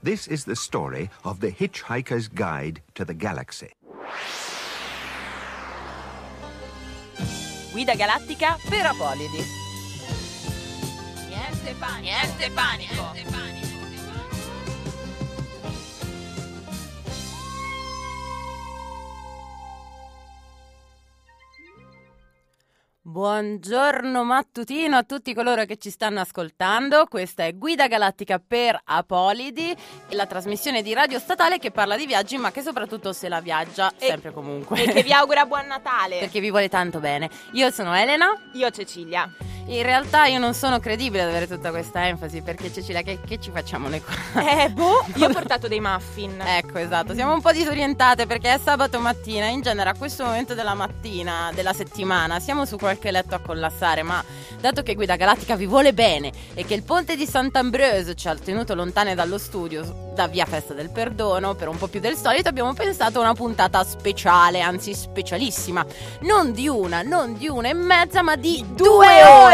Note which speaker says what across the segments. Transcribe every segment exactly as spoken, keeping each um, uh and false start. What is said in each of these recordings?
Speaker 1: This is the story of the Hitchhiker's Guide to the Galaxy.
Speaker 2: Guida galattica per Apolidi. Niente panico, niente panico, niente panico. Buongiorno mattutino a tutti coloro che ci stanno ascoltando. Questa è Guida Galattica per Apolidi, la trasmissione di radio statale che parla di viaggi ma che soprattutto se la viaggia e, sempre comunque.
Speaker 3: E che vi augura buon Natale.
Speaker 2: Perché vi vuole tanto bene. Io sono Elena.
Speaker 3: Io Cecilia.
Speaker 2: In realtà io non sono credibile ad avere tutta questa enfasi, perché Cecilia, che, che ci facciamo noi qua?
Speaker 3: Eh, boh, io ho portato dei muffin.
Speaker 2: Ecco, esatto, siamo un po' disorientate perché è sabato mattina, in genere a questo momento della mattina, della settimana, siamo su qualche letto a collassare, ma dato che Guida Galattica vi vuole bene e che il ponte di Sant'Ambrosio ci ha tenuto lontane dallo studio, da via Festa del Perdono, per un po' più del solito, abbiamo pensato a una puntata speciale, anzi specialissima, non di una, non di una e mezza, ma di due, due ore!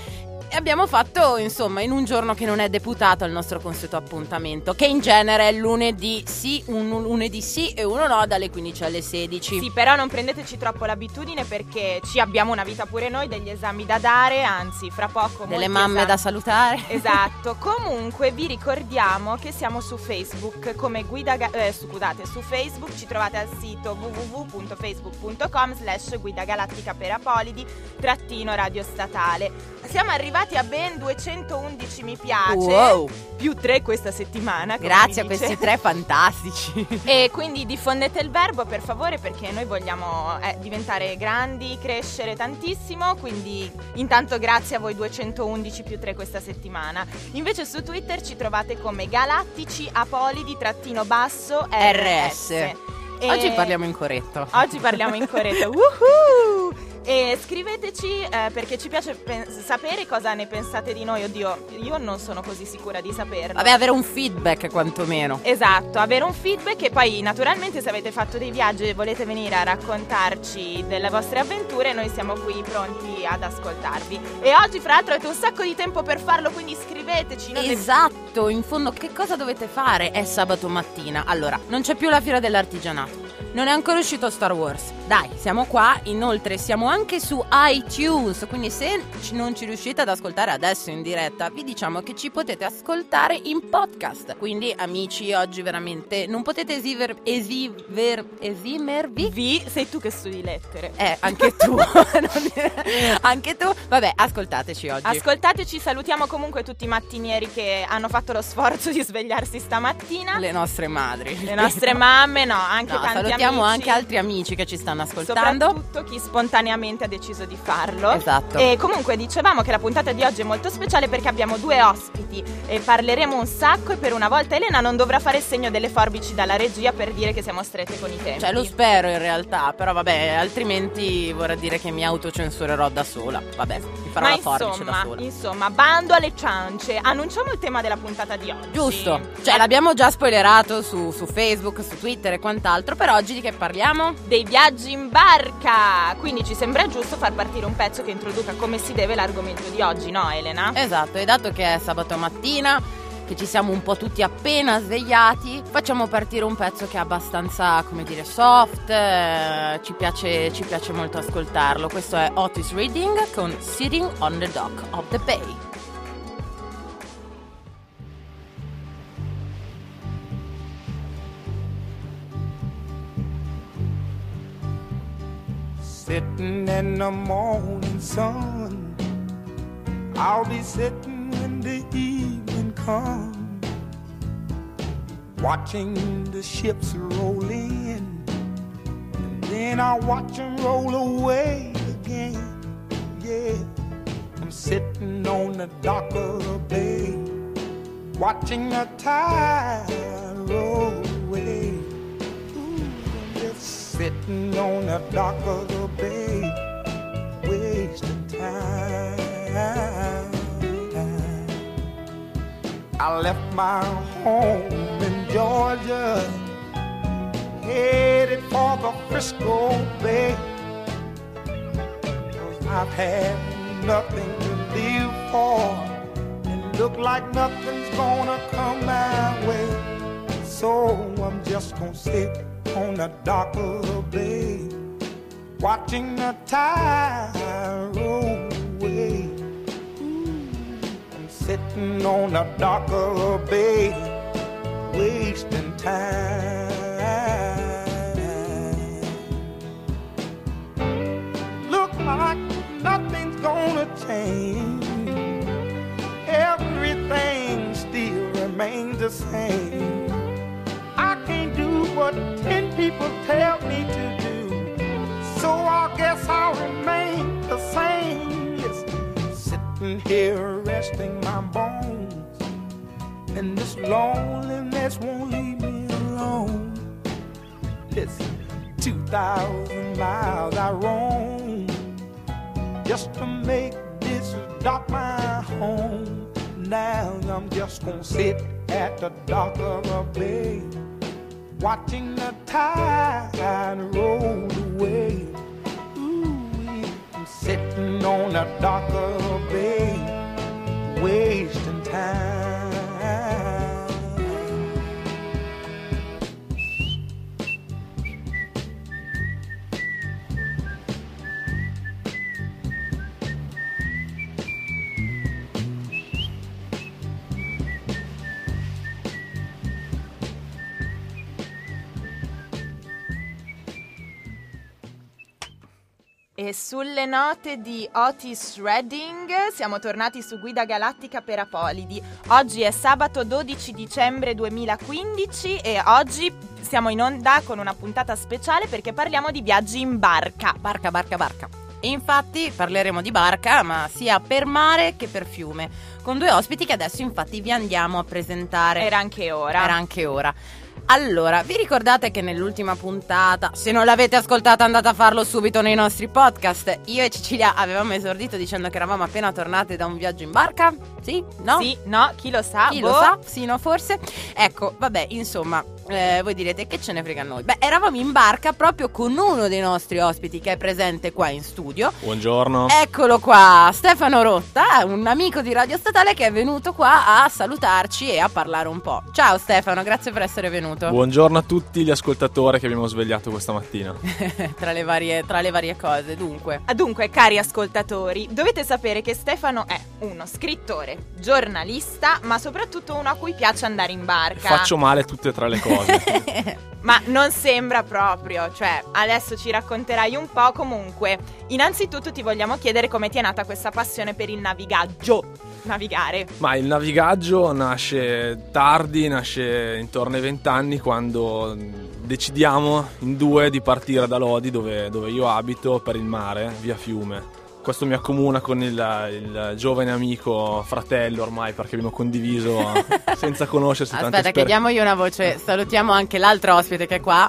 Speaker 2: E abbiamo fatto, insomma, in un giorno che non è deputato al nostro consueto appuntamento, che in genere è lunedì sì, un lunedì sì e uno no, dalle quindici alle sedici.
Speaker 3: Sì, però non prendeteci troppo l'abitudine, perché ci abbiamo una vita pure noi, degli esami da dare, anzi fra poco
Speaker 2: delle mamme
Speaker 3: esami
Speaker 2: da salutare.
Speaker 3: Esatto. Comunque vi ricordiamo che siamo su Facebook come Guida Ga- eh, scusate, su Facebook ci trovate al sito w w w punto facebook punto com slash Guida Galattica per Apolidi trattino radio statale. Siamo arrivati a ben duecentoundici mi piace,
Speaker 2: wow,
Speaker 3: più tre questa settimana.
Speaker 2: Grazie a questi tre fantastici.
Speaker 3: E quindi diffondete il verbo, per favore, perché noi vogliamo eh, diventare grandi, crescere tantissimo. Quindi intanto grazie a voi duecentoundici più tre questa settimana. Invece su Twitter ci trovate come Galattici Apolidi trattino basso R S.
Speaker 2: E... Oggi parliamo in corretto.
Speaker 3: Oggi parliamo in corretto. Woohoo! E scriveteci eh, perché ci piace pen- sapere cosa ne pensate di noi. Oddio, io non sono così sicura di saperlo.
Speaker 2: Vabbè, avere un feedback quantomeno.
Speaker 3: Esatto, avere un feedback. E poi naturalmente se avete fatto dei viaggi e volete venire a raccontarci delle vostre avventure, noi siamo qui pronti ad ascoltarvi. E oggi fra l'altro avete un sacco di tempo per farlo, quindi scriveteci.
Speaker 2: Esatto, in fondo che cosa dovete fare? È sabato mattina. Allora, non c'è più la fiera dell'artigianato, non è ancora uscito Star Wars. Dai, siamo qua, inoltre siamo anche su iTunes, quindi se non ci riuscite ad ascoltare adesso in diretta, vi diciamo che ci potete ascoltare in podcast. Quindi amici, oggi veramente non potete esiver, esiver, esimervi.
Speaker 3: Vi, sei tu che studi lettere.
Speaker 2: Eh, anche tu. Anche tu. Vabbè, ascoltateci oggi.
Speaker 3: Ascoltateci, salutiamo comunque tutti i mattinieri che hanno fatto lo sforzo di svegliarsi stamattina.
Speaker 2: Le nostre madri.
Speaker 3: Le nostre mamme, no, anche
Speaker 2: no,
Speaker 3: tanti
Speaker 2: salutiamo
Speaker 3: amici.
Speaker 2: Anche altri amici che ci stanno ascoltando.
Speaker 3: Soprattutto chi spontaneamente ha deciso di farlo.
Speaker 2: Esatto.
Speaker 3: E comunque dicevamo che la puntata di oggi è molto speciale perché abbiamo due ospiti e parleremo un sacco, e per una volta Elena non dovrà fare il segno delle forbici dalla regia per dire che siamo strette con i tempi.
Speaker 2: Cioè lo spero in realtà, però vabbè, altrimenti vorrà dire che mi autocensurerò da sola. Vabbè, mi farò
Speaker 3: Ma
Speaker 2: la forbice
Speaker 3: insomma,
Speaker 2: da sola.
Speaker 3: Insomma, bando alle ciance. Annunciamo il tema della puntata di oggi.
Speaker 2: Giusto, cioè l'abbiamo già spoilerato su, su Facebook, su Twitter e quant'altro. Per oggi di che parliamo?
Speaker 3: Dei viaggi in barca. Quindi ci sembra giusto far partire un pezzo che introduca come si deve l'argomento di oggi, no Elena?
Speaker 2: Esatto, e dato che è sabato mattina, che ci siamo un po' tutti appena svegliati, facciamo partire un pezzo che è abbastanza, come dire, soft, eh, ci piace, ci piace molto ascoltarlo. Questo è Otis Redding con Sitting on the Dock of the Bay.
Speaker 4: Sitting in the morning sun, I'll be sitting when the evening comes, watching the ships roll in, and then I'll watch them roll away again. Yeah, I'm sitting on the dock of the bay, watching the tide roll away. Sitting on the dock of the bay, wasting time. I left my home in Georgia, headed for the Frisco Bay, 'cause I've had nothing to live for, and look like nothing's gonna come my way. So I'm just gonna sit on the dock of the bay, watching the tide roll away. Ooh, I'm sitting on the dock of the bay, wasting time. Look like nothing's gonna change. Everything still remains the same. I can't do what ten people tell me to do, so I guess I'll remain the same. Yes, sitting here resting my bones, and this loneliness won't leave me alone. Listen, two thousand miles I roam just to make this dock my home. Now I'm just gonna sit at the dock of a bay, watching the tide roll away. Ooh, I'm sitting on the dock of a bay, wasting time.
Speaker 3: E sulle note di Otis Redding siamo tornati su Guida Galattica per Apolidi. Oggi è sabato dodici dicembre duemilaquindici e oggi siamo in onda con una puntata speciale perché parliamo di viaggi in barca.
Speaker 2: Barca, barca, barca. E infatti parleremo di barca, ma sia per mare che per fiume, con due ospiti che adesso infatti vi andiamo a presentare.
Speaker 3: Era anche ora.
Speaker 2: Era anche ora. Allora, vi ricordate che nell'ultima puntata, se non l'avete ascoltata andate a farlo subito nei nostri podcast, io e Cecilia avevamo esordito dicendo che eravamo appena tornate da un viaggio in barca? Sì? No?
Speaker 3: Sì, no, chi lo sa?
Speaker 2: Chi
Speaker 3: boh.
Speaker 2: lo sa? Sì, no, forse? Ecco, vabbè, insomma, eh, voi direte che ce ne frega a noi. Beh, eravamo in barca proprio con uno dei nostri ospiti che è presente qua in studio.
Speaker 5: Buongiorno.
Speaker 2: Eccolo qua, Stefano Rotta, un amico di Radio Statale che è venuto qua a salutarci e a parlare un po'. Ciao Stefano, grazie per essere venuto.
Speaker 5: Buongiorno a tutti gli ascoltatori che abbiamo svegliato questa mattina.
Speaker 2: tra, le varie, tra le varie cose, dunque.
Speaker 3: Dunque, cari ascoltatori, dovete sapere che Stefano è uno scrittore, giornalista, ma soprattutto uno a cui piace andare in barca.
Speaker 5: Faccio male tutte e tre le cose.
Speaker 3: Ma non sembra proprio, cioè adesso ci racconterai un po'. Comunque, innanzitutto ti vogliamo chiedere come ti è nata questa passione per il navigaggio. Navigare.
Speaker 5: Ma il navigaggio nasce tardi, nasce intorno ai vent'anni, quando decidiamo in due di partire da Lodi, dove, dove io abito, per il mare, via Fiume. Questo mi accomuna con il, il giovane amico, fratello ormai, perché abbiamo condiviso senza conoscersi tante
Speaker 2: Aspetta, che diamo io una voce. Salutiamo anche l'altro ospite che è qua.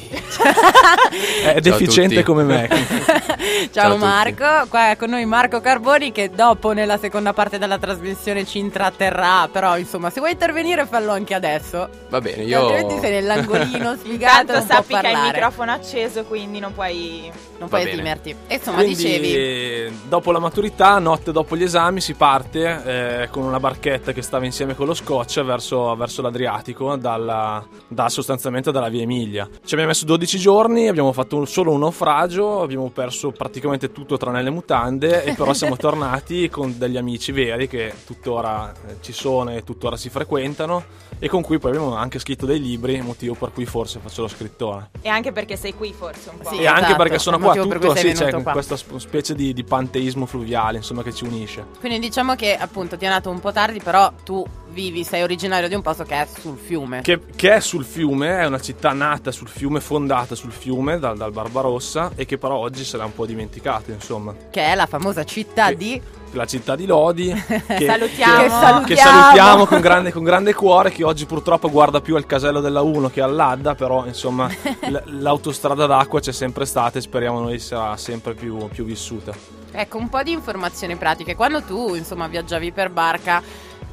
Speaker 5: È deficiente come me.
Speaker 2: Ciao, Ciao Marco, qua è con noi Marco Carboni, che dopo nella seconda parte della trasmissione ci intratterrà. Però insomma, se vuoi intervenire fallo anche adesso.
Speaker 6: Va bene, io
Speaker 2: altrimenti sei nell'angolino sfigato.
Speaker 3: Intanto sappi che hai il microfono acceso, quindi non puoi
Speaker 2: Non puoi esimerti. E insomma,
Speaker 5: Quindi,
Speaker 2: dicevi,
Speaker 5: dopo la maturità, notte dopo gli esami, si parte eh, con una barchetta che stava insieme con lo scotch verso, verso l'Adriatico, dalla, da, sostanzialmente dalla via Emilia. Ci abbiamo messo dodici giorni, abbiamo fatto un, solo un naufragio, abbiamo perso praticamente tutto tranne le mutande, e però siamo tornati con degli amici veri che tuttora eh, ci sono e tuttora si frequentano, e con cui poi abbiamo anche scritto dei libri, motivo per cui forse faccio lo scrittore.
Speaker 3: E anche perché sei qui forse un po'.
Speaker 2: Sì,
Speaker 5: E anche
Speaker 2: esatto,
Speaker 5: perché sono
Speaker 2: il
Speaker 5: qua,
Speaker 2: motivo per
Speaker 5: tutto
Speaker 2: cui sei
Speaker 5: sì, c'è
Speaker 2: venuto qua.
Speaker 5: questa sp- specie di, di panteismo fluviale, insomma, che ci unisce.
Speaker 2: quindi diciamo che appunto ti è nato un po' tardi, però tu vivi, sei originario di un posto che è sul fiume.
Speaker 5: Che, che è sul fiume, è una città nata sul fiume, fondata sul fiume dal, dal Barbarossa, e che però oggi se l'ha un po' dimenticato, insomma.
Speaker 2: Che è la famosa città
Speaker 5: Che-
Speaker 2: di...
Speaker 5: La città di Lodi, che
Speaker 3: Salutiamo.
Speaker 5: che,
Speaker 2: Che salutiamo.
Speaker 5: che salutiamo con grande, con grande cuore, che oggi purtroppo guarda più al casello della uno che all'Adda, però insomma l- l'autostrada d'acqua c'è sempre stata e speriamo noi sarà sempre più, più vissuta.
Speaker 2: Ecco, un po' di informazioni pratiche. Quando tu, insomma, viaggiavi per barca,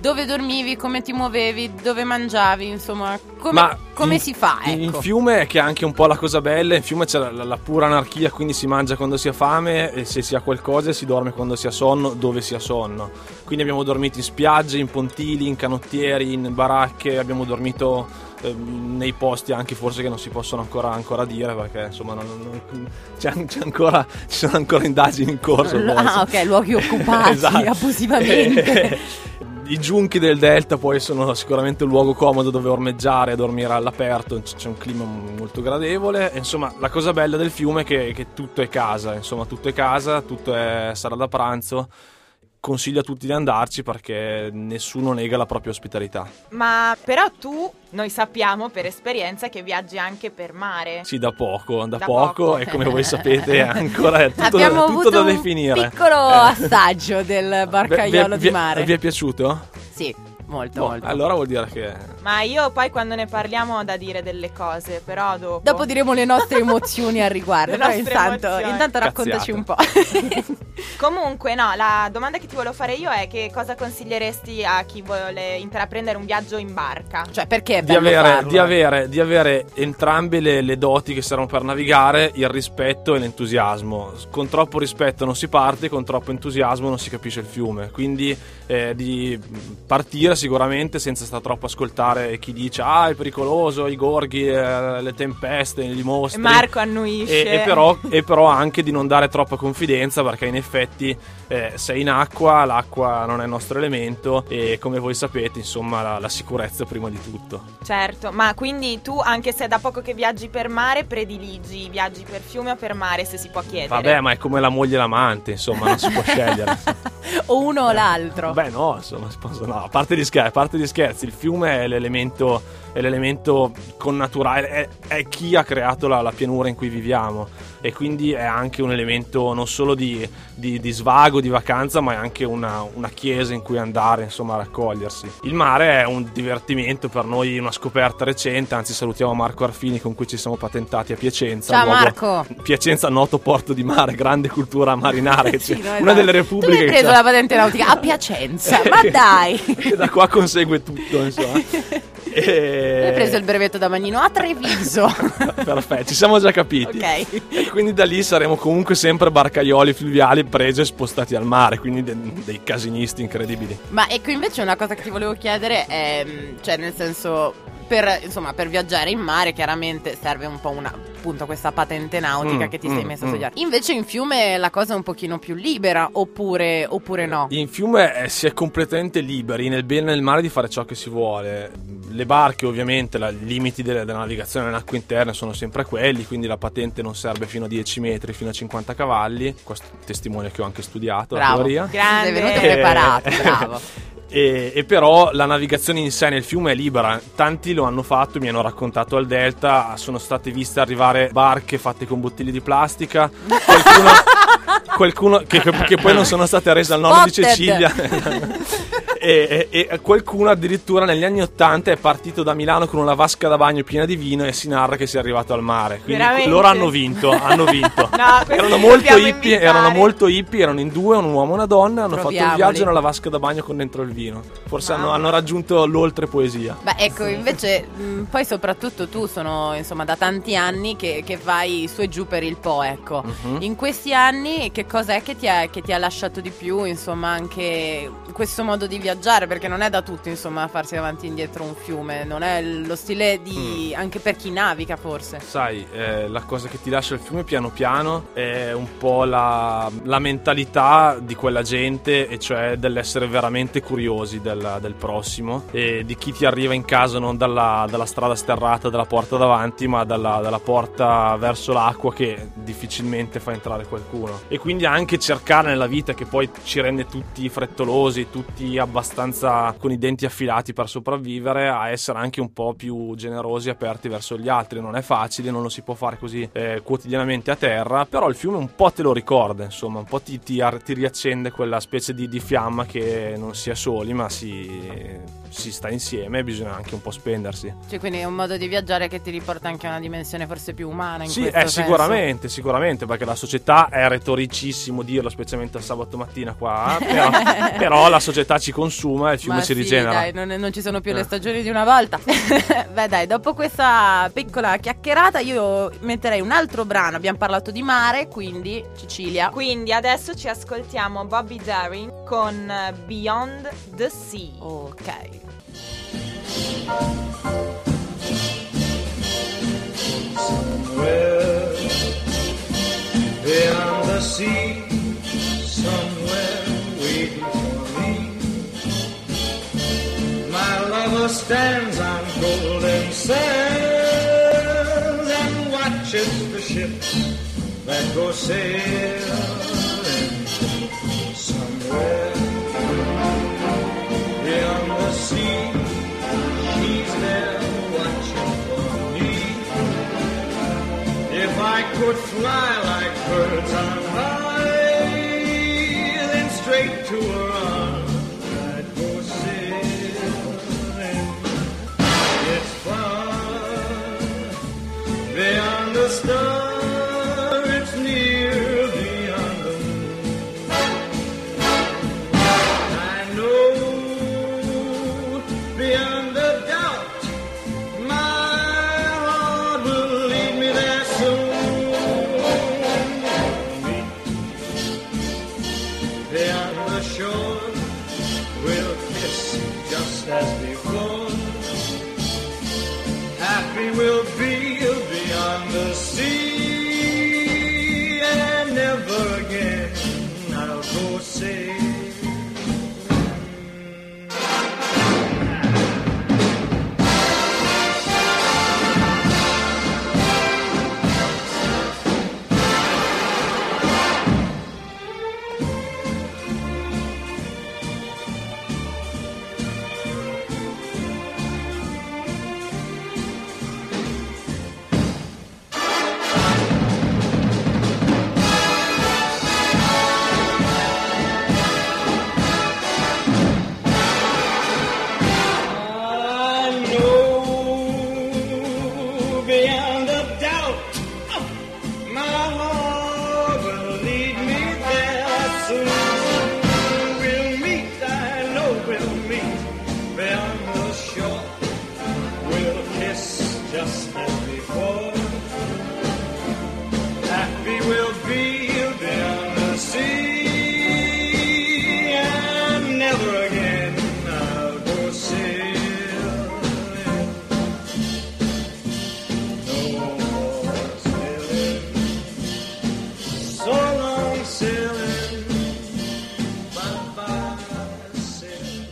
Speaker 2: dove dormivi, come ti muovevi, dove mangiavi, insomma, come,
Speaker 5: Ma
Speaker 2: come
Speaker 5: in,
Speaker 2: si fa, ecco.
Speaker 5: In fiume è che è anche un po' la cosa bella, in fiume c'è la, la, la pura anarchia, quindi si mangia quando si ha fame e se si ha qualcosa, e si dorme quando si ha sonno, dove si ha sonno. Quindi abbiamo dormito in spiagge, in pontili, in canottieri, in baracche, abbiamo dormito eh, nei posti anche forse che non si possono ancora, ancora dire, perché insomma non, non, c'è, c'è ancora, ci sono ancora indagini in corso.
Speaker 2: L- ah ok, luoghi occupati
Speaker 5: esatto.
Speaker 2: abusivamente.
Speaker 5: I giunchi del delta poi sono sicuramente un luogo comodo dove ormeggiare e dormire all'aperto, c'è un clima molto gradevole. E insomma, la cosa bella del fiume è che, che tutto è casa, insomma tutto è casa, tutto è sala da pranzo. Consiglio a tutti di andarci perché nessuno nega la propria ospitalità.
Speaker 3: Ma però tu, noi sappiamo per esperienza che viaggi anche per mare.
Speaker 5: Sì, da poco, da,
Speaker 3: Da
Speaker 5: poco,
Speaker 3: poco.
Speaker 5: e come voi sapete ancora è tutto,
Speaker 2: Abbiamo
Speaker 5: tutto
Speaker 2: avuto
Speaker 5: da
Speaker 2: un
Speaker 5: definire.
Speaker 2: piccolo
Speaker 5: Eh.
Speaker 2: assaggio del barcaiolo
Speaker 5: Vi- vi-
Speaker 2: di mare.
Speaker 5: Vi è piaciuto?
Speaker 2: Sì, molto,
Speaker 5: Boh,
Speaker 2: molto.
Speaker 5: allora vuol dire che...
Speaker 3: Ma io poi quando ne parliamo ho da dire delle cose, però dopo...
Speaker 2: Dopo diremo le nostre emozioni al riguardo.
Speaker 3: Le
Speaker 2: Però
Speaker 3: nostre
Speaker 2: intanto,
Speaker 3: emozioni.
Speaker 2: intanto raccontaci un po'.
Speaker 3: Comunque no, la domanda che ti volevo fare io è che cosa consiglieresti a chi vuole intraprendere un viaggio in barca?
Speaker 2: Cioè, perché è
Speaker 5: Di
Speaker 2: bello
Speaker 5: avere,
Speaker 2: farlo?
Speaker 5: di, avere, di avere entrambe le, le doti che servono per navigare, il rispetto e l'entusiasmo. Con troppo rispetto non si parte, con troppo entusiasmo non si capisce il fiume. Quindi eh, di partire sicuramente senza stare troppo a ascoltare chi dice ah è pericoloso, i gorghi, eh, le tempeste, i mostri.
Speaker 3: E Marco annuisce.
Speaker 5: E, e, però, e però anche di non dare troppa confidenza, perché in effetti eh, sei in acqua, l'acqua non è il nostro elemento e come voi sapete insomma la, la sicurezza prima di tutto.
Speaker 3: Certo, ma quindi tu anche se è da poco che viaggi per mare prediligi i viaggi per fiume o per mare, se si può chiedere?
Speaker 5: Vabbè, ma è come la moglie e l'amante, insomma, non si può scegliere.
Speaker 2: O uno o l'altro.
Speaker 5: Beh no, insomma, si possono- no, a parte gli scherzi, a parte gli scherzi, il fiume è l'elemento, è l'elemento connaturale, è, è chi ha creato la, la pianura in cui viviamo e quindi è anche un elemento non solo di, di, di svago, di vacanza, ma è anche una, una chiesa in cui andare, insomma, a raccogliersi. Il mare è un divertimento per noi, una scoperta recente, anzi salutiamo Marco Arfini con cui ci siamo patentati a Piacenza.
Speaker 2: Ciao,
Speaker 5: luogo-
Speaker 2: Marco.
Speaker 5: Piacenza, noto porto di mare, grande cultura marinara, che
Speaker 2: Sì,
Speaker 5: c'è,
Speaker 2: no,
Speaker 5: una
Speaker 2: esatto.
Speaker 5: delle
Speaker 2: Tu
Speaker 5: repubbliche
Speaker 2: hai
Speaker 5: che
Speaker 2: preso
Speaker 5: c'ha-
Speaker 2: la patente nautica a Piacenza, ma dai!
Speaker 5: e da qua consegue tutto, insomma. E...
Speaker 2: Hai preso il brevetto da Magnino a Treviso.
Speaker 5: Perfetto, ci siamo già capiti.
Speaker 2: Ok.
Speaker 5: E quindi da lì saremo comunque sempre barcaioli fluviali presi e spostati al mare, quindi de- dei casinisti incredibili.
Speaker 2: Ma ecco, invece una cosa che ti volevo chiedere è, mh, cioè nel senso, per, insomma, per viaggiare in mare chiaramente serve un po' una, appunto, questa patente nautica
Speaker 5: Mm,
Speaker 2: che ti sei
Speaker 5: mm,
Speaker 2: messa a
Speaker 5: mm.
Speaker 2: studiare. Invece in fiume la cosa è un pochino più libera, oppure, oppure no?
Speaker 5: In fiume eh, si è completamente liberi, nel bene e nel male, di fare ciò che si vuole. Le barche ovviamente, la- i limiti delle- della navigazione in acque interne sono sempre quelli, quindi la patente non serve fino a dieci metri, fino a cinquanta cavalli. Questo testimonia che ho anche studiato la
Speaker 2: Bravo,
Speaker 5: teoria.
Speaker 3: Grande.
Speaker 2: sei venuto
Speaker 5: Eh,
Speaker 2: preparato, bravo.
Speaker 5: E, e però la navigazione in sé nel fiume è libera. Tanti lo hanno fatto, mi hanno raccontato al delta, sono state viste arrivare barche fatte con bottiglie di plastica, qualcuno, qualcuno che, che poi non sono state rese al nonno di
Speaker 2: Spotted.
Speaker 5: Cecilia. E, e- e qualcuno addirittura negli anni ottanta è partito da Milano con una vasca da bagno piena di vino e si narra che sia arrivato al mare. Quindi
Speaker 3: Veramente?
Speaker 5: loro hanno vinto, hanno vinto.
Speaker 3: No, questi
Speaker 5: erano
Speaker 3: li
Speaker 5: molto
Speaker 3: dobbiamo
Speaker 5: hippie,
Speaker 3: invitare.
Speaker 5: erano molto hippie, erano in due, un uomo e una donna, hanno fatto il
Speaker 2: Proviamoli.
Speaker 5: viaggio nella vasca da bagno con dentro il vino. Forse hanno,
Speaker 3: Mamma.
Speaker 5: hanno raggiunto l'oltre poesia.
Speaker 2: Beh, ecco, invece, mh, poi soprattutto tu sono, insomma, da tanti anni che, che vai su e giù per il Po, ecco.
Speaker 5: Mhm.
Speaker 2: In questi anni che cos'è che ti, ha, che ti ha lasciato di più, insomma, anche questo modo di viaggiare? Perché non è da tutti, insomma, farsi avanti e indietro un fiume, non è lo stile di... anche per chi naviga, forse.
Speaker 5: Sai, eh, la cosa che ti lascia il fiume piano piano è un po' la, la mentalità di quella gente, e cioè dell'essere veramente curiosi del, del prossimo e di chi ti arriva in casa non dalla, dalla strada sterrata della porta davanti, ma dalla, dalla porta verso l'acqua che difficilmente fa entrare qualcuno. E quindi anche cercare nella vita, che poi ci rende tutti frettolosi, tutti abbastanza con i denti affilati per sopravvivere, a essere anche un po' più generosi e aperti verso gli altri. Non è facile, non lo si può fare così eh, quotidianamente a terra, però il fiume un po' te lo ricorda, insomma, un po' ti, ti, ar- ti riaccende quella specie di, di fiamma che non si è soli, ma si, si sta insieme e bisogna anche un po' spendersi.
Speaker 2: Cioè, quindi è un modo di viaggiare che ti riporta anche a una dimensione forse più umana in
Speaker 5: Sì,
Speaker 2: questo
Speaker 5: eh,
Speaker 2: senso.
Speaker 5: sicuramente, sicuramente, perché la società è retoricissimo dirlo, specialmente il sabato mattina qua, però, però la società ci consiglia consuma e il fiume
Speaker 2: Ma
Speaker 5: si
Speaker 2: sì,
Speaker 5: rigenera.
Speaker 2: dai, non, non ci sono più
Speaker 5: Eh.
Speaker 2: le stagioni di una volta. Beh dai, dopo questa piccola chiacchierata io metterei un altro brano. Abbiamo parlato di mare, quindi Cecilia.
Speaker 3: Quindi adesso ci ascoltiamo Bobby Darin con eh, Beyond the Sea.
Speaker 2: Ok.
Speaker 6: Somewhere beyond the sea, somewhere waiting for me, my lover stands on golden sands and watches the ships that go sailing. Somewhere beyond the sea, she's there watching for me. If I could fly like birds on high, then straight to her arms I'd go sailing. It's far beyond the star, it's near beyond the moon. I know beyond the doubt my heart will lead me there soon. Beyond the shore, we'll kiss just as before. Happy we'll be beyond the sea, and never again I'll go sailing. I know beyond a doubt my heart will lead me there soon. We'll meet, I know we'll meet beyond the shore. We'll kiss just as before. Happy we'll be beyond the sea, and never again I'll go sailing. No more sailing, so long sailing, bye-bye sailing.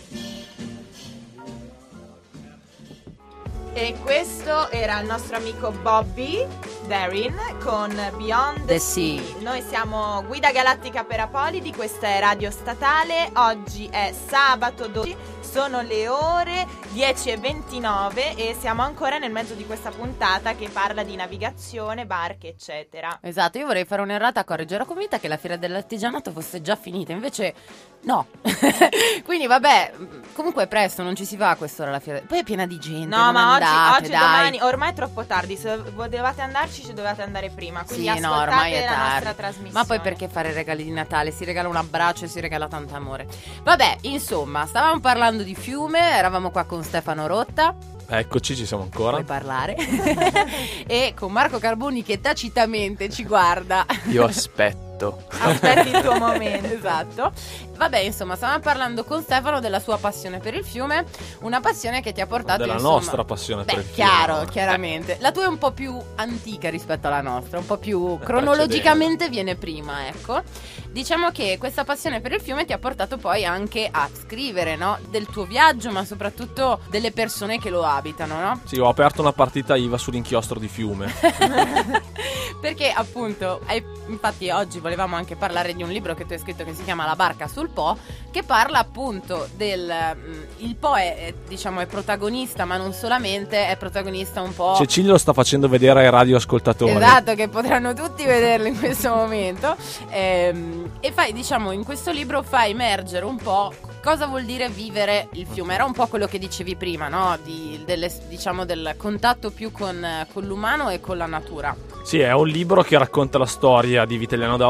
Speaker 3: E questo era il nostro amico Bobby Darin con Beyond the
Speaker 2: The
Speaker 3: Sea.
Speaker 2: Sea.
Speaker 3: Noi siamo Guida Galattica per Apolidi, questa è Radio Statale. Oggi è sabato dodici, sono le ore dieci e ventinove e siamo ancora nel mezzo di questa puntata che parla di navigazione, barche, eccetera.
Speaker 2: Esatto, io vorrei fare un'errata a correggere. Ero convinta che la fiera dell'artigianato fosse già finita, invece no. Quindi vabbè, comunque è presto, non ci si va a quest'ora alla fiera. Poi è piena di gente.
Speaker 3: No,
Speaker 2: non
Speaker 3: ma oggi,
Speaker 2: andate,
Speaker 3: oggi
Speaker 2: dai.
Speaker 3: domani, ormai è troppo tardi. Se volevate andarci, ci dovevate andare prima. Quindi
Speaker 2: Sì, no,
Speaker 3: ascoltate
Speaker 2: ormai è
Speaker 3: la nostra
Speaker 2: tardi.
Speaker 3: trasmissione.
Speaker 2: Ma poi perché fare regali di Natale? Si regala un abbraccio e si regala tanto amore. Vabbè, insomma, stavamo parlando di fiume, eravamo qua con Stefano Rotta.
Speaker 5: Eccoci, ci siamo ancora.
Speaker 2: Puoi parlare. E con Marco Carboni che tacitamente ci guarda.
Speaker 5: Io aspetto.
Speaker 3: Aspetti il tuo momento.
Speaker 2: Esatto. Vabbè, insomma, stavamo parlando con Stefano della sua passione per il fiume, una passione che ti ha portato
Speaker 5: Della
Speaker 2: insomma,
Speaker 5: nostra passione per
Speaker 2: beh,
Speaker 5: il fiume.
Speaker 2: chiaro, chiaramente. La tua è un po' più antica rispetto alla nostra, un po' più
Speaker 5: È
Speaker 2: cronologicamente viene prima, ecco. Diciamo che questa passione per il fiume ti ha portato poi anche a scrivere, no? Del tuo viaggio, ma soprattutto delle persone che lo abitano, no?
Speaker 5: Sì, ho aperto una partita I V A sull'inchiostro di fiume.
Speaker 2: Perché appunto, hai- infatti oggi volevamo anche parlare di un libro che tu hai scritto che si chiama La barca sul Po, che parla appunto del mm, il Po è, è, diciamo è protagonista, ma non solamente, è protagonista un po'.
Speaker 5: Cecilia lo sta facendo vedere ai radioascoltatori.
Speaker 2: Esatto, che potranno tutti vederlo in questo momento. Ehm, e fai, diciamo, in questo libro fai emergere un po' cosa vuol dire vivere il fiume. Era un po' quello che dicevi prima, no? Di, delle, diciamo del contatto più con, con l'umano e con la natura.
Speaker 5: Sì, è un libro che racconta la storia di Vitelliano d'Aosta,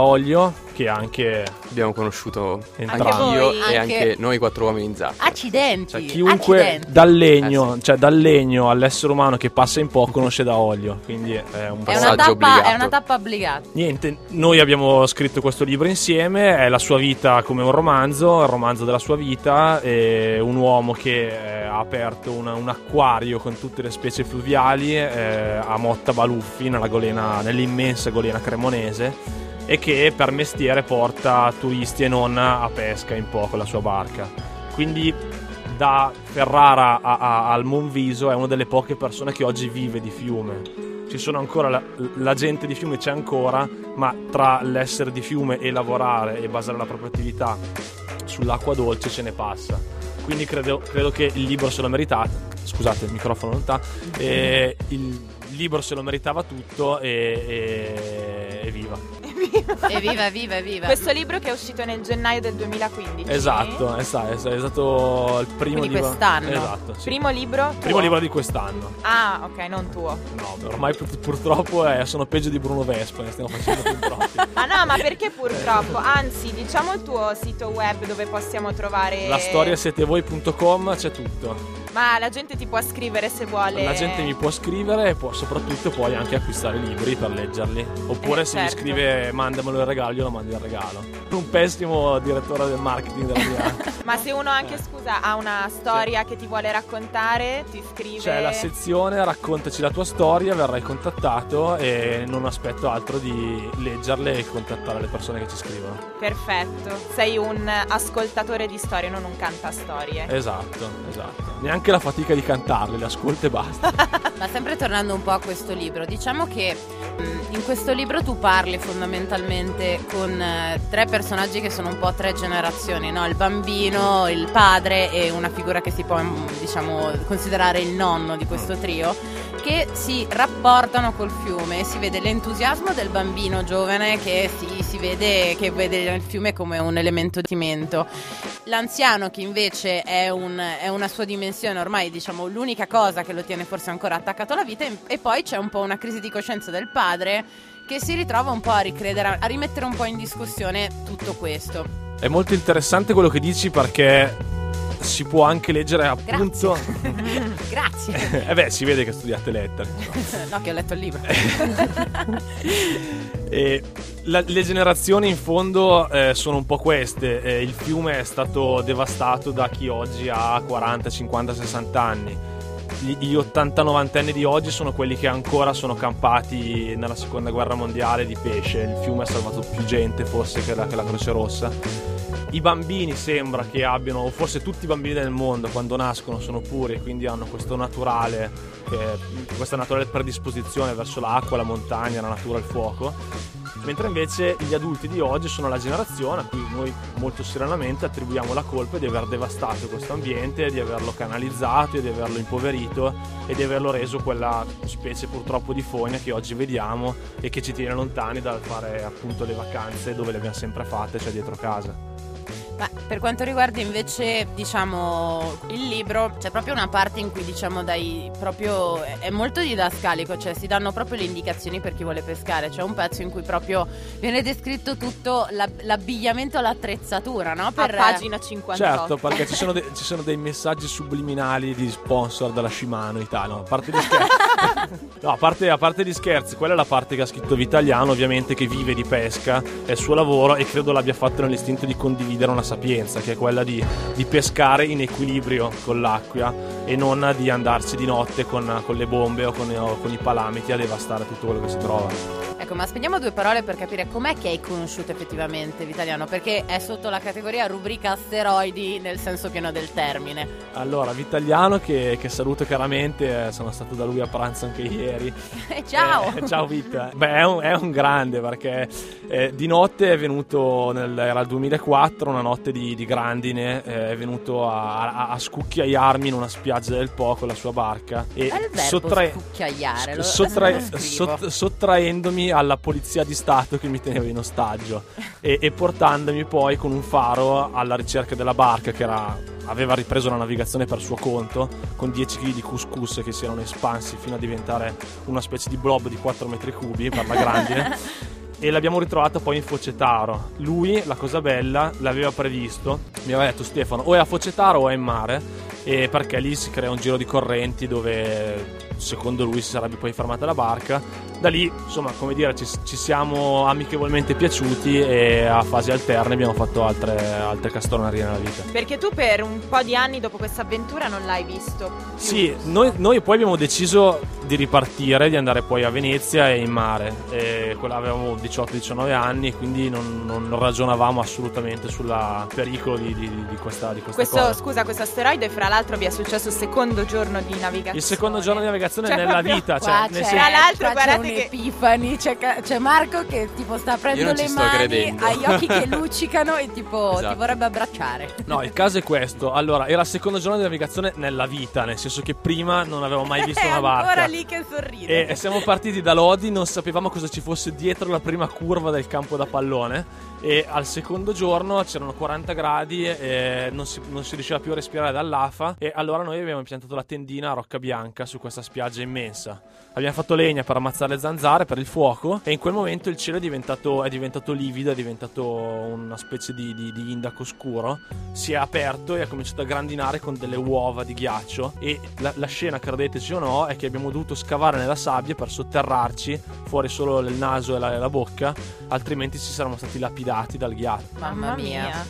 Speaker 5: Olio, che anche
Speaker 7: abbiamo conosciuto
Speaker 5: entrambi.
Speaker 3: Anche
Speaker 7: io
Speaker 3: voi.
Speaker 7: e
Speaker 2: Anche-
Speaker 7: anche noi quattro uomini in zacca.
Speaker 2: Accidenti.
Speaker 5: Cioè, chiunque
Speaker 2: accidenti.
Speaker 5: dal legno,
Speaker 7: Eh sì.
Speaker 5: cioè dal legno all'essere umano che passa in po' conosce da Olio, quindi è un
Speaker 2: È una,
Speaker 7: passaggio
Speaker 2: tappa,
Speaker 7: obbligato.
Speaker 2: è una tappa obbligata.
Speaker 5: Niente, noi abbiamo scritto questo libro insieme, è la sua vita come un romanzo, il romanzo della sua vita, è un uomo che eh, ha aperto una- un acquario con tutte le specie fluviali eh, a Motta Baluffi, nella golena, nell'immensa golena cremonese, e che per mestiere porta turisti e non a pesca in po' con la sua barca. Quindi da Ferrara a- a- al Monviso è una delle poche persone che oggi vive di fiume. Ci sono ancora la, la gente di fiume, c'è ancora, ma tra l'essere di fiume e lavorare e basare la propria attività sull'acqua dolce ce ne passa. Quindi credo, credo che il libro se lo meritava. Scusate, il microfono non sta. E il libro se lo meritava tutto e, e, e viva.
Speaker 2: Evviva, evviva, evviva.
Speaker 3: Questo libro che è uscito nel gennaio del duemilaquindici.
Speaker 5: Esatto, è sta- è sta- è stato il primo
Speaker 2: Quindi
Speaker 5: libro.
Speaker 2: quest'anno.
Speaker 5: Esatto, sì.
Speaker 3: Primo libro?
Speaker 5: Primo
Speaker 3: tuo?
Speaker 5: libro di quest'anno.
Speaker 3: Ah, ok, non tuo.
Speaker 5: No, ormai pur- purtroppo è- sono peggio di Bruno Vespa, ne stiamo facendo fin troppi.
Speaker 3: Ah no, ma perché purtroppo? Anzi, diciamo il tuo sito web dove possiamo trovare...
Speaker 5: La storia siete voi punto com, c'è tutto.
Speaker 3: Ma la gente ti può scrivere se vuole...
Speaker 5: La gente mi può scrivere e può, soprattutto puoi anche acquistare libri per leggerli. Oppure
Speaker 3: Eh,
Speaker 5: se
Speaker 3: certo.
Speaker 5: mi scrive mandamelo il regalo, io lo mando il regalo. Un pessimo direttore del marketing della mia.
Speaker 3: Ma se uno anche, scusa, ha una storia che ti vuole raccontare, ti scrive...
Speaker 5: C'è la sezione raccontaci la tua storia, verrai contattato e non aspetto altro di leggerle e contattare le persone che ci scrivono.
Speaker 3: Perfetto. Sei un ascoltatore di storie, non un cantastorie.
Speaker 5: Esatto, esatto. Neanche la fatica di cantarle, le ascolto e basta.
Speaker 2: Ma sempre tornando un po' a questo libro, diciamo che mh, in questo libro tu parli fondamentalmente con eh, tre personaggi che sono un po' tre generazioni, no? Il bambino, il padre e una figura che si può, mh, diciamo, considerare il nonno di questo trio, che si rapportano col fiume. Si vede l'entusiasmo del bambino giovane che si, si vede che vede il fiume come un elemento di divertimento. L'anziano che invece è, un, è una sua dimensione, ormai diciamo l'unica cosa che lo tiene forse ancora attaccato alla vita, e poi c'è un po' una crisi di coscienza del padre che si ritrova un po' a ricredere, a rimettere un po' in discussione tutto questo.
Speaker 5: È molto interessante quello che dici, perché si può anche leggere appunto.
Speaker 2: Grazie.
Speaker 5: Eh beh, si vede che studiate lettere.
Speaker 2: No, che ho letto il libro.
Speaker 5: E la- le generazioni in fondo eh, sono un po' queste. Eh, il fiume è stato devastato da chi oggi ha quaranta, cinquanta, sessanta anni. Gli, gli ottanta novanta anni di oggi sono quelli che ancora sono campati nella seconda guerra mondiale di pesce. Il fiume ha salvato più gente forse che la, che la Croce Rossa. I bambini sembra che abbiano, o forse tutti i bambini del mondo quando nascono sono puri e quindi hanno questo naturale, eh, questa naturale predisposizione verso l'acqua, la montagna, la natura, il fuoco. Mentre invece gli adulti di oggi sono la generazione a cui noi molto serenamente attribuiamo la colpa di aver devastato questo ambiente, di averlo canalizzato, di averlo impoverito e di averlo reso quella specie purtroppo di fogna che oggi vediamo e che ci tiene lontani dal fare appunto le vacanze dove le abbiamo sempre fatte, cioè dietro casa.
Speaker 2: Ma per quanto riguarda invece, diciamo, il libro, c'è proprio una parte in cui, diciamo, dai proprio è molto didascalico, cioè si danno proprio le indicazioni per chi vuole pescare. C'è un pezzo in cui proprio viene descritto tutto l'ab- l'abbigliamento, l'attrezzatura, no? Per
Speaker 3: A pagina cinquantotto.
Speaker 5: Certo, perché ci sono, de- ci sono dei messaggi subliminali di sponsor della Shimano Italia. No, a parte gli scherzi, no, a parte, a parte gli scherzi, quella è la parte che ha scritto Vitaliano, ovviamente, che vive di pesca, è il suo lavoro e credo l'abbia fatto nell'istinto di condividere una sapienza, che è quella di, di pescare in equilibrio con l'acqua e non di andarci di notte con, con le bombe o con, o con i palamiti a devastare tutto quello che si trova.
Speaker 2: Ecco, ma spendiamo due parole per capire com'è che hai conosciuto effettivamente Vitaliano, perché è sotto la categoria rubrica asteroidi nel senso pieno del termine.
Speaker 5: Allora, Vitaliano, che, che saluto chiaramente, eh, sono stato da lui a pranzo anche ieri.
Speaker 2: Ciao!
Speaker 5: Eh, ciao Vita. Beh, è un, è un grande, perché eh, di notte è venuto, nel, era il duemilaquattro, una notte di, di grandine, eh, è venuto a, a, a scucchiaiarmi in una spiaggia del Po con la sua barca. E
Speaker 2: È il verbo
Speaker 5: sottrae-
Speaker 2: scucchiaiare, lo,
Speaker 5: sottra-
Speaker 2: adesso lo scrivo.
Speaker 5: sott- sottraendomi alla polizia di Stato che mi teneva in ostaggio e, e portandomi poi con un faro alla ricerca della barca che era, aveva ripreso la navigazione per suo conto, con dieci chili di couscous che si erano espansi fino a diventare una specie di blob di quattro metri cubi per la grandine. e l'abbiamo ritrovata poi in Focetaro. Lui, la cosa bella, l'aveva previsto, mi aveva detto: Stefano, o è a Focetaro o è in mare, e perché lì si crea un giro di correnti dove secondo lui si sarebbe poi fermata la barca. Da lì, insomma, come dire, ci, ci siamo amichevolmente piaciuti e a fasi alterne abbiamo fatto altre, altre castronerie nella vita.
Speaker 3: Perché tu per un po' di anni dopo questa avventura non l'hai visto più.
Speaker 5: Sì, noi, noi poi abbiamo deciso di ripartire, di andare poi a Venezia e in mare. E quella avevamo diciotto diciannove anni, quindi non, non ragionavamo assolutamente sul pericolo di, di, di questa, di questa
Speaker 3: questo,
Speaker 5: cosa.
Speaker 3: Scusa, questo asteroide fra l'altro vi è successo il secondo giorno di navigazione.
Speaker 5: Il secondo giorno di navigazione
Speaker 3: Cioè,
Speaker 5: nella
Speaker 3: proprio
Speaker 5: vita,
Speaker 2: Qua
Speaker 5: cioè,
Speaker 2: c'è,
Speaker 5: nel
Speaker 3: Tra
Speaker 5: senso-
Speaker 3: l'altro,
Speaker 2: qua c'è
Speaker 3: guardate che-
Speaker 2: un'epifani, c'è, ca- c'è Marco che tipo sta aprendo
Speaker 7: Io non
Speaker 2: le
Speaker 7: ci sto
Speaker 2: mani,
Speaker 7: credendo.
Speaker 2: ha gli occhi che luccicano e tipo
Speaker 7: Esatto.
Speaker 2: ti vorrebbe abbracciare.
Speaker 5: No, il caso è questo. Allora, era il secondo giorno di navigazione nella vita, nel senso che prima non avevo mai visto
Speaker 2: È
Speaker 5: una barca.
Speaker 2: ancora lì che sorride.
Speaker 5: E siamo partiti da Lodi, non sapevamo cosa ci fosse dietro la prima curva del campo da pallone. E al secondo giorno c'erano quaranta gradi e non si, non si riusciva più a respirare dall'afa. E allora noi abbiamo piantato la tendina a Rocca Bianca su questa spiaggia immensa. Abbiamo fatto legna per ammazzare le zanzare, per il fuoco. E in quel momento il cielo è diventato, è diventato livido, è diventato una specie di, di, di indaco scuro. Si è aperto e ha cominciato a grandinare con delle uova di ghiaccio. E la, la scena, credeteci o no, è che abbiamo dovuto scavare nella sabbia per sotterrarci, fuori solo il naso e la, e la bocca, altrimenti ci saremmo stati lapidati dal ghiaccio.
Speaker 2: Mamma mia.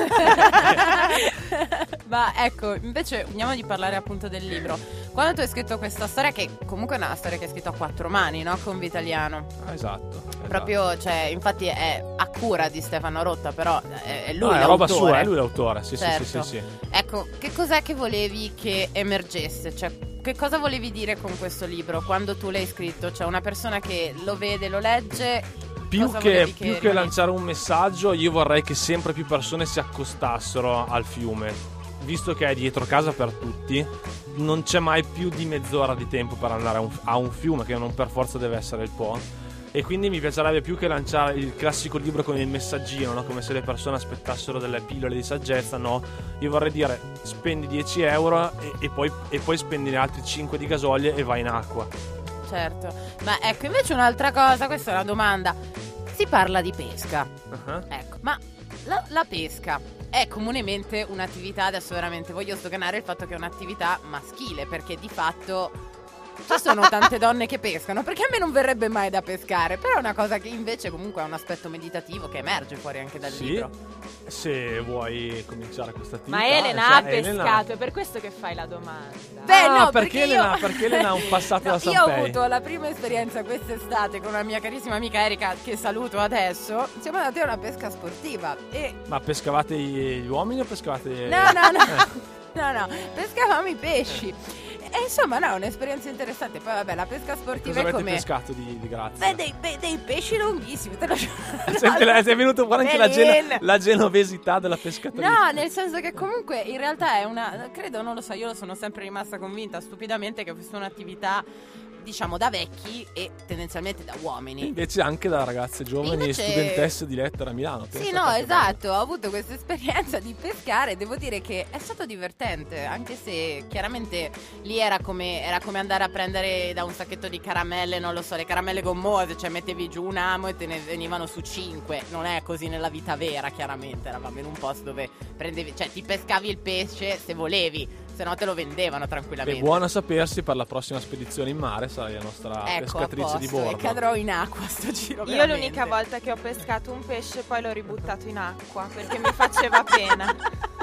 Speaker 2: Ma ecco, invece andiamo di parlare appunto del libro. Quando tu hai scritto questa storia, che comunque è una storia che hai scritto a quattro mani, no? Con Vitaliano.
Speaker 5: Ah, esatto, esatto.
Speaker 2: Proprio, cioè, infatti è a cura di Stefano Rotta, però è, è lui
Speaker 5: No, è
Speaker 2: l'autore.
Speaker 5: roba sua, è lui l'autore. Sì,
Speaker 2: Certo.
Speaker 5: sì, sì, sì, sì.
Speaker 2: Ecco, che cos'è che volevi che emergesse? Cioè, che cosa volevi dire con questo libro quando tu l'hai scritto? Cioè, una persona che lo vede, lo legge.
Speaker 5: Più
Speaker 2: cosa
Speaker 5: che,
Speaker 2: volevi
Speaker 5: più che
Speaker 2: rimani-
Speaker 5: lanciare un messaggio, io vorrei che sempre più persone si accostassero al fiume. Visto che è dietro casa per tutti, non c'è mai più di mezz'ora di tempo per andare a un, a un fiume, che non per forza deve essere il Po. E quindi mi piacerebbe più che lanciare il classico libro con il messaggino, no? Come se le persone aspettassero delle pillole di saggezza. No, io vorrei dire: spendi dieci euro e, e, poi, e poi spendi altri cinque di gasolio e vai in acqua.
Speaker 2: Certo. Ma ecco, invece un'altra cosa, questa è una domanda. Si parla di pesca.
Speaker 5: Uh-huh.
Speaker 2: Ecco, ma la, la pesca è comunemente un'attività, adesso veramente voglio sdoganare il fatto che è un'attività maschile, perché di fatto ci sono tante donne che pescano, perché a me non verrebbe mai da pescare, però è una cosa che invece comunque ha un aspetto meditativo che emerge fuori anche dal
Speaker 5: Sì,
Speaker 2: libro.
Speaker 5: se vuoi cominciare questa attività.
Speaker 3: Ma Elena
Speaker 5: cioè,
Speaker 3: ha
Speaker 5: Elena-
Speaker 3: pescato, è per questo che fai la domanda.
Speaker 2: Beh,
Speaker 5: Ah,
Speaker 2: no,
Speaker 5: perché
Speaker 2: perché
Speaker 5: Elena-
Speaker 2: io...
Speaker 5: perché Elena ha un passato
Speaker 2: No,
Speaker 5: da San
Speaker 2: io ho
Speaker 5: Pei.
Speaker 2: avuto la prima esperienza quest'estate con una mia carissima amica Erika, che saluto adesso. Siamo andati a una pesca sportiva e...
Speaker 5: Ma pescavate gli uomini o pescavate...
Speaker 2: No, no, no.
Speaker 5: Eh.
Speaker 2: No, no, pescavamo i pesci. E insomma, no, un'esperienza interessante. Poi vabbè, la pesca sportiva
Speaker 5: Cosa
Speaker 2: è
Speaker 5: avete
Speaker 2: come...
Speaker 5: pescato di, di grazia?
Speaker 2: Beh, dei, be- dei pesci lunghissimi, te lo giuro.
Speaker 5: Senti, la- ti è venuto fuori anche la,
Speaker 2: Belin.
Speaker 5: geno- la genovesità della pescatrice.
Speaker 2: No, nel senso che comunque in realtà è una... Credo, non lo so, io sono sempre rimasta convinta stupidamente che fosse un'attività, diciamo, da vecchi e tendenzialmente da uomini.
Speaker 5: Invece anche da ragazze giovani
Speaker 2: Invece-
Speaker 5: e studentesse di lettera a Milano.
Speaker 2: Sì,
Speaker 5: Pensa
Speaker 2: no,
Speaker 5: te che
Speaker 2: esatto, ho avuto questa esperienza di pescare, devo dire che è stato divertente, anche se chiaramente lì era come, era come andare a prendere da un sacchetto di caramelle, non lo so, le caramelle gommose, cioè mettevi giù un amo e te ne venivano su cinque, non è così nella vita vera, chiaramente, eravamo in un posto dove prendevi, cioè ti pescavi il pesce se volevi, se no te lo vendevano
Speaker 5: È
Speaker 2: tranquillamente.
Speaker 5: buono a sapersi, per la prossima spedizione in mare sarai la nostra
Speaker 2: Ecco, a
Speaker 5: pescatrice di
Speaker 2: posto, e
Speaker 5: bordo.
Speaker 2: cadrò in acqua sto giro.
Speaker 3: Io
Speaker 2: veramente.
Speaker 3: l'unica volta che ho pescato un pesce poi l'ho ributtato in acqua perché mi faceva pena.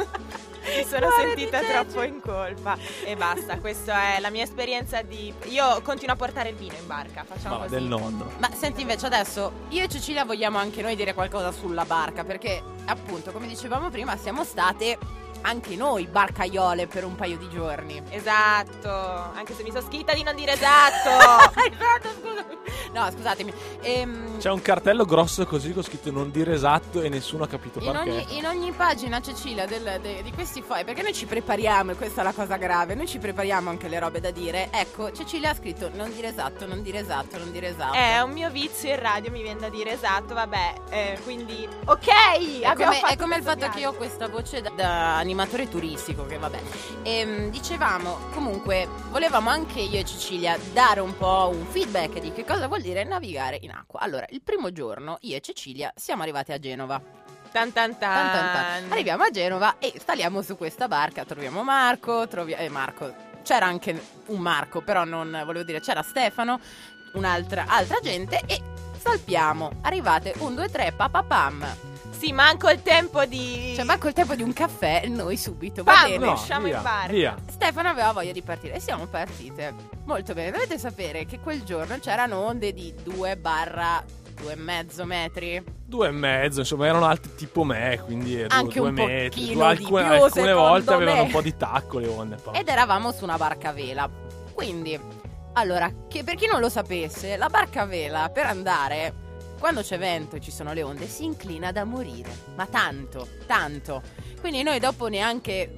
Speaker 3: Mi sono
Speaker 2: Cuore
Speaker 3: sentita
Speaker 2: di
Speaker 3: troppo in colpa e basta, questa è la mia esperienza di... Io continuo a portare il vino in barca, facciamo
Speaker 5: Ma
Speaker 3: così.
Speaker 5: del nonno.
Speaker 2: Ma senti, invece adesso io e Cecilia vogliamo anche noi dire qualcosa sulla barca, perché appunto, come dicevamo prima, siamo state anche noi barcaiole per un paio di giorni.
Speaker 3: Esatto, anche se mi sono scritta di non dire esatto.
Speaker 2: Esatto, scusami. No, scusatemi. Ehm,
Speaker 5: C'è un cartello grosso così con scritto non dire esatto e nessuno ha capito
Speaker 2: in,
Speaker 5: perché.
Speaker 2: ogni, in ogni pagina, Cecilia, del- de- di questi fogli, perché noi ci prepariamo, e questa è la cosa grave, noi ci prepariamo anche le robe da dire. Ecco, Cecilia ha scritto non dire esatto, non dire esatto, non dire esatto.
Speaker 3: È un mio vizio in radio, mi viene da dire esatto, vabbè, eh, quindi ok,
Speaker 2: È
Speaker 3: abbiamo
Speaker 2: come,
Speaker 3: fatto
Speaker 2: è come il
Speaker 3: questo
Speaker 2: fatto che io ho questa voce da, da animatore turistico, che vabbè. Ehm, dicevamo, comunque, volevamo anche io e Cecilia dare un po' un feedback di che cosa vuol vuol dire navigare in acqua. Allora, il primo giorno io e Cecilia siamo arrivati a Genova.
Speaker 3: Tan tan tan.
Speaker 2: Tan tan tan. Arriviamo a Genova e saliamo su questa barca, troviamo Marco, troviamo eh, Marco. C'era anche un Marco, però non volevo dire, c'era Stefano, un'altra altra gente e salpiamo. Arrivate un, due, tre, papapam.
Speaker 3: Sì, manco il tempo di...
Speaker 2: Cioè, manco il tempo di un caffè, noi subito, va
Speaker 3: Pam,
Speaker 2: bene.
Speaker 5: No,
Speaker 3: usciamo
Speaker 5: via,
Speaker 3: in barca.
Speaker 5: via.
Speaker 2: Stefano aveva voglia di partire e siamo partite. Molto bene, dovete sapere che quel giorno c'erano onde di due barra due e mezzo metri.
Speaker 5: Due e mezzo, insomma, erano alti tipo me, quindi due,
Speaker 2: Anche
Speaker 5: due
Speaker 2: un
Speaker 5: metri.
Speaker 2: pochino
Speaker 5: Due-
Speaker 2: di
Speaker 5: alcune,
Speaker 2: più,
Speaker 5: alcune
Speaker 2: secondo
Speaker 5: volte avevano
Speaker 2: me.
Speaker 5: un po' di tacco le onde. poi.
Speaker 2: Ed eravamo su una barca a vela. Quindi, allora, che per chi non lo sapesse, la barca a vela per andare, quando c'è vento e ci sono le onde, si inclina da morire. Ma tanto, tanto. Quindi noi dopo neanche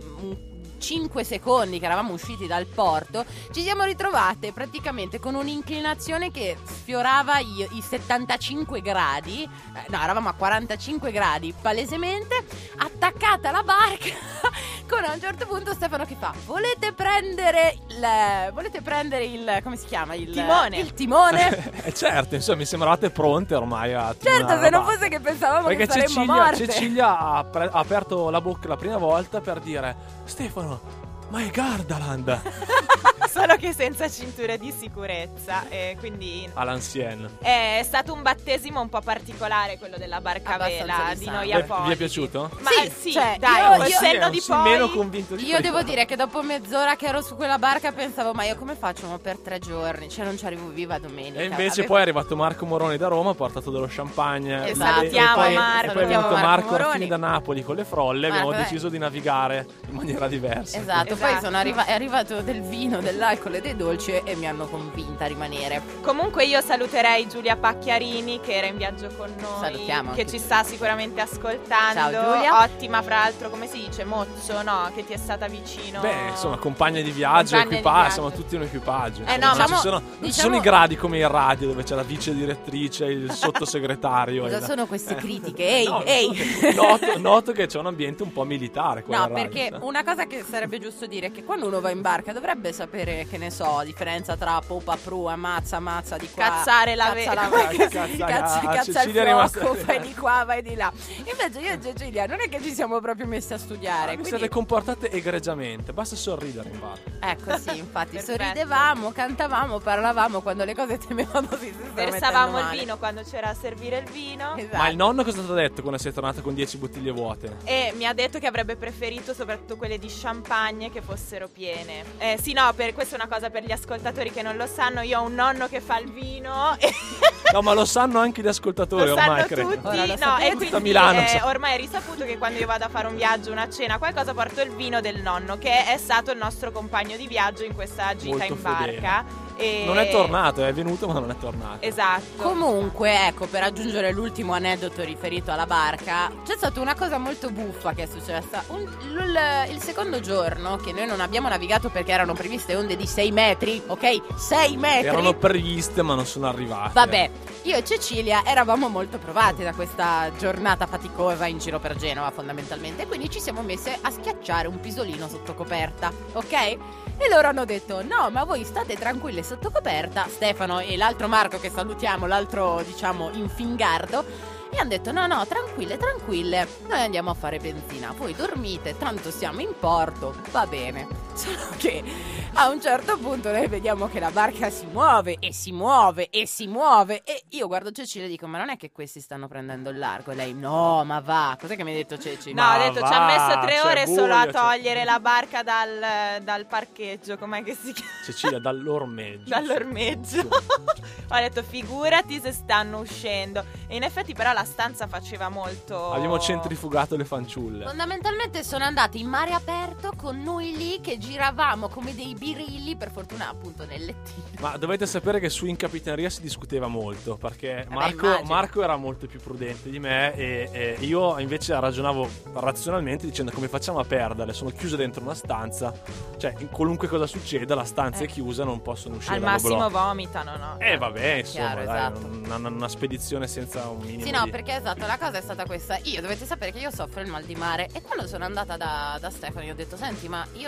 Speaker 2: cinque secondi che eravamo usciti dal porto, ci siamo ritrovate praticamente con un'inclinazione che sfiorava i, i settantacinque gradi. Eh, no, eravamo a quarantacinque gradi, palesemente, attaccata alla barca. Con a un certo punto Stefano che fa: volete prendere il volete prendere il come si chiama il
Speaker 3: Timone.
Speaker 2: il timone?
Speaker 5: Eh, certo, insomma, mi sembravate pronte ormai a
Speaker 2: Certo,
Speaker 5: timonare
Speaker 2: se
Speaker 5: la
Speaker 2: non
Speaker 5: barca.
Speaker 2: fosse che pensavamo
Speaker 5: Perché
Speaker 2: che saremmo
Speaker 5: Cecilia,
Speaker 2: morte.
Speaker 5: Cecilia ha, pre- ha aperto la bocca la prima volta per dire: Stefano, ma è Gardaland.
Speaker 3: Solo che senza cinture di sicurezza. E quindi
Speaker 5: All'ancienne.
Speaker 3: è stato un battesimo un po' particolare quello della barca a
Speaker 2: Abbastanza
Speaker 3: vela
Speaker 2: di
Speaker 3: di
Speaker 2: sangue.
Speaker 3: noi
Speaker 5: Vi è- vi è
Speaker 3: apolidi.
Speaker 5: piaciuto?
Speaker 3: Ma
Speaker 2: Sì,
Speaker 3: eh, sì,
Speaker 2: cioè,
Speaker 3: dai,
Speaker 2: io-
Speaker 3: col
Speaker 2: io-
Speaker 3: senno di
Speaker 5: Sì,
Speaker 3: poi
Speaker 5: meno convinto di
Speaker 2: Io
Speaker 5: prima.
Speaker 2: devo dire che dopo mezz'ora che ero su quella barca pensavo: ma io come facciamo per tre giorni? Cioè non ci arrivo viva domenica.
Speaker 5: E invece
Speaker 2: Avevo-
Speaker 5: poi è arrivato Marco Moroni da Roma, ha portato dello champagne.
Speaker 2: E
Speaker 5: E-
Speaker 2: salutiamo
Speaker 5: e poi,
Speaker 3: Marco.
Speaker 5: e poi è venuto
Speaker 2: Salutiamo
Speaker 5: Marco
Speaker 2: Marco
Speaker 5: Raffini
Speaker 2: Moroni.
Speaker 5: da Napoli con le frolle. Abbiamo
Speaker 2: Marco, eh.
Speaker 5: deciso di navigare in maniera diversa.
Speaker 2: Esatto, poi
Speaker 3: Esatto.
Speaker 2: sono arriva- è arrivato del vino, dell'alcol e dei dolci e mi hanno convinta a rimanere.
Speaker 3: Comunque io saluterei Giulia Pacchiarini che era in viaggio con noi,
Speaker 2: Salutiamo
Speaker 3: che
Speaker 2: anche
Speaker 3: ci
Speaker 2: Giulia.
Speaker 3: sta sicuramente ascoltando.
Speaker 2: Ciao, Giulia.
Speaker 3: Ottima, fra l'altro, come si dice, mozzo, no? Che ti è stata vicino.
Speaker 5: Beh, insomma, compagna di viaggio,
Speaker 3: Compagna di
Speaker 5: equipaggio,
Speaker 3: viaggio.
Speaker 5: siamo tutti un equipaggio.
Speaker 3: Eh,
Speaker 5: insomma.
Speaker 3: no,
Speaker 5: Non
Speaker 3: ma
Speaker 5: ci sono, non ci
Speaker 2: diciamo-
Speaker 5: sono i gradi come in radio dove c'è la vice direttrice, il sottosegretario.
Speaker 2: Cosa
Speaker 5: il-
Speaker 2: sono queste critiche? Ehi,
Speaker 5: No,
Speaker 2: ehi!
Speaker 5: Noto, noto che c'è un ambiente un po' militare qua
Speaker 2: No,
Speaker 5: in radio,
Speaker 2: perché
Speaker 5: sai?
Speaker 2: una cosa che sarebbe giusto dire è che quando uno va in barca dovrebbe sapere, che ne so, differenza tra popa, prua, mazza, mazza di qua.
Speaker 3: Cazzare la
Speaker 2: cazza
Speaker 3: ve-
Speaker 2: la
Speaker 5: Cazza-
Speaker 2: cazza,
Speaker 5: cazza-
Speaker 2: cazza il
Speaker 5: Cecilia è rimasta-
Speaker 2: fuoco, vai di qua, vai di là. Invece io e Cecilia non è che ci siamo proprio messi a studiare.
Speaker 5: Vi
Speaker 2: quindi-
Speaker 5: siete comportate egregiamente, basta sorridere in barca.
Speaker 2: Ecco, sì, infatti
Speaker 3: Perfetto.
Speaker 2: sorridevamo, cantavamo, parlavamo quando le cose temevamo si stessero
Speaker 3: Versavamo
Speaker 2: mettendo
Speaker 3: il
Speaker 2: male.
Speaker 3: vino quando c'era a servire il vino.
Speaker 2: Esatto.
Speaker 5: Ma il nonno cosa ti ha detto quando sei tornato con dieci bottiglie vuote?
Speaker 3: E mi ha detto che avrebbe preferito soprattutto quelle di champagne che fossero piene. Eh, sì, no, per, questa è una cosa per gli ascoltatori che non lo sanno. Io ho un nonno che fa il vino e
Speaker 5: No, ma lo sanno anche gli ascoltatori
Speaker 3: lo
Speaker 5: ormai,
Speaker 3: sanno
Speaker 5: credo.
Speaker 3: tutti.
Speaker 2: Ora lo
Speaker 3: No,
Speaker 2: sapete?
Speaker 3: e
Speaker 5: Tutta
Speaker 3: quindi
Speaker 5: Milano
Speaker 3: eh,
Speaker 5: sa.
Speaker 3: ormai è risaputo che quando io vado a fare un viaggio, una cena, qualcosa, porto il vino del nonno, che è stato il nostro compagno di viaggio in questa gita
Speaker 5: Molto
Speaker 3: in barca. E...
Speaker 5: Non è tornato, è venuto ma non è tornato.
Speaker 3: Esatto.
Speaker 2: Comunque, ecco, per aggiungere l'ultimo aneddoto riferito alla barca, c'è stata una cosa molto buffa che è successa. Un- l- il secondo giorno, che noi non abbiamo navigato perché erano previste onde di sei metri, ok? sei metri.
Speaker 5: Erano previste ma non sono arrivate.
Speaker 2: Vabbè, io e Cecilia eravamo molto provate da questa giornata faticosa in giro per Genova fondamentalmente, quindi ci siamo messe a schiacciare un pisolino sotto coperta, ok? E loro hanno detto: no, ma voi state tranquille sotto coperta, Stefano e l'altro Marco che salutiamo, l'altro diciamo infingardo. E hanno detto: no, no, tranquille, tranquille, noi andiamo a fare benzina, voi dormite, tanto siamo in porto, va bene. Solo che a un certo punto noi vediamo che la barca si muove e si muove e si muove e io guardo Cecilia e dico: ma non è che questi stanno prendendo il largo? E lei: no, ma va. Cos'è che mi hai detto, Ceci?
Speaker 3: No,
Speaker 5: Ma
Speaker 3: ha detto ci ha
Speaker 5: va,
Speaker 3: messo tre
Speaker 5: c'è
Speaker 3: ore solo a
Speaker 5: buio, c'è-
Speaker 3: togliere la barca dal, dal parcheggio, com'è che si chiama?
Speaker 5: Cecilia, dall'ormeggio.
Speaker 3: Dall'ormeggio. Ho detto figurati se stanno uscendo. E in effetti però la stanza faceva molto...
Speaker 5: Abbiamo centrifugato le fanciulle.
Speaker 2: Fondamentalmente sono andati in mare aperto con noi lì che giravamo come dei birilli, per fortuna appunto nel lettino.
Speaker 5: Ma dovete sapere che su in capitaneria si discuteva molto perché
Speaker 2: beh,
Speaker 5: Marco,
Speaker 2: immagino.
Speaker 5: Marco era molto più prudente di me e, e io invece ragionavo razionalmente dicendo: come facciamo a perderle? Sono chiuse dentro una stanza, cioè in qualunque cosa succeda la stanza
Speaker 2: Eh.
Speaker 5: è chiusa, non possono uscire
Speaker 3: Al
Speaker 5: dallo
Speaker 3: massimo
Speaker 5: blocco.
Speaker 3: vomitano, no?
Speaker 5: Eh vabbè, insomma,
Speaker 2: Chiaro,
Speaker 5: dai,
Speaker 2: esatto.
Speaker 5: una, una spedizione senza un minimo
Speaker 2: Sì, no,
Speaker 5: di...
Speaker 2: perché esatto, la cosa è stata questa. Io dovete sapere che io soffro il mal di mare e quando sono andata da, da Stefano gli ho detto: senti, ma io, cioè,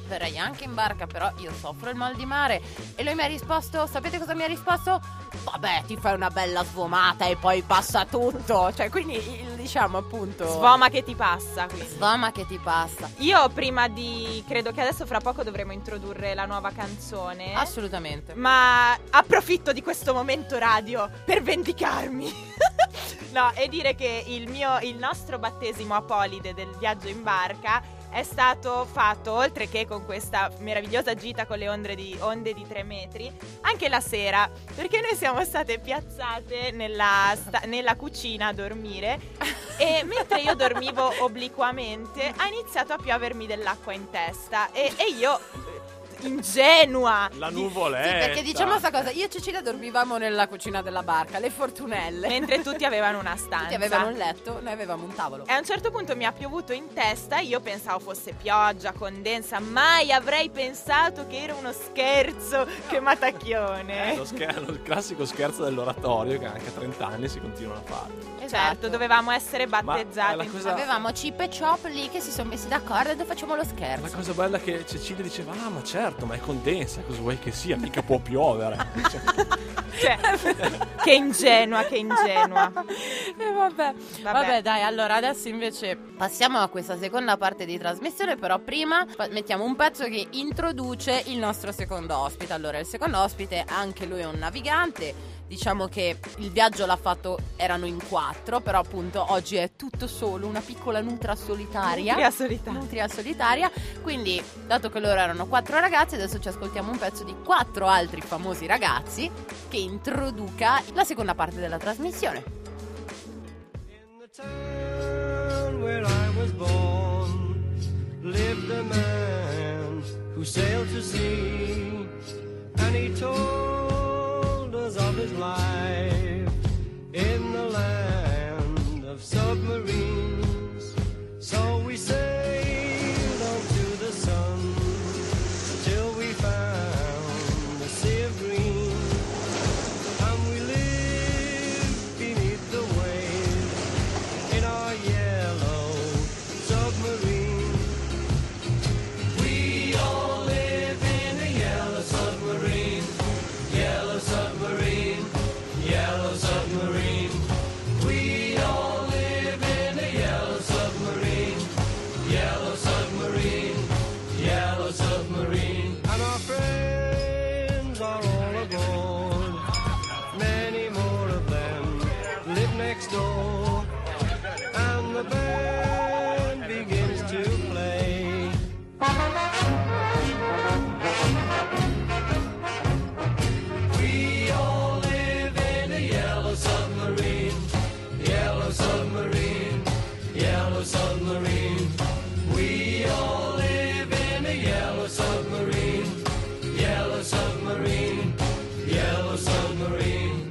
Speaker 2: verrei anche in barca, però io soffro il mal di mare. E lui mi ha risposto, sapete cosa mi ha risposto? Vabbè, ti fai una bella sfumata e poi passa tutto. Cioè, quindi il- diciamo appunto
Speaker 3: Sfoma che ti passa, quindi.
Speaker 2: sfama che ti passa.
Speaker 3: Io prima di... credo che adesso fra poco dovremo introdurre la nuova canzone.
Speaker 2: Assolutamente.
Speaker 3: Ma approfitto di questo momento radio per vendicarmi. No, e dire che il mio, il nostro battesimo a Polide del viaggio in barca è stato fatto, oltre che con questa meravigliosa gita con le onde di, onde di tre metri, anche la sera, perché noi siamo state piazzate nella, sta- nella cucina a dormire e mentre io dormivo obliquamente ha iniziato a piovermi dell'acqua in testa e, e io, ingenua,
Speaker 5: La
Speaker 2: Sì,
Speaker 5: nuvoletta.
Speaker 2: perché diciamo sta cosa, io e Cecilia dormivamo nella cucina della barca, le fortunelle.
Speaker 3: mentre tutti avevano una stanza.
Speaker 2: Tutti avevano un letto, noi avevamo un tavolo.
Speaker 3: E a un certo punto mi ha piovuto in testa, io pensavo fosse pioggia, condensa, mai avrei pensato che era uno scherzo, che matacchione.
Speaker 5: Lo, scher- il classico scherzo dell'oratorio che anche a trenta anni si continuano a fare.
Speaker 3: Certo, dovevamo essere
Speaker 5: Ma
Speaker 3: battezzati.
Speaker 5: la cosa-
Speaker 2: Avevamo Chip e Chop lì che si sono messi d'accordo e facciamo lo
Speaker 5: La
Speaker 2: scherzo.
Speaker 5: cosa bella è che Cecilia diceva: ah, ma certo, ma è condensa, cosa vuoi che sia? Mica può piovere. Cioè,
Speaker 3: Cioè, che ingenua, che ingenua.
Speaker 2: E vabbè.
Speaker 3: Vabbè.
Speaker 2: vabbè, dai, allora adesso invece passiamo a questa seconda parte di trasmissione, però prima fa- mettiamo un pezzo che introduce il nostro secondo ospite. Allora, il secondo ospite, anche lui è un navigante. Diciamo che il viaggio l'ha fatto, erano in quattro, però appunto oggi è tutto solo, una piccola nutra solitaria.
Speaker 3: Nutria solitaria.
Speaker 2: Nutria solitaria. Quindi, dato che loro erano quattro ragazzi, adesso ci ascoltiamo un pezzo di quattro altri famosi ragazzi che introduca la seconda parte della trasmissione.
Speaker 6: In the town where I was born lived a man who sailed to sea, and he told us of his life in the land of submarines. So we sailed on to the sun till we found the sea of green, and we lived beneath the waves in our yellow submarine. We all live in a yellow submarine, yellow submarine, yellow submarine. We all live in a yellow submarine, yellow submarine, yellow submarine. And our friends are all aboard, many more of them live next door, and the band begins to play. We all live in a yellow submarine, yellow submarine, yellow submarine. We all live in a yellow submarine, yellow submarine, yellow submarine.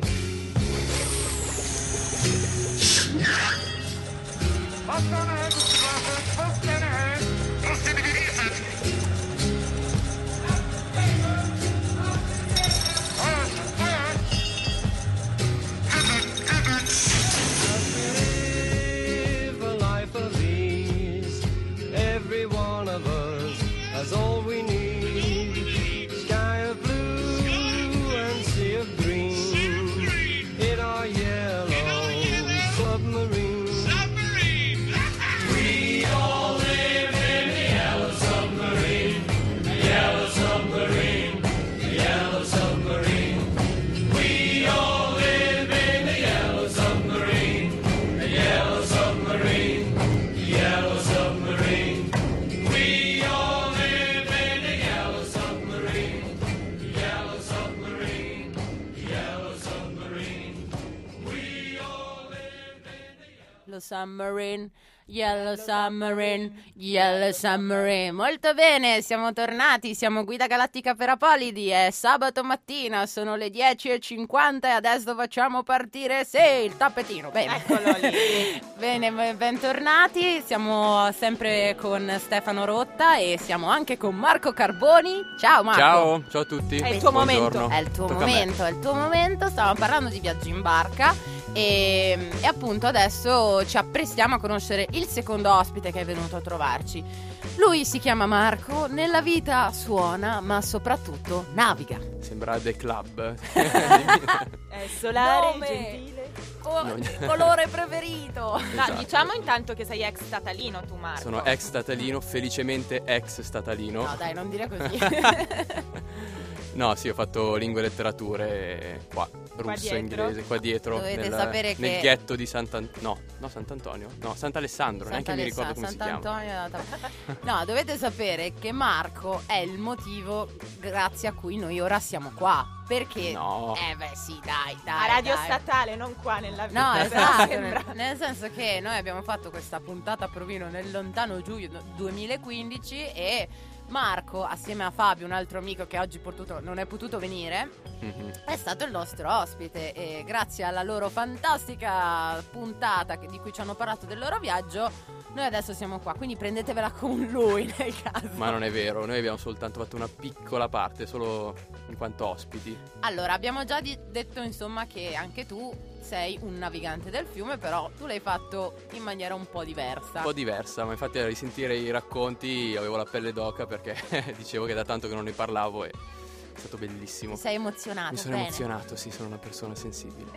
Speaker 6: Live a life of ease. Every one of us has all we need. Sky of blue and sea of green in our yellow submarine. We all live in a yellow submarine, yellow submarine, yellow submarine. We all live in a yellow submarine, a yellow submarine, yellow submarine. We all live in a yellow submarine, yellow submarine, yellow submarine. We all live in a
Speaker 2: Lo submarine, yellow submarine, yellow submarine. Molto bene, siamo tornati, siamo Guida Galattica per Apolidi, è sabato mattina, sono le dieci e cinquanta e adesso facciamo partire, sì, il tappetino, bene.
Speaker 3: Eccolo lì.
Speaker 2: Bene, b- bentornati, siamo sempre con Stefano Rotta e siamo anche con Marco Carboni. Ciao Marco.
Speaker 7: Ciao, ciao a tutti.
Speaker 3: È il tuo
Speaker 7: Buongiorno.
Speaker 3: momento.
Speaker 2: È il tuo
Speaker 7: Tocca a me.
Speaker 2: momento, è il tuo momento. Stavamo parlando di viaggi in barca E, e appunto adesso ci apprestiamo a conoscere il secondo ospite che è venuto a trovarci. Lui si chiama Marco, nella vita suona ma soprattutto naviga.
Speaker 7: Sembra The Club.
Speaker 3: È solare,
Speaker 2: Nome.
Speaker 3: gentile.
Speaker 2: Co-
Speaker 7: No.
Speaker 2: colore preferito.
Speaker 3: No,
Speaker 7: Esatto.
Speaker 3: diciamo intanto che sei ex statalino tu, Marco.
Speaker 7: Sono ex statalino, felicemente ex statalino.
Speaker 2: No dai, non dire così.
Speaker 7: No, sì, ho fatto lingue e letterature qua, russo,
Speaker 3: dietro.
Speaker 7: inglese, qua dietro.
Speaker 2: Dovete
Speaker 7: nel,
Speaker 2: sapere
Speaker 7: nel
Speaker 2: che-
Speaker 7: ghetto di Sant'Antonio. No, no, Sant'Antonio. No, Sant'Alessandro, neanche mi ricordo come si chiama.
Speaker 2: Sant'Antonio. No, dovete sapere che Marco è il motivo grazie a cui noi ora siamo qua. Perché?
Speaker 7: No.
Speaker 2: Eh beh sì, dai,
Speaker 3: A
Speaker 2: dai.
Speaker 3: radio
Speaker 2: dai.
Speaker 3: statale, non qua nella vita.
Speaker 2: No,
Speaker 3: però
Speaker 2: esatto,
Speaker 3: sembra.
Speaker 2: nel, nel senso che noi abbiamo fatto questa puntata a Provino nel lontano giugno duemilaquindici e Marco, assieme a Fabio, un altro amico che oggi potuto, non è potuto venire,
Speaker 7: Mhm.
Speaker 2: è stato il nostro ospite e grazie alla loro fantastica puntata che- di cui ci hanno parlato del loro viaggio, noi adesso siamo qua, quindi prendetevela con lui nel caso.
Speaker 7: Ma non è vero, noi abbiamo soltanto fatto una piccola parte, solo in quanto ospiti.
Speaker 2: Allora, abbiamo già di- detto insomma che anche tu sei un navigante del fiume, però tu l'hai fatto in maniera un po' diversa.
Speaker 7: Un po' diversa, ma infatti a risentire i racconti avevo la pelle d'oca perché dicevo che da tanto che non ne parlavo e è stato bellissimo.
Speaker 2: Ti sei emozionato,
Speaker 7: Mi sono
Speaker 2: bene.
Speaker 7: emozionato, sì, sono una persona sensibile.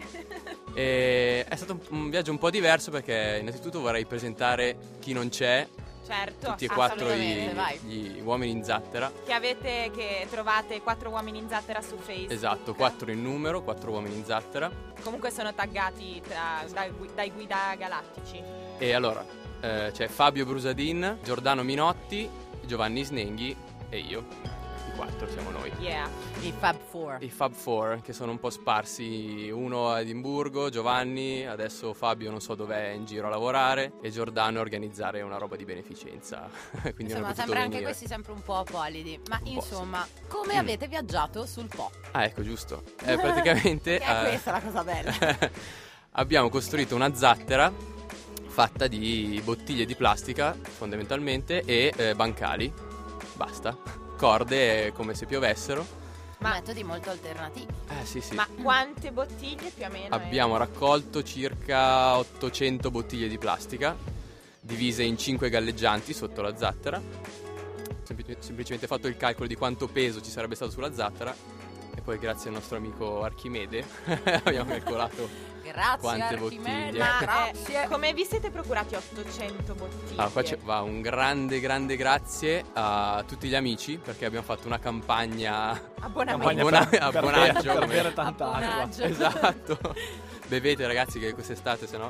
Speaker 7: E è stato un, un viaggio un po' diverso perché innanzitutto vorrei presentare chi non c'è,
Speaker 3: Certo,
Speaker 7: tutti e quattro
Speaker 2: assolutamente,
Speaker 7: i-
Speaker 2: vai.
Speaker 7: gli uomini in zattera.
Speaker 3: che avete, che trovate quattro uomini in zattera su Facebook.
Speaker 7: Esatto, quattro in numero, quattro uomini in zattera.
Speaker 3: Comunque sono taggati tra- dai, gui- dai guida galattici.
Speaker 7: E allora eh, c'è Fabio Brusadin, Giordano Minotti, Giovanni Snenghi e io. I quattro siamo noi.
Speaker 3: Yeah.
Speaker 2: I Fab Four.
Speaker 7: I Fab Four che sono un po' sparsi, uno a Edimburgo, Giovanni, adesso Fabio non so dov'è, in giro a lavorare e Giordano a organizzare una roba di beneficenza. Quindi non
Speaker 2: Insomma,
Speaker 7: è potuto
Speaker 2: sembra anche
Speaker 7: venire.
Speaker 2: questi sempre un po' apolidi. Ma
Speaker 7: po',
Speaker 2: insomma, come
Speaker 7: Mm.
Speaker 2: avete viaggiato sul Po?
Speaker 7: Ah, ecco, giusto. Eh, praticamente
Speaker 2: Che è
Speaker 7: eh,
Speaker 2: questa la cosa bella.
Speaker 7: abbiamo costruito una zattera fatta di bottiglie di plastica fondamentalmente e eh, bancali. Basta. Corde come se piovessero.
Speaker 3: Ma-
Speaker 2: Metodi molto alternativi.
Speaker 7: Eh sì sì.
Speaker 3: Ma quante bottiglie più o meno?
Speaker 7: Abbiamo raccolto circa ottocento bottiglie di plastica divise in cinque galleggianti sotto la zattera. Sempli- semplicemente fatto il calcolo di quanto peso ci sarebbe stato sulla zattera e poi grazie al nostro amico Archimede abbiamo calcolato.
Speaker 2: Grazie
Speaker 7: Quante
Speaker 2: Archimede.
Speaker 7: bottiglie.
Speaker 3: Ma eh,
Speaker 2: Grazie.
Speaker 3: come vi siete procurati ottocento bottiglie?
Speaker 7: Allora, qua c'è- va un grande grande grazie a tutti gli amici perché abbiamo fatto una campagna
Speaker 3: Abbonamento.
Speaker 5: Campagna
Speaker 7: Abbona-
Speaker 5: per- per
Speaker 7: abbonaggio,
Speaker 5: bere- per
Speaker 7: come-
Speaker 5: bere tanta acqua.
Speaker 2: Abbonaggio.
Speaker 7: Esatto. Bevete ragazzi che quest'estate se no.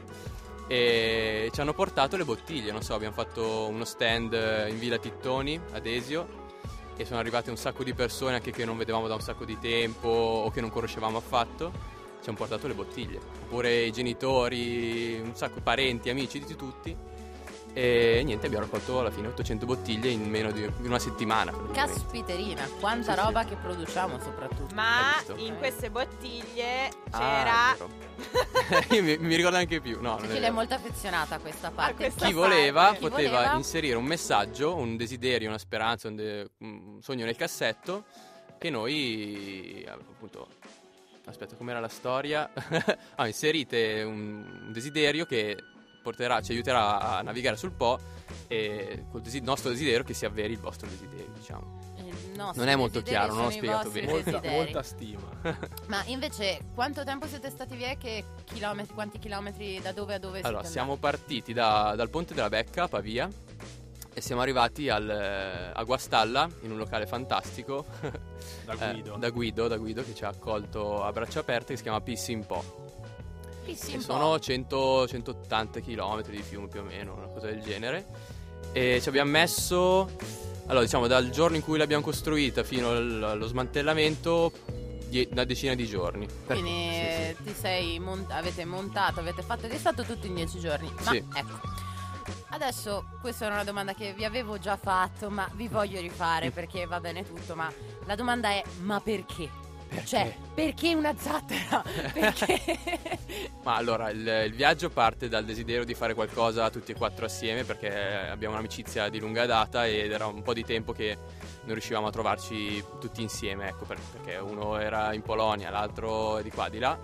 Speaker 7: E ci hanno portato le bottiglie, non so, abbiamo fatto uno stand in Villa Tittoni ad Esio e sono arrivate un sacco di persone anche che non vedevamo da un sacco di tempo o che non conoscevamo affatto. Ci hanno portato le bottiglie, oppure i genitori, un sacco di parenti, amici di tutti. E niente, abbiamo raccolto alla fine ottocento bottiglie in meno di di una settimana. praticamente.
Speaker 2: Caspiterina, quanta
Speaker 7: Sì, sì.
Speaker 2: roba che produciamo soprattutto.
Speaker 3: Ma
Speaker 7: Hai visto?
Speaker 3: in queste bottiglie
Speaker 7: Ah,
Speaker 3: c'era...
Speaker 7: è vero. Io mi, mi ricordo anche più. No, non è
Speaker 2: Chi è
Speaker 7: vero.
Speaker 2: molto affezionata a questa parte.
Speaker 3: questa
Speaker 7: Chi
Speaker 3: parte.
Speaker 7: voleva
Speaker 2: Chi
Speaker 7: poteva
Speaker 2: voleva?
Speaker 7: inserire un messaggio, un desiderio, una speranza, un, de- un sogno nel cassetto che noi appunto aspetta com'era la storia ah, inserite un, un desiderio che porterà, ci aiuterà a navigare sul Po e col desi- nostro desiderio che si avveri il vostro desiderio, diciamo.
Speaker 2: Il nostro
Speaker 7: Non è molto
Speaker 2: desiderio
Speaker 7: chiaro, non ho
Speaker 2: sono i
Speaker 7: spiegato
Speaker 2: vostri
Speaker 7: bene.
Speaker 5: Molta,
Speaker 2: desideri.
Speaker 5: molta stima.
Speaker 2: Ma invece, quanto tempo siete stati via? e Che chilometri, quanti chilometri da dove a dove
Speaker 7: Allora,
Speaker 2: siete
Speaker 7: siamo partiti da- dal Ponte della Becca a Pavia e siamo arrivati al, eh, a Guastalla in un locale fantastico
Speaker 5: Da
Speaker 7: eh,
Speaker 5: Guido.
Speaker 7: da Guido, da Guido che ci ha accolto a braccia aperte, che si chiama Pissi in Po.
Speaker 2: andati? Sì,
Speaker 7: E
Speaker 2: un
Speaker 7: sono
Speaker 2: po'.
Speaker 7: cento centottanta chilometri di fiume più o meno, una cosa del genere. E ci abbiamo messo, allora diciamo dal giorno in cui l'abbiamo costruita fino al- allo smantellamento die- una decina di giorni. Per-
Speaker 2: Quindi
Speaker 7: sì,
Speaker 2: eh, ti sei mont- avete montato, avete fatto, è stato tutto in dieci giorni. Ma
Speaker 7: Sì.
Speaker 2: ecco, adesso questa era una domanda che vi avevo già fatto, ma vi voglio rifare perché va bene tutto, ma la domanda è: ma perché?
Speaker 7: Perché?
Speaker 2: Cioè, perché una zattera? Perché?
Speaker 7: Ma allora il, il viaggio parte dal desiderio di fare qualcosa tutti e quattro assieme perché abbiamo un'amicizia di lunga data ed era un po' di tempo che non riuscivamo a trovarci tutti insieme, ecco, per- perché uno era in Polonia, l'altro di qua di là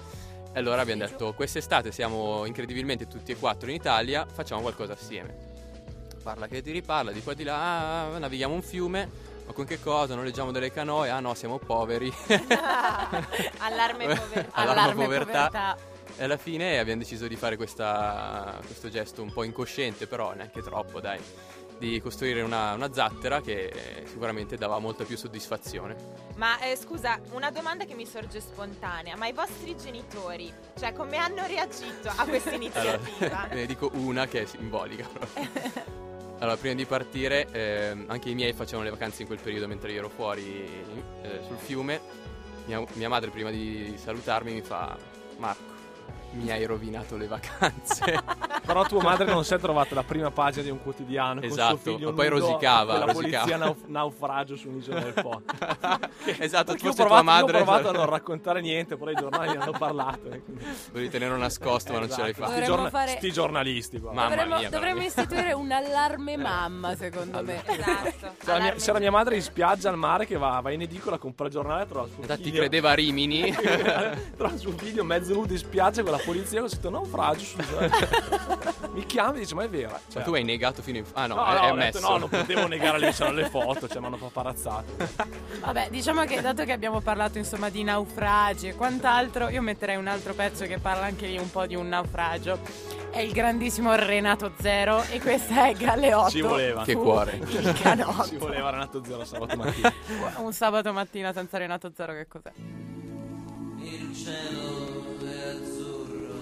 Speaker 7: E allora abbiamo detto, quest'estate siamo incredibilmente tutti e quattro in Italia, facciamo qualcosa assieme. Parla che ti riparla, di qua e di là, ah, navighiamo un fiume, ma con che cosa? Noleggiamo delle canoe? Ah no, siamo poveri.
Speaker 3: Allarme povertà.
Speaker 7: Allarme
Speaker 2: Allarme
Speaker 7: povertà.
Speaker 2: povertà.
Speaker 7: E alla fine abbiamo deciso di fare questa, questo gesto un po' incosciente, però neanche troppo, dai, di costruire una, una zattera che sicuramente dava molta più soddisfazione.
Speaker 3: Ma eh, scusa, una domanda che mi sorge spontanea, ma i vostri genitori, cioè come hanno reagito a questa iniziativa?
Speaker 7: Allora, ne dico una che è simbolica proprio. Allora, prima di partire, eh, anche i miei facevano le vacanze in quel periodo mentre io ero fuori eh, sul fiume. Mia, mia madre prima di salutarmi mi fa: Marco, mi hai rovinato le vacanze.
Speaker 5: Però tua madre non si è trovata la prima pagina di un quotidiano
Speaker 7: Esatto,
Speaker 5: con suo figlio
Speaker 7: ma poi
Speaker 5: nudo,
Speaker 7: rosicava,
Speaker 5: con la
Speaker 7: rosicava.
Speaker 5: polizia nauf- naufragio su un'isola del Po.
Speaker 7: Esatto,
Speaker 5: Perché io ho
Speaker 7: forse
Speaker 5: provato,
Speaker 7: tua madre
Speaker 5: io ho provato a non raccontare niente, però i giornali ne hanno parlato. e quindi-
Speaker 7: volevi tenerlo nascosto, ma non ce l'hai
Speaker 5: Esatto,
Speaker 7: fatto.
Speaker 5: sti,
Speaker 2: Dovremmo fare-
Speaker 5: sti giornalisti qua.
Speaker 7: Mamma
Speaker 2: dovremmo,
Speaker 7: mia,
Speaker 2: dovremmo
Speaker 7: veramente.
Speaker 2: istituire un allarme mamma, secondo me.
Speaker 3: Esatto.
Speaker 5: C'era, mia, c'era mia madre in spiaggia al mare che va, va in edicola a comprare il giornale e trova suo
Speaker 7: Infatti
Speaker 5: figlio.
Speaker 7: credeva a Rimini.
Speaker 5: Trova suo figlio mezzo nudo in spiaggia con la polizia con scritto naufragio su. Mi chiama e dice: ma è vera?
Speaker 7: Ma
Speaker 5: Cioè,
Speaker 7: tu hai negato fino in... Ah no,
Speaker 5: no,
Speaker 7: è,
Speaker 5: no,
Speaker 7: è
Speaker 5: ho detto,
Speaker 7: messo.
Speaker 5: no, non potevo negare le, c'erano le foto, cioè mi hanno paparazzato.
Speaker 2: Vabbè, diciamo che dato che abbiamo parlato insomma di naufragi e quant'altro, io metterei un altro pezzo che parla anche lì un po' di un naufragio. È il grandissimo Renato Zero e questa è Galeotto.
Speaker 5: Ci voleva.
Speaker 7: Che
Speaker 2: Fu
Speaker 7: cuore.
Speaker 2: Il canotto.
Speaker 5: Ci voleva Renato Zero sabato mattina.
Speaker 2: Un sabato mattina senza Renato Zero, che cos'è?
Speaker 8: Il cielo è azzurro,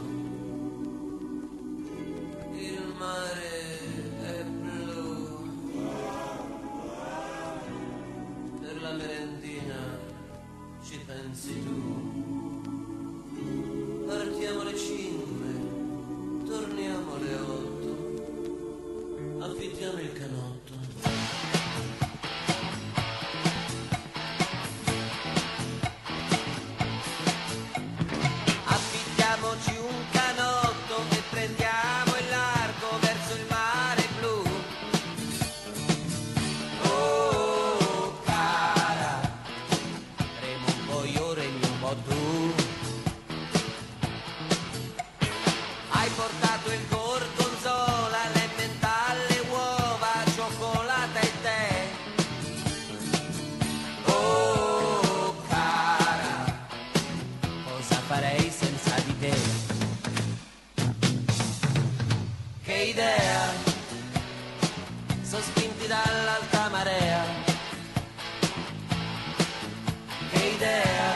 Speaker 8: il mare è blu, per la merendina ci pensi tu, partiamo alle cinque, torniamo alle otto, affittiamo il canotto. Affittiamoci un canotto e prendiamo il largo verso il mare blu. Oh cara, remo un po' io, remi un po' tu. Hai portato il gorgonzola, l'emmental, le uova, cioccolata e tè. Oh cara, cosa farei senza di te? Che idea, sospinti dall'alta marea. Che idea,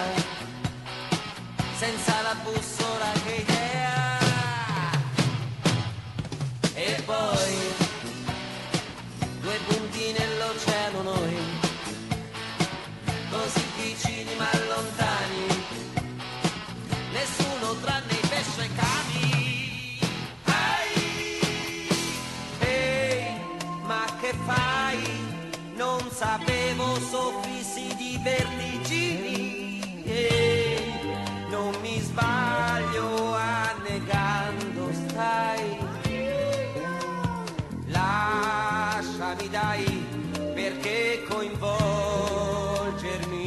Speaker 8: senza la bussola, che idea. E poi, due punti nell'oceano noi, così vicini ma lontani, nessuno tranne i pesci e cani. Ai, ehi, ma che fai? Non sapevo soffrissi di vertigini. Ehi, non mi sbaglio annegando stai. Lasciami dai, perché coinvolgermi?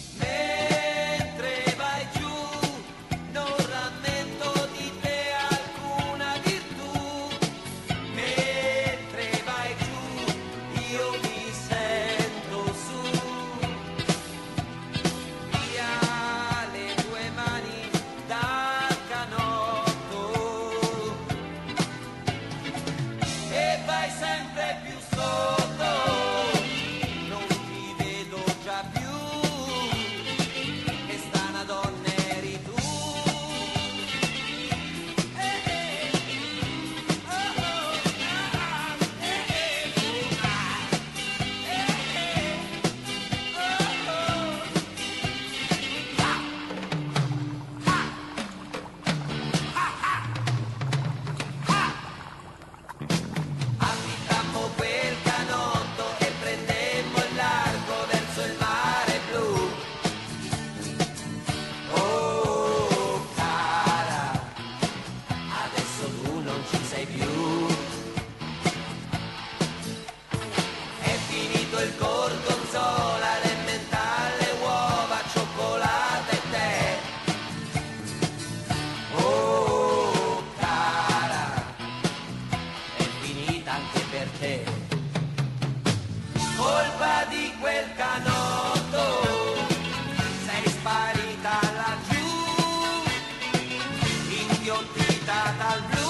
Speaker 8: Mentre vai giù, non rammento di te alcun inghiottita dal blu.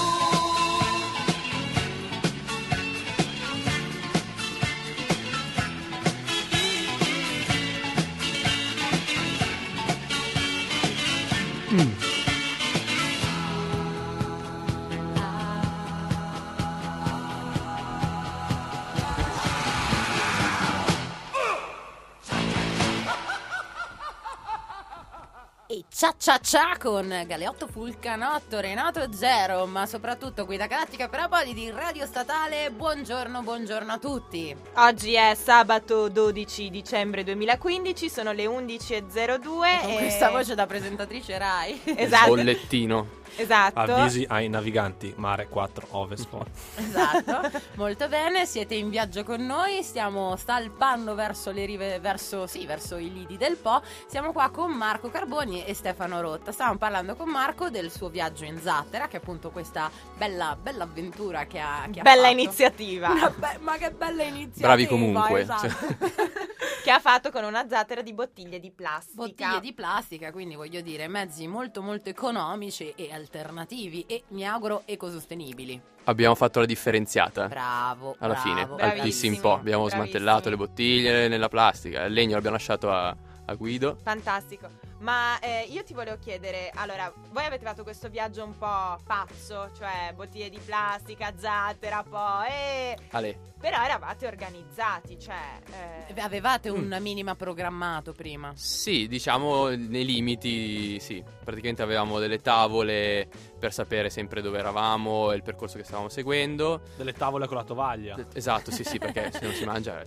Speaker 2: E cia cia cia con Galeotto Fulcanotto, Renato Zero, ma soprattutto Guida Galattica per Apoli di Radio Statale. Buongiorno, buongiorno a tutti.
Speaker 3: Oggi è sabato dodici dicembre duemilaquindici, sono le undici e zero due.
Speaker 2: Con
Speaker 3: e...
Speaker 2: questa voce da presentatrice Rai.
Speaker 3: Esatto.
Speaker 7: Bollettino.
Speaker 3: Esatto.
Speaker 5: Avvisi ai naviganti, mare quattro Ovest Port.
Speaker 2: Esatto, molto bene, siete in viaggio con noi, stiamo salpando verso le rive, verso, sì, verso i lidi del Po. Siamo qua con Marco Carboni e Stefano Rotta. Stavamo parlando con Marco del suo viaggio in zattera, che è appunto questa bella, bella avventura che ha, che ha
Speaker 3: Bella
Speaker 2: fatto.
Speaker 3: iniziativa.
Speaker 2: Una be- ma che bella iniziativa.
Speaker 7: Bravi comunque.
Speaker 2: Esatto.
Speaker 3: Che ha fatto con una zattera di bottiglie di plastica.
Speaker 2: Bottiglie di plastica, quindi voglio dire mezzi molto molto economici e alternativi e mi auguro ecosostenibili.
Speaker 7: Abbiamo fatto la differenziata.
Speaker 2: Bravo,
Speaker 7: Alla
Speaker 2: bravo,
Speaker 7: fine,
Speaker 3: bravissimi,
Speaker 7: al Pissin Po. Abbiamo
Speaker 3: bravissimi.
Speaker 7: smantellato le bottiglie nella plastica. Il legno l'abbiamo lasciato a, a Guido.
Speaker 3: Fantastico. Ma eh, io ti volevo chiedere, allora, voi avete fatto questo viaggio un po' pazzo, cioè bottiglie di plastica, zattera, poi e...
Speaker 7: Ale.
Speaker 3: Però eravate organizzati, cioè... eh,
Speaker 2: Avevate un minima programmato prima?
Speaker 7: Sì, diciamo nei limiti, sì. Praticamente avevamo delle tavole per sapere sempre dove eravamo e il percorso che stavamo seguendo.
Speaker 5: Delle tavole con la tovaglia.
Speaker 7: Esatto, sì, sì, perché se non si mangia...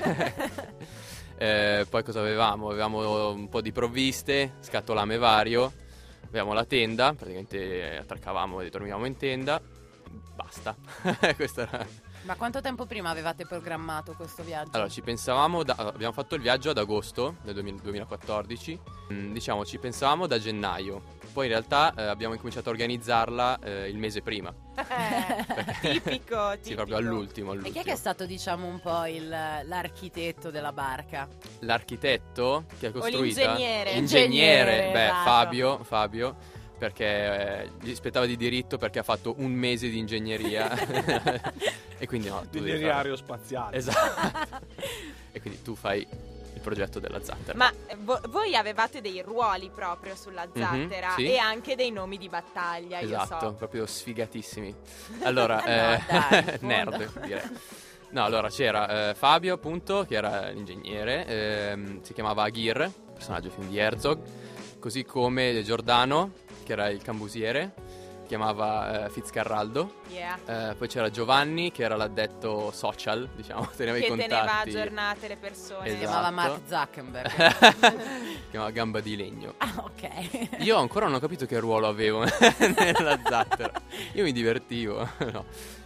Speaker 7: eh, poi cosa avevamo? Avevamo un po' di provviste, scatolame vario. Avevamo la tenda, praticamente attraccavamo e dormivamo in tenda. Basta. Questo era...
Speaker 2: Ma quanto tempo prima avevate programmato questo viaggio?
Speaker 7: Allora, ci pensavamo, da, abbiamo fatto il viaggio ad agosto del duemilaquattordici, mm, diciamo ci pensavamo da gennaio, poi in realtà eh, abbiamo incominciato a organizzarla eh, il mese prima.
Speaker 3: eh, tipico, tipico.
Speaker 7: Sì, proprio all'ultimo,
Speaker 2: E
Speaker 7: all'ultimo.
Speaker 2: chi è che è stato, diciamo, un po' il, l'architetto della barca?
Speaker 7: L'architetto che ha costruito...
Speaker 3: l'ingegnere.
Speaker 7: Ingegnere,
Speaker 2: Ingegnere,
Speaker 7: beh,
Speaker 2: esatto.
Speaker 7: Fabio, Fabio, perché eh, gli aspettava di diritto perché ha fatto un mese di ingegneria. E quindi no, tu devi
Speaker 5: Ingegneria
Speaker 7: fare...
Speaker 5: aerospaziale.
Speaker 7: Esatto. E quindi tu fai il progetto della zattera.
Speaker 3: Ma eh, vo- voi avevate dei ruoli proprio sulla
Speaker 7: Mhm,
Speaker 3: zattera
Speaker 7: sì.
Speaker 3: e anche dei nomi di battaglia, io
Speaker 7: Esatto,
Speaker 3: so.
Speaker 7: proprio sfigatissimi. Allora,
Speaker 2: No,
Speaker 7: eh,
Speaker 2: dai, in fondo.
Speaker 7: nerd, direi. No, allora c'era eh, Fabio, appunto, che era l'ingegnere, ehm, si chiamava Aghir, personaggio film di Herzog, così come Giordano, che era il cambusiere, chiamava eh, Fitzcarraldo.
Speaker 3: Yeah.
Speaker 7: Eh, poi c'era Giovanni, che era l'addetto social, diciamo, teneva
Speaker 3: Che
Speaker 7: i contatti.
Speaker 3: teneva aggiornate le persone.
Speaker 2: Si
Speaker 7: Esatto.
Speaker 2: chiamava Mark Zuckerberg.
Speaker 7: Si chiamava Gamba di Legno.
Speaker 2: Ah, ok.
Speaker 7: Io ancora non ho capito che ruolo avevo nella zattera. Io mi divertivo, no.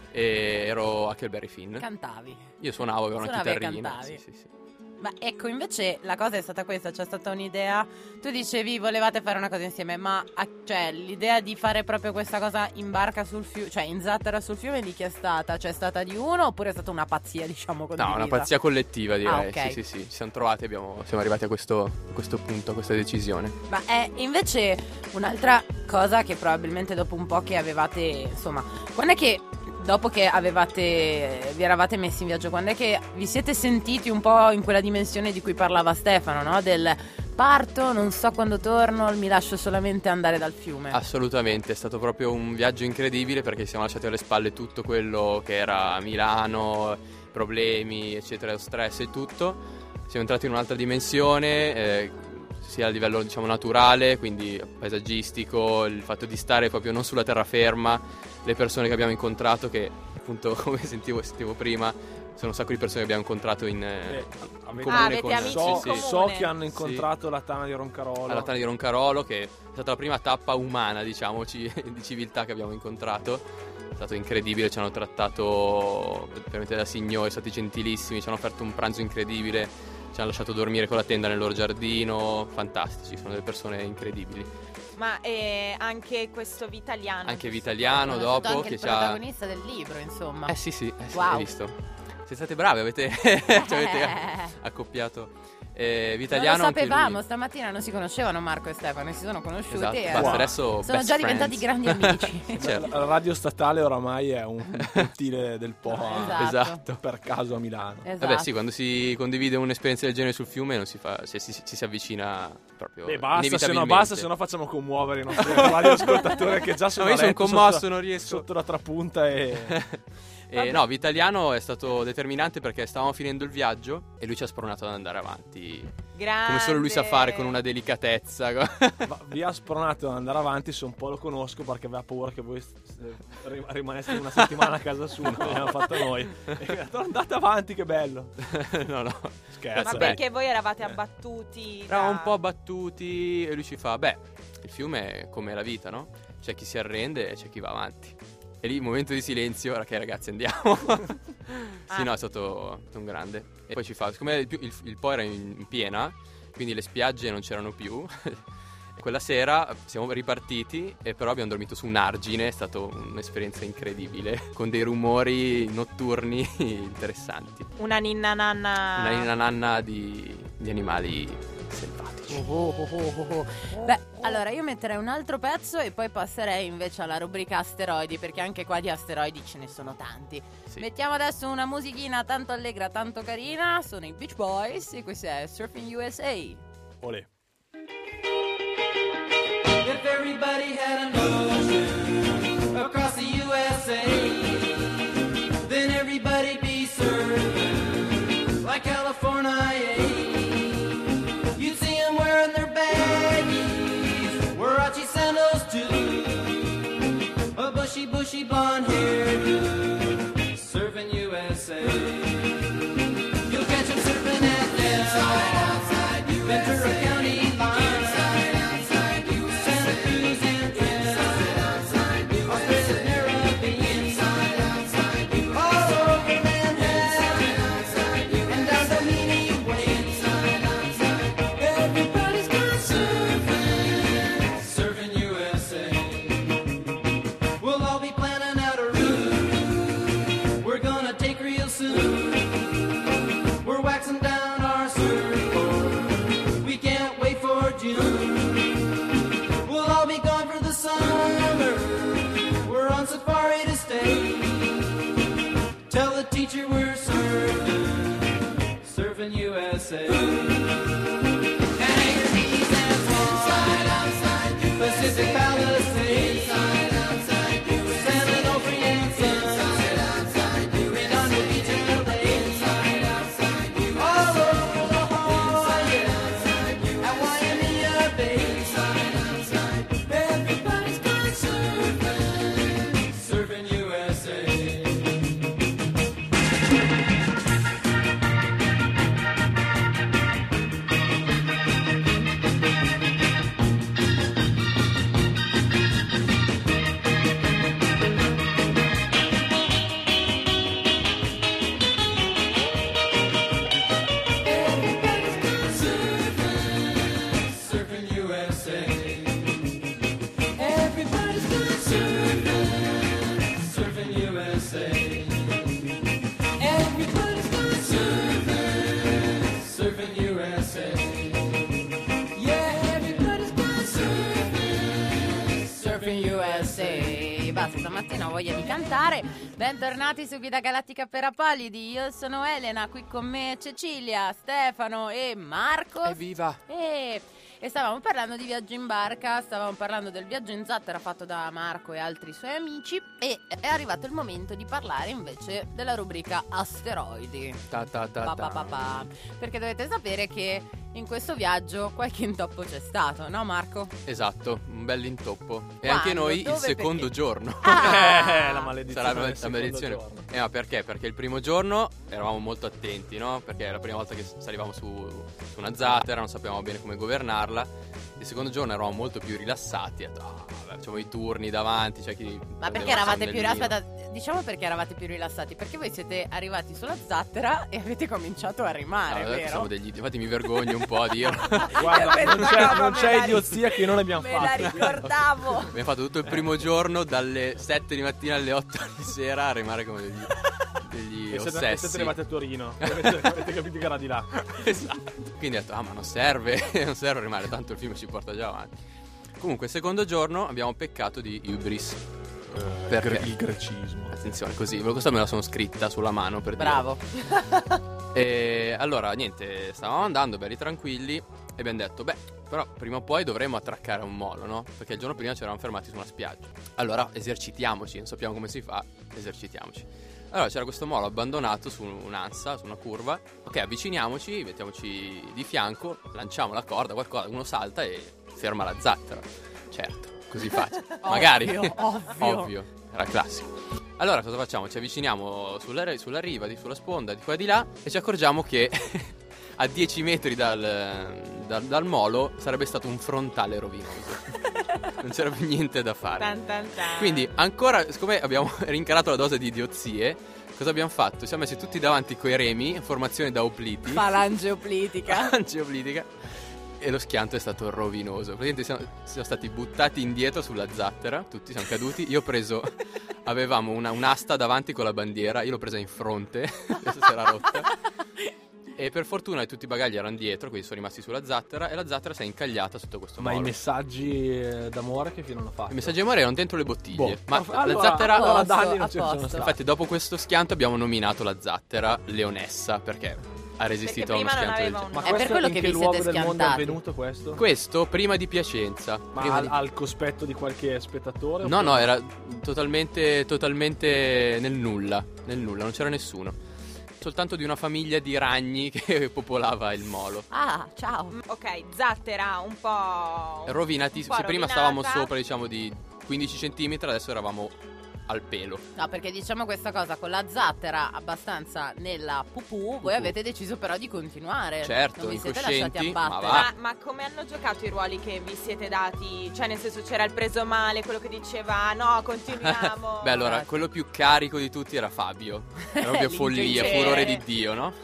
Speaker 7: E ero Huckleberry Finn.
Speaker 2: Cantavi.
Speaker 7: Io suonavo, avevo una
Speaker 2: Suonavi e
Speaker 7: chitarrina.
Speaker 2: cantavi.
Speaker 7: Sì, sì, sì.
Speaker 2: Ma ecco, invece la cosa è stata questa, c'è stata un'idea, tu dicevi volevate fare una cosa insieme, ma ah, cioè l'idea di fare proprio questa cosa in barca sul fiume, cioè in zattera sul fiume, di chi è stata? Cioè è stata di uno oppure è stata una pazzia, diciamo, condivisa?
Speaker 7: No, una pazzia collettiva, direi.
Speaker 2: Ah, ok.
Speaker 7: Sì, sì, sì. Ci siamo trovati e abbiamo, siamo arrivati a questo, a questo punto, a questa decisione.
Speaker 2: Ma è invece un'altra cosa che probabilmente dopo un po' che avevate, insomma, quando è che dopo che avevate vi eravate messi in viaggio, quando è che vi siete sentiti un po' in quella dimensione di cui parlava Stefano, no? Del parto, non so quando torno, mi lascio solamente andare dal fiume.
Speaker 7: Assolutamente, è stato proprio un viaggio incredibile perché ci siamo lasciati alle spalle tutto quello che era Milano, problemi, eccetera, stress e tutto. Siamo entrati in un'altra dimensione, eh, sia a livello, diciamo, naturale, quindi paesaggistico, il fatto di stare proprio non sulla terraferma, le persone che abbiamo incontrato, che appunto, come sentivo, sentivo prima, sono un sacco di persone che abbiamo incontrato in, eh,
Speaker 5: Eh,
Speaker 7: in
Speaker 5: avete-
Speaker 7: comune
Speaker 3: Ah, avete
Speaker 7: con
Speaker 3: amici
Speaker 5: So,
Speaker 3: in
Speaker 7: sì,
Speaker 3: comune.
Speaker 5: so che hanno
Speaker 7: Sì.
Speaker 5: incontrato la tana di Roncarolo.
Speaker 7: alla Tana di Roncarolo, che è stata la prima tappa umana, diciamo, ci- di civiltà che abbiamo incontrato. È stato incredibile, ci hanno trattato veramente da signori, sono stati gentilissimi, ci hanno offerto un pranzo incredibile, ci hanno lasciato dormire con la tenda nel loro giardino, fantastici, sono delle persone incredibili.
Speaker 3: Ma eh, anche questo Vitaliano.
Speaker 7: Anche
Speaker 3: giusto?
Speaker 7: Vitaliano
Speaker 2: È stato
Speaker 7: dopo
Speaker 2: anche
Speaker 7: che
Speaker 2: il
Speaker 7: ci ha...
Speaker 2: protagonista del libro, insomma.
Speaker 7: Eh sì sì, eh sì,
Speaker 2: Wow.
Speaker 7: hai visto? Siete state brave, avete, ci avete
Speaker 2: Eh.
Speaker 7: accoppiato. Eh,
Speaker 2: Non
Speaker 7: Vitaliano
Speaker 2: lo
Speaker 7: anche
Speaker 2: sapevamo,
Speaker 7: lui.
Speaker 2: stamattina non si conoscevano Marco e Stefano, si sono conosciuti
Speaker 7: Esatto,
Speaker 2: e
Speaker 7: basta,
Speaker 2: hanno-
Speaker 7: adesso
Speaker 2: sono
Speaker 7: best
Speaker 2: già diventati
Speaker 7: friends.
Speaker 2: grandi amici.
Speaker 7: Certo.
Speaker 5: La radio statale oramai è un puntile del Po a-
Speaker 2: Esatto.
Speaker 7: Esatto.
Speaker 5: per caso a Milano.
Speaker 2: Esatto.
Speaker 7: Vabbè sì, quando si condivide un'esperienza del genere sul fiume non si fa, si, si, ci si avvicina proprio
Speaker 5: Beh, basta, se no,
Speaker 7: inevitabilmente.
Speaker 5: basta, se no facciamo commuovere i nostri radioascoltatori che già sono
Speaker 7: No, io
Speaker 5: a
Speaker 7: sono
Speaker 5: letto
Speaker 7: commosso,
Speaker 5: sotto,
Speaker 7: non riesco.
Speaker 5: sotto la trapunta e
Speaker 7: E no, Vitaliano è stato determinante perché stavamo finendo il viaggio e lui ci ha spronato ad andare avanti.
Speaker 3: Grande.
Speaker 7: Come solo lui sa fare, con una delicatezza.
Speaker 5: va- vi ha spronato ad andare avanti. Se un po' lo conosco perché aveva paura che voi s- s- ri- rimaneste una settimana a casa sua, come abbiamo fatto noi. E mi ha detto andate avanti, che bello.
Speaker 7: no, no.
Speaker 5: Scherzo.
Speaker 3: Ma
Speaker 7: Beh.
Speaker 3: perché voi eravate abbattuti?
Speaker 7: Eravamo
Speaker 3: da-
Speaker 7: un po' abbattuti e lui ci fa, beh, il fiume è come la vita, no? C'è chi si arrende e c'è chi va avanti. E lì, momento di silenzio, ok ragazzi andiamo. Sì,
Speaker 3: Ah.
Speaker 7: no, è stato un grande. E poi ci fa, siccome il, il, il Po era in, in piena, quindi le spiagge non c'erano più. E quella sera siamo ripartiti e però abbiamo dormito su un argine, è stata un'esperienza incredibile, con dei rumori notturni interessanti.
Speaker 3: Una ninna nanna.
Speaker 7: Una ninna nanna di, di animali selvatici.
Speaker 2: Oh, oh, oh, oh, oh. Beh, allora io metterei un altro pezzo e poi passerei invece alla rubrica asteroidi, perché anche qua di asteroidi ce ne sono tanti.
Speaker 7: Sì.
Speaker 2: Mettiamo adesso una musichina tanto allegra, tanto carina. Sono i Beach Boys e questo è Surfing U S A.
Speaker 5: Olè.
Speaker 8: If everybody had an ocean across the U S A, then everybody'd be surfing like California. You'd see them wearing their baggies, Warachi sandals too, a bushy, bushy blonde hairdo, surfing U S A. You'll catch them surfing at Del, Ventura County line. Teacher, we're surfing, surfing U S A. And hang your knees and slide outside Pacific Palisades, San Onofre and Sun, Redondo Beach and L A, all over La Jolla and Waimea Bay. Everybody's gone surfing, surfing U S A.
Speaker 2: Basta, stamattina ho voglia di cantare. Bentornati su Guida Galattica per Apolidi. Io sono Elena, qui con me Cecilia, Stefano e Marco.
Speaker 7: Evviva!
Speaker 2: E, e stavamo parlando di viaggio in barca, stavamo parlando del viaggio in zattera fatto da Marco e altri suoi amici. E è arrivato il momento di parlare invece della rubrica asteroidi.
Speaker 7: Ta ta ta
Speaker 2: Pa, pa,
Speaker 7: ta.
Speaker 2: pa, pa. Perché dovete sapere che in questo viaggio qualche intoppo c'è stato, no Marco?
Speaker 7: Esatto, un bel intoppo. E
Speaker 2: Quando?
Speaker 7: anche noi
Speaker 2: Dove?
Speaker 7: il secondo
Speaker 2: Perché?
Speaker 7: giorno.
Speaker 2: Ah!
Speaker 5: Eh, la maledizione.
Speaker 7: Sarà
Speaker 5: del
Speaker 7: la
Speaker 5: secondo
Speaker 7: maledizione.
Speaker 5: giorno.
Speaker 7: Eh, ma perché? Perché il primo giorno eravamo molto attenti, no? Perché era la prima volta che salivamo su, su una zattera, non sapevamo bene come governarla. Il secondo giorno eravamo molto più rilassati. Oh, vabbè, facciamo i turni davanti. C'è chi
Speaker 2: Ma
Speaker 7: prendeva
Speaker 2: perché
Speaker 7: il
Speaker 2: eravate più
Speaker 7: sonnellino.
Speaker 2: aspetta, diciamo perché eravate più rilassati? Perché voi siete arrivati sulla zattera e avete cominciato a rimare,
Speaker 7: No, noi
Speaker 2: vero?
Speaker 7: siamo degli... Infatti mi vergogno un po' a dirlo.
Speaker 5: Guarda,
Speaker 2: Eh,
Speaker 5: non c'è,
Speaker 2: pensavo,
Speaker 5: non
Speaker 2: me
Speaker 5: c'è
Speaker 2: la-
Speaker 5: idiozia che non abbiamo
Speaker 2: Me la
Speaker 5: fatto.
Speaker 2: ricordavo.
Speaker 7: Abbiamo fatto tutto il primo giorno dalle sette di mattina alle otto di sera a remare come degli, degli
Speaker 5: E siete, e
Speaker 7: ossessi.
Speaker 5: siete arrivati a Torino. avete, avete capito che era di là.
Speaker 7: Esatto. Quindi ho detto, ah ma non serve, non serve rimane, tanto il film ci porta già avanti. Comunque il secondo giorno abbiamo peccato di hubris.
Speaker 5: Eh,
Speaker 7: Perché?
Speaker 5: gre- il grecismo.
Speaker 7: Attenzione, così, questa me la sono scritta sulla mano per dire.
Speaker 2: Bravo.
Speaker 7: E allora, niente, stavamo andando belli tranquilli e abbiamo detto, beh, però prima o poi dovremmo attraccare a un molo, no? Perché il giorno prima ci eravamo fermati su una spiaggia. Allora, esercitiamoci, non sappiamo come si fa, esercitiamoci. Allora, c'era questo molo abbandonato su un'ansa, su una curva. Ok, avviciniamoci, mettiamoci di fianco, lanciamo la corda, qualcosa, uno salta e ferma la zattera. Certo, così facile. Magari.
Speaker 2: Ovvio.
Speaker 7: Ovvio, era classico. Allora cosa facciamo? Ci avviciniamo sulla, sulla riva, di, sulla sponda, di qua e di là e ci accorgiamo che a dieci metri dal, dal, dal molo sarebbe stato un frontale rovinoso. Non c'era più niente da fare.
Speaker 3: Tan tan tan.
Speaker 7: Quindi ancora, siccome abbiamo rincarato la dose di idiozie, cosa abbiamo fatto? Ci siamo messi tutti davanti coi remi, in formazione da opliti.
Speaker 2: Falange oplitica.
Speaker 7: Falange oplitica. E lo schianto è stato rovinoso. Praticamente siamo, siamo stati buttati indietro sulla zattera. Tutti siamo caduti. Io ho preso, avevamo una, un'asta davanti con la bandiera. Io l'ho presa in fronte. Adesso si era rotta. E per fortuna tutti i bagagli erano dietro, quindi sono rimasti sulla zattera. E la zattera si è incagliata sotto questo
Speaker 5: Ma
Speaker 7: molo.
Speaker 5: i messaggi eh, d'amore che fine hanno fatto?
Speaker 7: I messaggi d'amore erano dentro le bottiglie.
Speaker 5: Boh.
Speaker 7: Ma
Speaker 5: Allora,
Speaker 7: la zattera.
Speaker 2: a posto,
Speaker 5: Danni non
Speaker 2: a
Speaker 5: ci sono
Speaker 2: posto.
Speaker 5: stati.
Speaker 7: Infatti, dopo questo schianto abbiamo nominato la zattera Leonessa perché ha resistito a uno
Speaker 3: prima non
Speaker 7: schianto del
Speaker 3: aveva
Speaker 7: genere.
Speaker 3: un-
Speaker 5: Ma
Speaker 2: È per
Speaker 5: questo
Speaker 2: quello
Speaker 5: in
Speaker 2: che
Speaker 5: che
Speaker 2: vi
Speaker 5: luogo
Speaker 2: siete
Speaker 5: del mondo è
Speaker 2: schiantati.
Speaker 5: avvenuto questo?
Speaker 7: Questo prima di Piacenza.
Speaker 5: Ma
Speaker 7: prima
Speaker 5: al,
Speaker 7: di-
Speaker 5: al cospetto di qualche spettatore?
Speaker 7: No,
Speaker 5: oppure-
Speaker 7: no, era totalmente, totalmente nel nulla. Nel nulla, non c'era nessuno. Soltanto di una famiglia di ragni che popolava il molo.
Speaker 2: Ah, ciao.
Speaker 3: Ok, zattera un po'...
Speaker 7: Rovinatissimo.
Speaker 3: un
Speaker 7: Se
Speaker 3: po'
Speaker 7: prima
Speaker 3: rovinata.
Speaker 7: stavamo sopra, diciamo, di quindici centimetri, adesso eravamo al pelo.
Speaker 2: No, perché diciamo questa cosa con la zattera abbastanza nella pupù, voi
Speaker 7: Pupù.
Speaker 2: avete deciso però di continuare.
Speaker 7: Certo,
Speaker 2: non vi siete lasciati
Speaker 7: incoscienti, ma
Speaker 2: abbattere.
Speaker 7: va.
Speaker 3: Ma, ma come hanno giocato i ruoli che vi siete dati? Cioè, nel senso, c'era il preso male, quello che diceva no, continuiamo.
Speaker 7: Beh, allora,
Speaker 2: Esatto.
Speaker 7: quello più carico di tutti era Fabio. Era proprio follia,
Speaker 3: L'ingegnere.
Speaker 7: furore di Dio, no?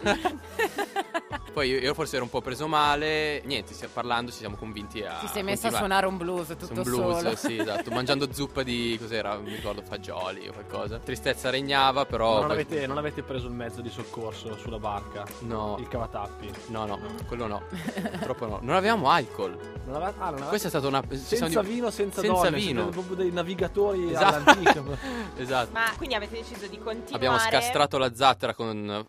Speaker 7: Poi io, io forse ero un po' preso male. Niente, stiamo parlando, ci siamo convinti a
Speaker 2: Ti sei messo a
Speaker 7: continuare.
Speaker 2: suonare un blues tutto
Speaker 7: Un blues,
Speaker 2: solo.
Speaker 7: sì, esatto. Mangiando zuppa di, cos'era? Mi ricordo, fagioli o qualcosa. Tristezza regnava, però...
Speaker 5: Ma non,
Speaker 7: poi-
Speaker 5: avete, non avete preso il mezzo di soccorso sulla barca?
Speaker 7: No,
Speaker 5: Il cavatappi?
Speaker 7: no, no, quello no. Purtroppo no. Non avevamo alcol.
Speaker 5: Non avete, ah, non avete-
Speaker 7: Questa è stata una... ci
Speaker 5: senza
Speaker 7: siamo di-
Speaker 5: vino, senza,
Speaker 7: senza
Speaker 5: donne,
Speaker 7: vino.
Speaker 5: siete proprio dei navigatori
Speaker 7: Esatto.
Speaker 5: all'antica.
Speaker 7: Esatto.
Speaker 3: Ma quindi avete deciso di continuare.
Speaker 7: Abbiamo scastrato la zattera con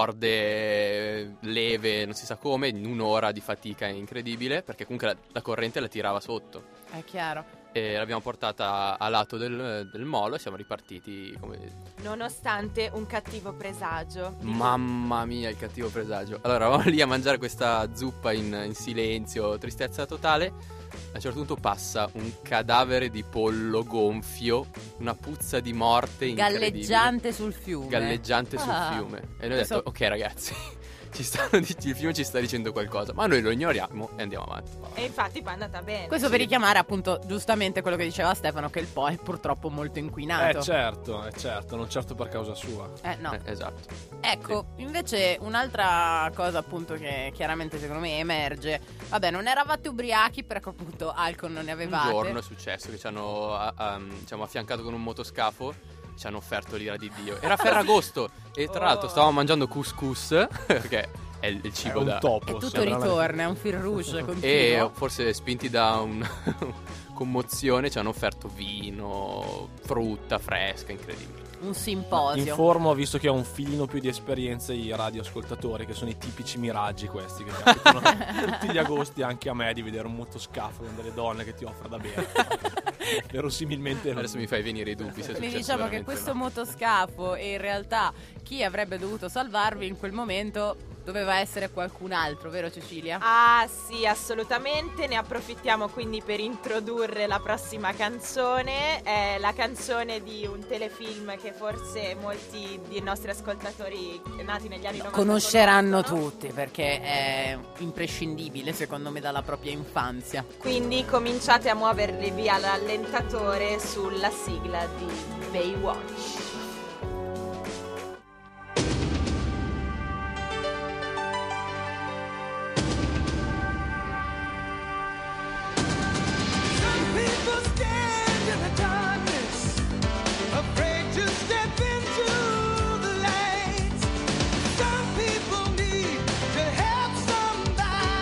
Speaker 7: corde, leve, non si sa come, in un'ora di fatica incredibile, perché comunque la, la corrente la tirava sotto.
Speaker 2: È chiaro.
Speaker 7: E l'abbiamo portata a lato del, del molo e siamo ripartiti come...
Speaker 3: Nonostante un cattivo presagio.
Speaker 7: Mamma mia, il cattivo presagio. Allora, eravamo lì a mangiare questa zuppa in, in silenzio, tristezza totale. A un certo punto passa un cadavere di pollo gonfio, una puzza di morte incredibile.
Speaker 2: Galleggiante sul fiume.
Speaker 7: Galleggiante sul
Speaker 2: Ah.
Speaker 7: fiume. E noi abbiamo
Speaker 2: Questo-
Speaker 7: detto, ok ragazzi, ci stanno, il fiume ci sta dicendo qualcosa, ma noi lo ignoriamo e andiamo avanti.
Speaker 3: E infatti poi è andata bene.
Speaker 2: Questo per richiamare appunto giustamente quello che diceva Stefano, che il Po è purtroppo molto inquinato.
Speaker 5: Eh certo, eh certo, non certo per causa sua.
Speaker 2: Eh, no.
Speaker 7: Eh, esatto.
Speaker 2: Ecco, invece un'altra cosa appunto che chiaramente secondo me emerge. Vabbè, non eravate ubriachi perché appunto alcol non ne avevate.
Speaker 7: Un giorno è successo che ci hanno a- a- diciamo, affiancato con un motoscafo. Ci hanno offerto l'ira di Dio. Era Ferragosto. E tra
Speaker 3: Oh.
Speaker 7: l'altro stavamo mangiando couscous, perché è il, il
Speaker 5: È
Speaker 7: cibo
Speaker 5: un
Speaker 7: da...
Speaker 5: topo.
Speaker 2: E tutto
Speaker 5: sembra una-
Speaker 2: ritorna, è un fil rouge continuo.
Speaker 7: E forse spinti da un commozione ci hanno offerto vino, frutta fresca, incredibile.
Speaker 2: Un simposio.
Speaker 5: Informo, visto che ho un filino più di esperienza, i radioascoltatori, che sono i tipici miraggi questi che capitano tutti gli agosti anche a me di vedere un motoscafo con delle donne che ti offre da bere. Verosimilmente non-
Speaker 7: Adesso mi fai venire i dubbi se è
Speaker 2: Quindi
Speaker 7: successo
Speaker 2: diciamo che
Speaker 7: veramente
Speaker 2: questo
Speaker 7: no.
Speaker 2: motoscafo e in realtà chi avrebbe dovuto salvarvi in quel momento doveva essere qualcun altro, vero Cecilia?
Speaker 3: Ah sì, assolutamente, ne approfittiamo quindi per introdurre la prossima canzone, è la canzone di un telefilm che forse molti dei nostri ascoltatori nati negli anni novanta
Speaker 2: Conosceranno
Speaker 3: conoscono.
Speaker 2: tutti perché è imprescindibile secondo me dalla propria infanzia.
Speaker 3: Quindi cominciate a muovervi via l'allentatore sulla sigla di Baywatch.
Speaker 6: Some people stand in the darkness, afraid to step into the light. Some people need to help somebody.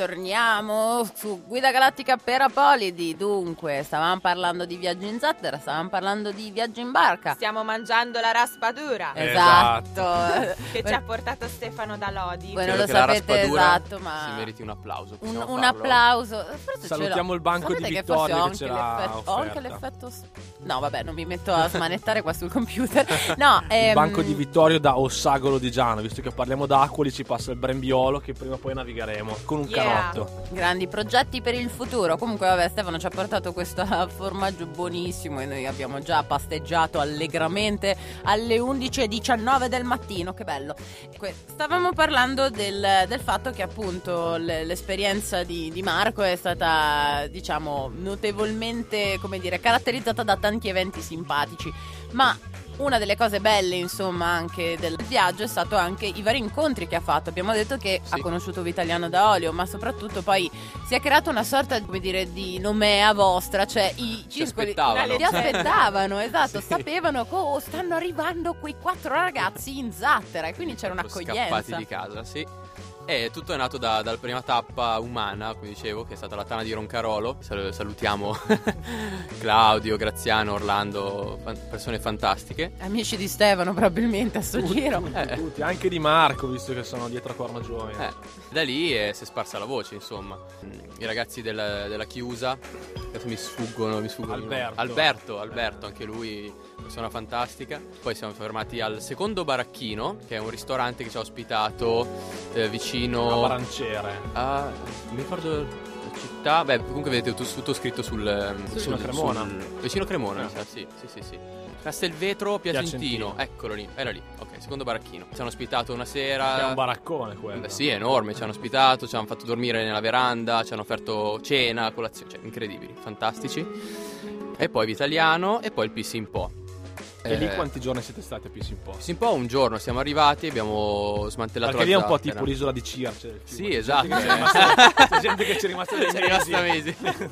Speaker 2: torniamo su Guida Galattica per Apolidi. Dunque, stavamo parlando di viaggi in zattera, stavamo parlando di viaggi in barca.
Speaker 3: Stiamo mangiando la raspadura
Speaker 2: Esatto.
Speaker 3: che ci ha portato Stefano da Lodi.
Speaker 2: Voi non
Speaker 7: Credo
Speaker 2: lo
Speaker 7: che la
Speaker 2: sapete,
Speaker 7: raspadura
Speaker 2: esatto, ma
Speaker 7: si meriti un applauso.
Speaker 2: un,
Speaker 7: possiamo
Speaker 2: un
Speaker 7: farlo?
Speaker 2: applauso. Forse
Speaker 5: Salutiamo
Speaker 2: ce l'ho.
Speaker 5: il banco
Speaker 2: Sapete
Speaker 5: di
Speaker 2: che forse
Speaker 5: Vittorio
Speaker 2: ho
Speaker 5: che
Speaker 2: anche
Speaker 5: ce l'ha
Speaker 2: l'effetto- ho anche
Speaker 5: offerta.
Speaker 2: l'effetto s- No, vabbè, non mi metto a smanettare qua sul computer. No,
Speaker 5: Il
Speaker 2: ehm,
Speaker 5: banco di Vittorio da Ossagolo di Giano, visto che parliamo d'acqua, lì ci passa il Brembiolo che prima o poi navigheremo con un
Speaker 3: Yeah.
Speaker 5: canotto.
Speaker 2: grandi progetti per il futuro. Comunque, vabbè, Stefano ci ha portato questo formaggio buonissimo e noi abbiamo già pasteggiato allegramente alle undici e diciannove del mattino. Che bello. Que- Stavamo parlando del, del fatto che appunto l- l'esperienza di, di Marco è stata, diciamo, notevolmente, come dire, caratterizzata da tanti eventi simpatici, ma una delle cose belle, insomma, anche del viaggio è stato anche i vari incontri che ha fatto. Abbiamo detto che
Speaker 7: Sì.
Speaker 2: ha conosciuto Vitaliano da Olio, ma soprattutto poi si è creata una sorta, come dire, di nomea vostra, cioè i
Speaker 7: Ci
Speaker 2: circoli
Speaker 7: aspettavano.
Speaker 2: ti aspettavano, esatto,
Speaker 7: Sì.
Speaker 2: sapevano che oh, stanno arrivando quei quattro ragazzi in zattera e quindi c'era
Speaker 7: Proprio
Speaker 2: un'accoglienza.
Speaker 7: scappati di casa, sì. E tutto è nato da- dalla prima tappa umana, come dicevo, che è stata la tana di Roncarolo. Sal- salutiamo Claudio, Graziano, Orlando, fan- persone fantastiche.
Speaker 2: Amici di Stefano probabilmente a sto giro.
Speaker 7: Eh.
Speaker 5: Tutti, anche di Marco, visto che sono dietro a Corno Giovane.
Speaker 7: Eh, da lì eh, si è sparsa la voce, insomma. Mm, I ragazzi del- della Chiusa, adesso mi sfuggono, mi sfuggono. i nomi.
Speaker 5: Alberto.
Speaker 7: Alberto, Alberto, anche lui, persona fantastica. Poi siamo fermati al secondo baracchino, che è un ristorante che ci ha ospitato eh,
Speaker 5: A
Speaker 7: vicino
Speaker 5: Baranciere.
Speaker 7: a... non mi ricordo la città. Beh, comunque vedete tutto, tutto scritto sul...
Speaker 5: Vicino Cremona.
Speaker 7: sul- vicino Cremona, mi
Speaker 5: Eh.
Speaker 7: sa, sì, sì, sì, sì. Castelvetro Piacentino.
Speaker 5: Piacentino.
Speaker 7: Eccolo lì, era lì. Ok, secondo baracchino. Ci hanno ospitato una sera.
Speaker 5: Che è un baraccone quello.
Speaker 7: Eh, sì, è enorme, ci hanno ospitato, ci hanno fatto dormire nella veranda, ci hanno offerto cena, colazione, cioè incredibili, fantastici. E poi Vitaliano e poi il Piss in Po.
Speaker 5: E lì
Speaker 7: Eh,
Speaker 5: quanti giorni siete stati a Piss in Po?
Speaker 7: Piss in Po un giorno siamo arrivati, abbiamo smantellato
Speaker 5: Perché lì
Speaker 7: la
Speaker 5: è un po'
Speaker 7: zattera.
Speaker 5: tipo l'isola di Circe del fiume.
Speaker 7: Sì,
Speaker 5: C'è
Speaker 7: esatto.
Speaker 5: gente che c'è rimasta- C'è gente che ci è rimasta dei
Speaker 7: C'è rimasta
Speaker 5: mesi.
Speaker 7: mesi.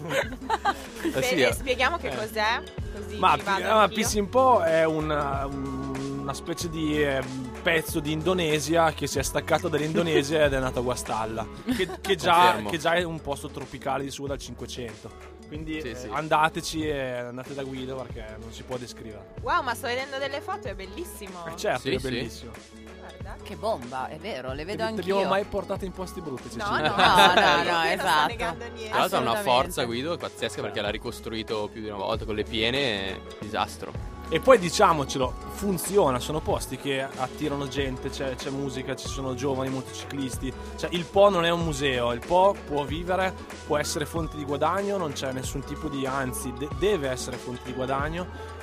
Speaker 7: Eh,
Speaker 3: Beh,
Speaker 7: sì,
Speaker 3: e
Speaker 7: eh.
Speaker 3: spieghiamo che
Speaker 5: Eh.
Speaker 3: cos'è, così
Speaker 5: Ma
Speaker 3: ci vado
Speaker 5: pi- ma
Speaker 3: anch'io.
Speaker 5: Piss in Po è una, una specie di eh, pezzo di Indonesia che si è staccato dall'Indonesia ed è nato a Guastalla, che, che già,
Speaker 7: Confermo.
Speaker 5: che già è un posto tropicale di su dal cinquecento. Quindi
Speaker 7: Sì,
Speaker 5: eh,
Speaker 7: sì.
Speaker 5: andateci e andate da Guido perché non si può descrivere.
Speaker 3: Wow, ma sto vedendo delle foto, è bellissimo.
Speaker 5: Eh, certo,
Speaker 7: Sì,
Speaker 5: che è
Speaker 7: sì.
Speaker 5: bellissimo.
Speaker 3: Guarda.
Speaker 2: Che bomba, è vero, le vedo
Speaker 5: Ti
Speaker 2: anch'io.
Speaker 5: abbiamo mai portato in posti brutti,
Speaker 3: No,
Speaker 5: Cecilia?
Speaker 3: no,
Speaker 2: No, no, no,
Speaker 3: io non sto
Speaker 2: esatto.
Speaker 3: negando niente.
Speaker 7: Tra l'altro ha una
Speaker 2: Assolutamente.
Speaker 7: forza Guido pazzesca perché l'ha ricostruito più di una volta con le piene, disastro.
Speaker 5: E poi diciamocelo, funziona, sono posti che attirano gente, c'è, c'è musica, ci sono giovani motociclisti, cioè il Po non è un museo, il Po può vivere, può essere fonte di guadagno, non c'è nessun tipo di, anzi de- deve essere fonte di guadagno,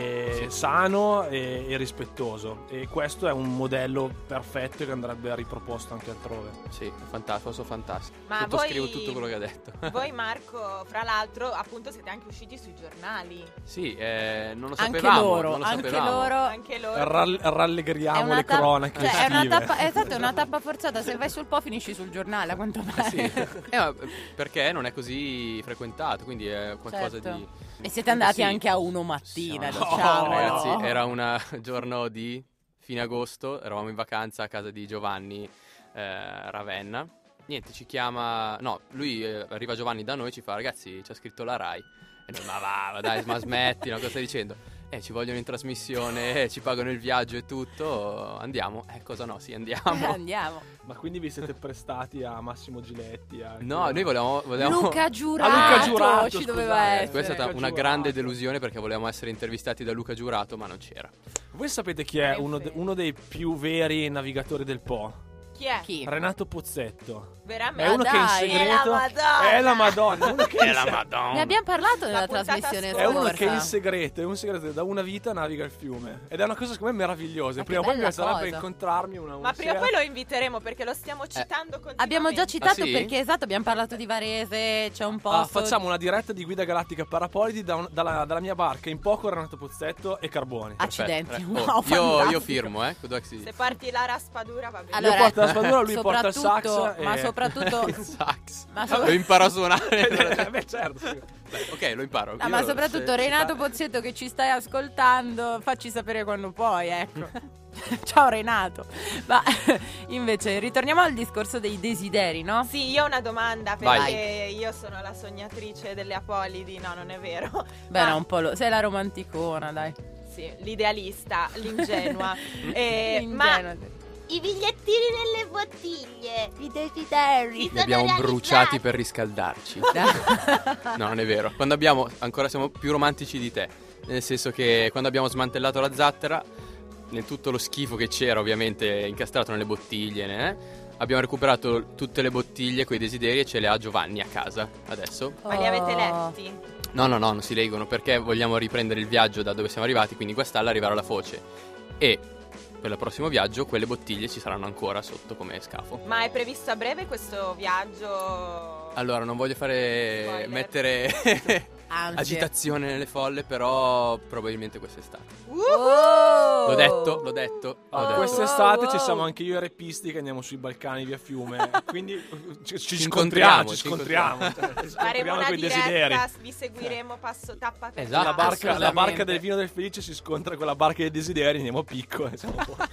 Speaker 5: e
Speaker 7: Sì.
Speaker 5: sano e, e rispettoso, e questo è un modello perfetto che andrebbe riproposto anche altrove.
Speaker 7: Sì, fantastico, posto fantastico.
Speaker 3: Ma
Speaker 7: Sottoscrivo
Speaker 3: voi-
Speaker 7: tutto quello che ha detto.
Speaker 3: Voi Marco, fra l'altro, appunto siete anche usciti sui giornali.
Speaker 7: Sì, eh, non lo
Speaker 2: Anche
Speaker 7: sapevamo.
Speaker 2: loro,
Speaker 7: non lo
Speaker 2: anche
Speaker 7: sapevamo.
Speaker 2: loro.
Speaker 3: Anche loro.
Speaker 5: Rall-
Speaker 2: È
Speaker 5: rallegriamo
Speaker 2: una
Speaker 5: le
Speaker 2: tappa-
Speaker 5: cronache
Speaker 2: cioè, è una
Speaker 5: estive.
Speaker 2: tappa, esatto, è una tappa forzata. Se vai sul Po finisci sul giornale, a quanto pare.
Speaker 7: Sì. Eh, ma perché non è così frequentato, quindi è qualcosa
Speaker 2: Certo.
Speaker 7: di...
Speaker 2: E siete andati
Speaker 7: Sì.
Speaker 2: anche a uno mattina,
Speaker 7: Sì,
Speaker 2: diciamo.
Speaker 7: no, ragazzi, era un giorno di fine agosto, eravamo in vacanza a casa di Giovanni eh, Ravenna. Niente, ci chiama... No, lui eh, arriva Giovanni da noi e ci fa: ragazzi, ci ha scritto la Rai. E noi, ma va, ma dai, ma smetti, no, cosa stai dicendo? Eh, ci vogliono in trasmissione, eh, ci pagano il viaggio e tutto, andiamo. Eh, cosa no, sì, andiamo.
Speaker 2: Andiamo.
Speaker 5: Ma quindi vi siete prestati a Massimo Giletti? A...
Speaker 7: No, noi volevamo... volevamo...
Speaker 2: Luca Giurato,
Speaker 5: Ah, Luca Giurato,
Speaker 2: ci
Speaker 5: scusate.
Speaker 2: doveva essere.
Speaker 7: Questa è stata
Speaker 5: Luca
Speaker 7: una
Speaker 5: Giurato.
Speaker 7: grande delusione perché volevamo essere intervistati da Luca Giurato, ma non c'era.
Speaker 5: Voi sapete chi è uno, de- uno dei più veri navigatori del Po?
Speaker 3: Chi è?
Speaker 2: Chi?
Speaker 5: Renato Pozzetto.
Speaker 3: Veramente?
Speaker 5: È uno che in
Speaker 2: dai,
Speaker 5: segreto
Speaker 3: è la Madonna.
Speaker 5: è la Madonna, uno che in se-
Speaker 7: Madonna.
Speaker 2: Ne abbiamo parlato nella
Speaker 3: puntata
Speaker 2: trasmissione
Speaker 3: scorsa.
Speaker 5: è uno che in
Speaker 2: scorsa.
Speaker 5: segreto, è un segreto da una vita naviga il fiume. Ed è una cosa secondo me meravigliosa.
Speaker 2: Ma
Speaker 5: Prima o
Speaker 2: che
Speaker 5: poi mi
Speaker 2: bella
Speaker 5: sarebbe
Speaker 2: cosa.
Speaker 5: incontrarmi una, una
Speaker 3: Ma prima o
Speaker 5: sera.
Speaker 3: poi lo inviteremo perché lo stiamo citando continuamente.
Speaker 2: Abbiamo già citato
Speaker 7: Ah, sì?
Speaker 2: perché esatto, abbiamo parlato di Varese, c'è un posto.
Speaker 5: Ah, facciamo una diretta di Guida Galattica Parapolidi da un- dalla, dalla mia barca in poco Renato Pozzetto e Carboni.
Speaker 2: Accidenti.
Speaker 7: Perfetto.
Speaker 2: Wow,
Speaker 7: Oh, io,
Speaker 2: fantastico.
Speaker 7: io firmo, eh. Dov'è che si-
Speaker 3: Se parti la raspadura va bene.
Speaker 2: Allora,
Speaker 5: Io porto la spadura, lui porta il sax.
Speaker 2: soprattutto- ma
Speaker 5: e-
Speaker 2: soprattutto-
Speaker 7: Il sax.
Speaker 2: Ma
Speaker 7: Lo
Speaker 2: so-
Speaker 7: imparo a suonare.
Speaker 5: Eh, Beh, certo. sì.
Speaker 7: Beh, ok, lo imparo.
Speaker 2: No,
Speaker 7: Io
Speaker 2: ma
Speaker 7: lo-
Speaker 2: soprattutto
Speaker 5: se-
Speaker 2: Renato
Speaker 5: se-
Speaker 2: Pozzetto che ci stai ascoltando, facci sapere quando puoi, ecco. Ciao Renato. Ma invece ritorniamo al discorso dei desideri, no?
Speaker 3: Sì, io ho una domanda
Speaker 7: Vai.
Speaker 3: perché io sono la sognatrice delle Apolidi. No, non è vero.
Speaker 2: Beh,
Speaker 3: Ma-
Speaker 2: no, un po' lo... sei la romanticona, dai.
Speaker 3: Sì, l'idealista, l'ingenua. Eh, ma
Speaker 2: Ingenua.
Speaker 3: i bigliettini nelle bottiglie.
Speaker 2: I desideri.
Speaker 7: Li abbiamo bruciati per riscaldarci. No, non è vero. Quando abbiamo, ancora siamo più romantici di te. Nel senso che quando abbiamo smantellato la zattera, nel tutto lo schifo che c'era ovviamente incastrato nelle bottiglie, eh, abbiamo recuperato tutte le bottiglie con i desideri e ce le ha Giovanni a casa adesso.
Speaker 3: Ma li avete
Speaker 2: Oh.
Speaker 3: letti?
Speaker 7: No, no, no, non si leggono perché vogliamo riprendere il viaggio da dove siamo arrivati, quindi qua sta all'arrivare alla foce. E per il prossimo viaggio quelle bottiglie ci saranno ancora sotto come scafo.
Speaker 3: Ma è previsto a breve questo viaggio?
Speaker 7: Allora, non voglio fare
Speaker 3: Spoiler.
Speaker 7: mettere
Speaker 2: Anzi.
Speaker 7: agitazione nelle folle, però probabilmente quest'estate.
Speaker 2: Oh.
Speaker 7: L'ho detto, l'ho detto. L'ho
Speaker 5: Oh,
Speaker 7: detto.
Speaker 5: quest'estate
Speaker 2: Wow,
Speaker 5: ci
Speaker 2: wow.
Speaker 5: siamo anche io e Repisti che andiamo sui Balcani via Fiume, quindi ci, ci
Speaker 7: Ci
Speaker 5: scontriamo,
Speaker 7: incontriamo,
Speaker 5: ci
Speaker 7: ci
Speaker 5: scontriamo, cioè, ci
Speaker 3: Faremo
Speaker 5: scontriamo
Speaker 3: una
Speaker 5: con i desideri.
Speaker 3: diretta, vi seguiremo passo tappa per
Speaker 7: Esatto.
Speaker 5: La barca, la
Speaker 2: Assolutamente.
Speaker 5: barca del vino del felice si scontra con la barca dei desideri, andiamo a picco e siamo fuori.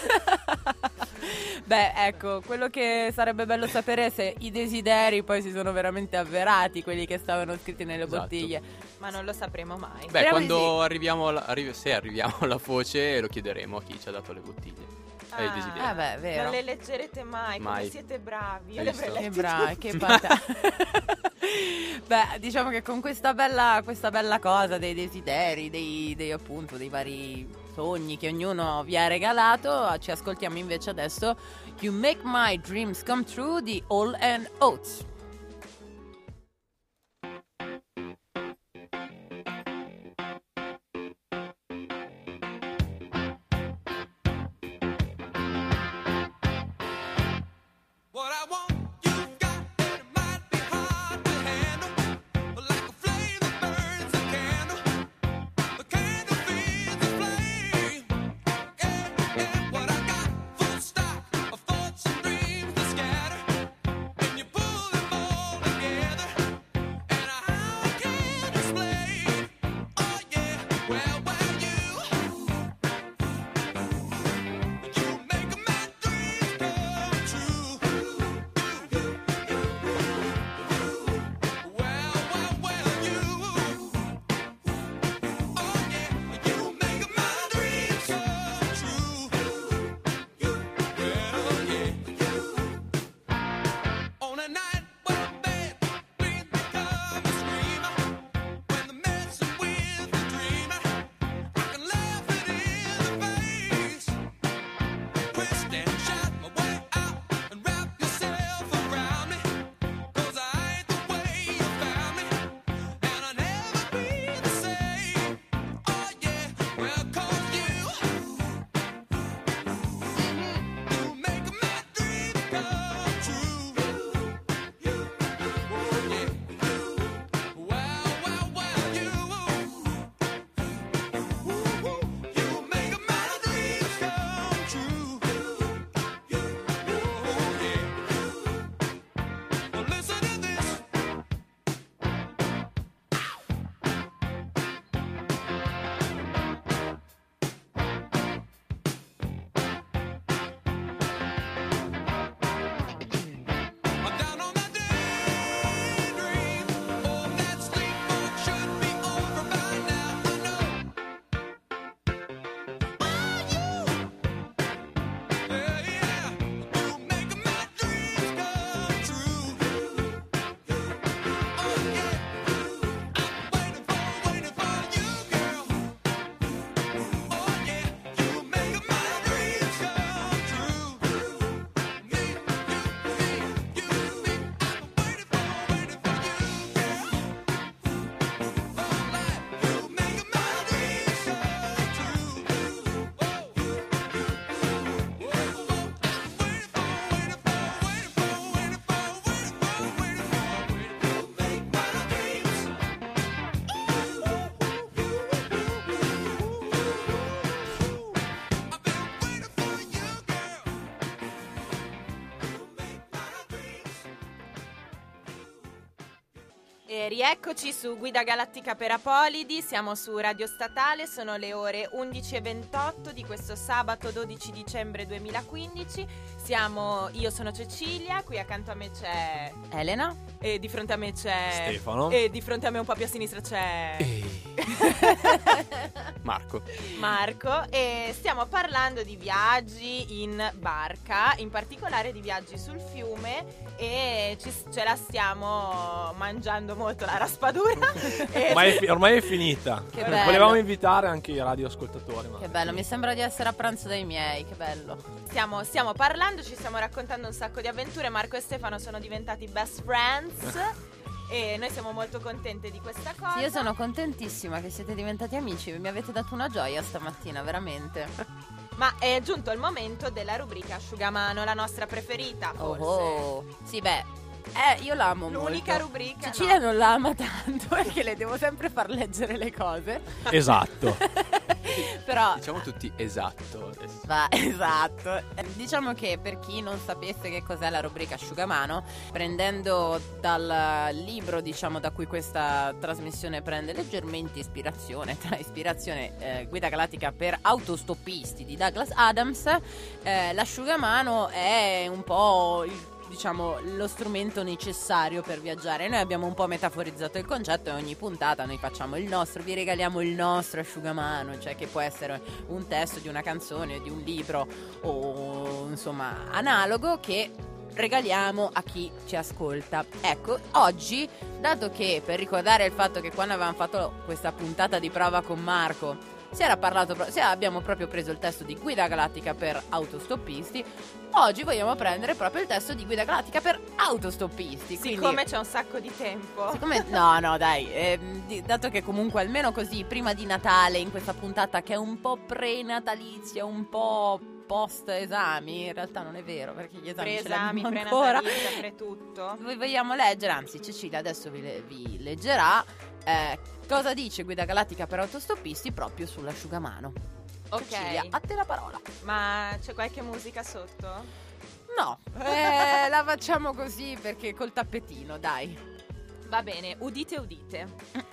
Speaker 2: Beh, ecco, quello che sarebbe bello sapere è se i desideri poi si sono veramente avverati, quelli che stavano scritti nelle
Speaker 7: Esatto.
Speaker 2: bottiglie.
Speaker 3: Ma non lo sapremo mai.
Speaker 7: Beh,
Speaker 2: Speriamo di
Speaker 7: quando arriviamo, alla, arri- se arriviamo alla foce, lo chiederemo a chi ci ha dato le bottiglie. E i
Speaker 3: Ah.
Speaker 7: desideri.
Speaker 2: Eh beh, vero.
Speaker 3: Non le leggerete mai, come
Speaker 7: Mai.
Speaker 3: siete bravi. Io
Speaker 7: Hai
Speaker 3: le
Speaker 7: visto?
Speaker 3: avrei
Speaker 2: Che
Speaker 3: lette
Speaker 2: bravi,
Speaker 3: tutte.
Speaker 2: che patà. Beh, diciamo che con questa bella, questa bella cosa dei desideri, dei, dei appunto, dei vari sogni che ognuno vi ha regalato, ci ascoltiamo invece adesso You Make My Dreams Come True di All and Oates.
Speaker 8: What I want, you've got, and it might be hard to handle. Like a flame that burns a candle, the candle feeds the flame. Yeah, yeah, what I got, full stock of thoughts and dreams that scatter. And you pull them
Speaker 3: E rieccoci su Guida Galattica per Apolidi, siamo su Radio Statale, sono le ore undici e ventotto di questo sabato dodici dicembre duemilaquindici. Siamo, io sono Cecilia, qui accanto a me c'è
Speaker 2: Elena.
Speaker 3: E di fronte a me c'è
Speaker 5: Stefano.
Speaker 3: E di fronte a me un po' più a sinistra c'è
Speaker 7: Marco.
Speaker 3: Marco. E stiamo parlando di viaggi in barca, in particolare di viaggi sul fiume, e ci, ce la stiamo mangiando molto la raspadura. E
Speaker 5: Ormai è, fi- ormai è finita.
Speaker 2: Che bello.
Speaker 5: Volevamo invitare anche i radioascoltatori. Ma
Speaker 2: Che bello, mi sembra di essere a pranzo dai miei, che bello.
Speaker 3: Stiamo, stiamo parlando, ci stiamo raccontando un sacco di avventure. Marco e Stefano sono diventati best friends e noi siamo molto contenti di questa cosa.
Speaker 2: Sì, io sono contentissima che siete diventati amici, mi avete dato una gioia stamattina, veramente.
Speaker 3: Ma è giunto il momento della rubrica Asciugamano, la nostra preferita,
Speaker 2: Oh,
Speaker 3: forse.
Speaker 2: oh. Sì, beh, eh, io l'amo
Speaker 3: L'unica
Speaker 2: molto.
Speaker 3: rubrica,
Speaker 2: Cecilia
Speaker 3: no.
Speaker 2: non la ama tanto perché le devo sempre far leggere le cose.
Speaker 5: Esatto.
Speaker 2: Però
Speaker 7: Diciamo tutti esatto adesso.
Speaker 2: Va, esatto. Eh, Diciamo che per chi non sapesse che cos'è la rubrica Asciugamano, prendendo dal libro, diciamo, da cui questa trasmissione prende leggermente ispirazione, tra ispirazione eh, Guida Galattica per autostoppisti di Douglas Adams, eh, l'asciugamano è un po' il diciamo lo strumento necessario per viaggiare. Noi abbiamo un po' metaforizzato il concetto e ogni puntata noi facciamo il nostro, vi regaliamo il nostro asciugamano, cioè che può essere un testo di una canzone, di un libro o insomma analogo che regaliamo a chi ci ascolta. Ecco, oggi, dato che per ricordare il fatto che quando avevamo fatto questa puntata di prova con Marco si era parlato, pro- sì, abbiamo proprio preso il testo di Guida Galattica per autostoppisti, oggi vogliamo prendere proprio il testo di Guida Galattica per autostoppisti. Quindi,
Speaker 3: Siccome c'è un sacco di tempo.
Speaker 2: siccome no, no, dai, ehm, di- dato che comunque almeno così prima di Natale, in questa puntata che è un po' pre-natalizia, un po' post esami, in realtà non è vero perché gli esami ce
Speaker 3: Pre-esami,
Speaker 2: l'abbiamo ancora.
Speaker 3: pre-natalizia, pre-tutto.
Speaker 2: Voi vogliamo leggere, anzi Cecilia adesso vi, le- vi leggerà eh, cosa dice Guida Galattica per autostoppisti proprio sull'asciugamano.
Speaker 3: Ok.
Speaker 2: Cecilia, a te la parola.
Speaker 3: Ma c'è qualche musica sotto?
Speaker 2: No, eh, la facciamo così perché col tappetino, dai.
Speaker 3: Va bene, udite udite.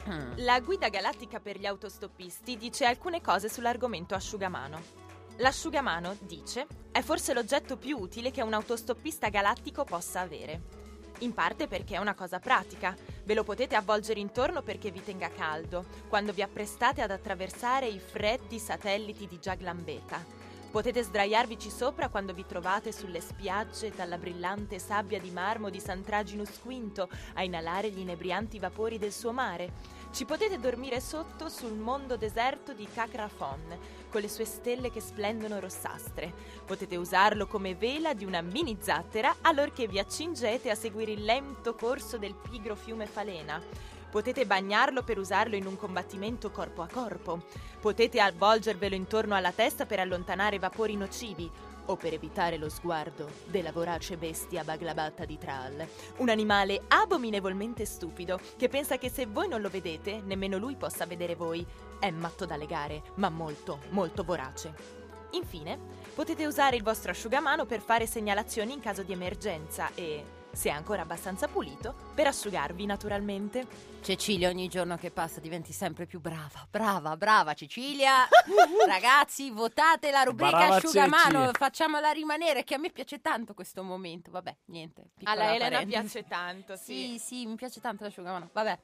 Speaker 3: La Guida Galattica per gli autostoppisti dice alcune cose sull'argomento asciugamano. L'asciugamano, dice, è forse l'oggetto più utile che un autostoppista galattico possa avere. In parte perché è una cosa pratica. Ve lo potete avvolgere intorno perché vi tenga caldo, quando vi apprestate ad attraversare i freddi satelliti di Jaglambeta. Potete sdraiarvici sopra quando vi trovate sulle spiagge dalla brillante sabbia di marmo di Sant'Aginus V a inalare gli inebrianti vapori del suo mare. Ci potete dormire sotto sul mondo deserto di Cacrafon, con le sue stelle che splendono rossastre. Potete usarlo come vela di una mini zattera allorché vi accingete a seguire il lento corso del pigro fiume Falena. Potete bagnarlo per usarlo in un combattimento corpo a corpo. Potete avvolgervelo intorno alla testa per allontanare vapori nocivi o per evitare lo sguardo della vorace bestia Baglabata di Thrall, un animale abominevolmente stupido che pensa che se voi non lo vedete, nemmeno lui possa vedere voi. È matto da legare, ma molto, molto vorace. Infine, potete usare il vostro asciugamano per fare segnalazioni in caso di emergenza e, se è ancora abbastanza pulito, per asciugarvi naturalmente.
Speaker 2: Cecilia ogni giorno che passa diventi sempre più brava, brava, brava Cecilia. Ragazzi, votate la rubrica
Speaker 5: Brava
Speaker 2: asciugamano,
Speaker 5: Ceci.
Speaker 2: facciamola rimanere che a me piace tanto questo momento. Vabbè, niente. piccola
Speaker 3: Alla Elena
Speaker 2: parentesi.
Speaker 3: piace tanto, sì.
Speaker 2: Sì, sì, mi piace tanto l'asciugamano. Vabbè.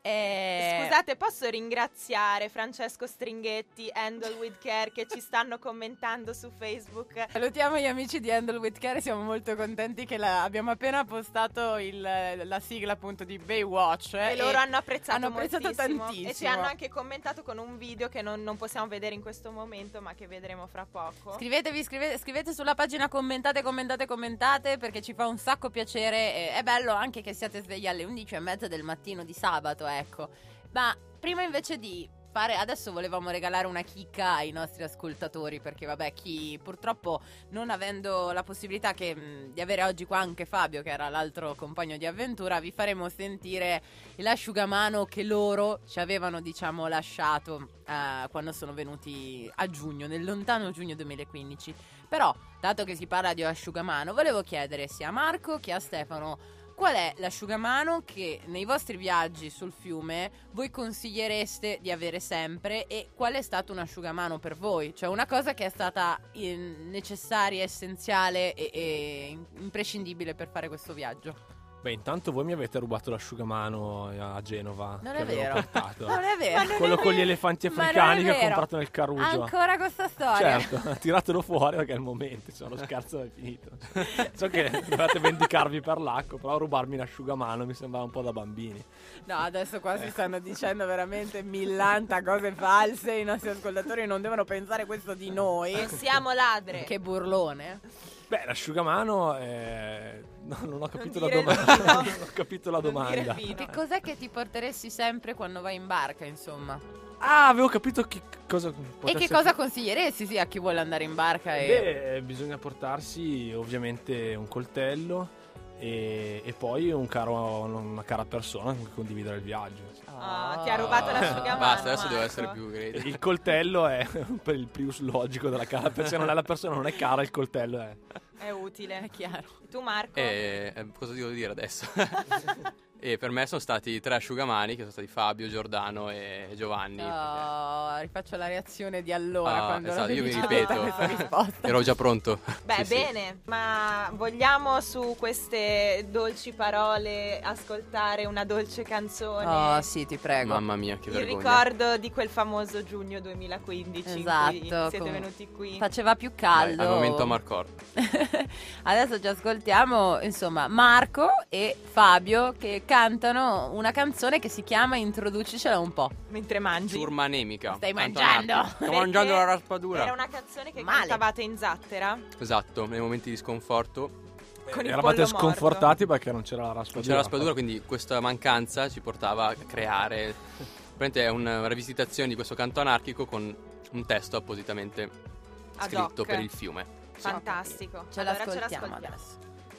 Speaker 2: Eh,
Speaker 3: Scusate, posso ringraziare Francesco Stringhetti, Handle with Care, che ci stanno commentando su Facebook.
Speaker 2: Salutiamo gli amici di Handle with Care, siamo molto contenti che la- abbiamo appena postato il- la sigla appunto di Baywatch. eh,
Speaker 3: E loro hanno apprezzato,
Speaker 2: hanno apprezzato
Speaker 3: moltissimo.
Speaker 2: tantissimo.
Speaker 3: E ci hanno anche commentato con un video che non, non possiamo vedere in questo momento, ma che vedremo fra poco.
Speaker 2: Scrivetevi, scrivete, scrivete sulla pagina, commentate, commentate, commentate, perché ci fa un sacco piacere. E è bello anche che siate svegli alle undici e mezza del mattino di sabato, ecco. Ma prima invece di fare, adesso volevamo regalare una chicca ai nostri ascoltatori, perché vabbè, chi purtroppo non avendo la possibilità che, mh, di avere oggi qua anche Fabio, che era l'altro compagno di avventura, vi faremo sentire l'asciugamano che loro ci avevano, diciamo, lasciato eh, quando sono venuti a giugno, nel lontano giugno duemilaquindici. Però, dato che si parla di asciugamano, volevo chiedere sia a Marco che a Stefano qual è l'asciugamano che nei vostri viaggi sul fiume voi consigliereste di avere sempre, e qual è stato un asciugamano per voi? Cioè una cosa che è stata eh, necessaria, essenziale e, e imprescindibile per fare questo viaggio.
Speaker 5: Beh, intanto voi mi avete rubato l'asciugamano a Genova.
Speaker 2: Non
Speaker 5: che
Speaker 2: è
Speaker 5: avevo
Speaker 2: vero.
Speaker 5: portato.
Speaker 2: Non è vero.
Speaker 5: Quello con gli elefanti
Speaker 2: Ma non è
Speaker 5: africani che ho
Speaker 2: vero.
Speaker 5: comprato nel Carugio.
Speaker 2: Ancora questa storia?
Speaker 5: Certo, tiratelo fuori perché è il momento, cioè, lo scherzo è finito. So che dovete vendicarvi per l'acqua, però rubarmi l'asciugamano mi sembrava un po' da bambini.
Speaker 2: No, adesso qua si stanno dicendo veramente millanta cose false. I nostri ascoltatori non devono pensare questo di noi.
Speaker 3: Non siamo ladre.
Speaker 2: Che burlone.
Speaker 5: Beh, l'asciugamano è... no, non ho capito la
Speaker 3: dire
Speaker 5: domanda.
Speaker 3: no.
Speaker 5: Non ho capito la
Speaker 3: Non dire
Speaker 5: domanda.
Speaker 3: fino.
Speaker 2: Che cos'è che ti porteresti sempre quando vai in barca, insomma?
Speaker 5: Ah, avevo capito che cosa
Speaker 2: E
Speaker 5: potesse
Speaker 2: che cosa consiglieresti, sì, a chi vuole andare in barca? E...
Speaker 5: Beh, bisogna portarsi ovviamente un coltello e, e poi un caro, una cara persona con cui condividere il viaggio.
Speaker 3: Ah, ti ha rubato l'asciugamano.
Speaker 7: Basta, adesso
Speaker 3: Marco.
Speaker 7: devo essere più gredi.
Speaker 5: Il coltello è per il Prius logico della cara persona. Se non è la persona, non è cara, il coltello è.
Speaker 3: È utile.
Speaker 2: È chiaro.
Speaker 3: Tu, Marco?
Speaker 7: E eh, cosa devo dire adesso? E per me sono stati tre asciugamani, che sono stati Fabio, Giordano e Giovanni. perché
Speaker 2: Oh, rifaccio la reazione di allora
Speaker 7: Ah,
Speaker 2: quando
Speaker 7: esatto, io mi
Speaker 2: avevi
Speaker 7: ripeto.
Speaker 2: questa risposta.
Speaker 7: Ero già pronto.
Speaker 3: Beh,
Speaker 7: Sì, sì.
Speaker 3: bene, ma vogliamo su queste dolci parole ascoltare una dolce canzone?
Speaker 2: Oh, sì, ti prego.
Speaker 7: Mamma mia, che
Speaker 3: Il
Speaker 7: vergogna.
Speaker 3: ricordo di quel famoso giugno duemilaquindici in
Speaker 2: Esatto,
Speaker 3: cui siete
Speaker 2: com-
Speaker 3: venuti qui.
Speaker 2: Faceva più
Speaker 7: Dai,
Speaker 2: caldo.
Speaker 7: al momento Amarcord.
Speaker 2: Adesso ci ascoltiamo, insomma, Marco e Fabio che cantano una canzone che si chiama Introducicela un po'.
Speaker 3: Mentre mangi.
Speaker 7: Ciurma anemica.
Speaker 2: Stai
Speaker 7: Canto
Speaker 2: mangiando?
Speaker 7: anarchico. Sto
Speaker 3: Perché
Speaker 7: mangiando la raspadura.
Speaker 3: Era una canzone che
Speaker 2: Male.
Speaker 3: cantavate in zattera
Speaker 7: Esatto, nei momenti di sconforto.
Speaker 3: con il
Speaker 5: Eravate
Speaker 3: pollo
Speaker 5: sconfortati perché non c'era la raspadura.
Speaker 7: Non c'era la raspadura, quindi questa mancanza ci portava a creare. Praticamente è una rivisitazione di questo canto anarchico con un testo appositamente
Speaker 3: Ad
Speaker 7: scritto
Speaker 3: hoc.
Speaker 7: per il fiume.
Speaker 3: morto. Fantastico.
Speaker 2: Ce
Speaker 3: Allora
Speaker 2: l'ascoltiamo adesso.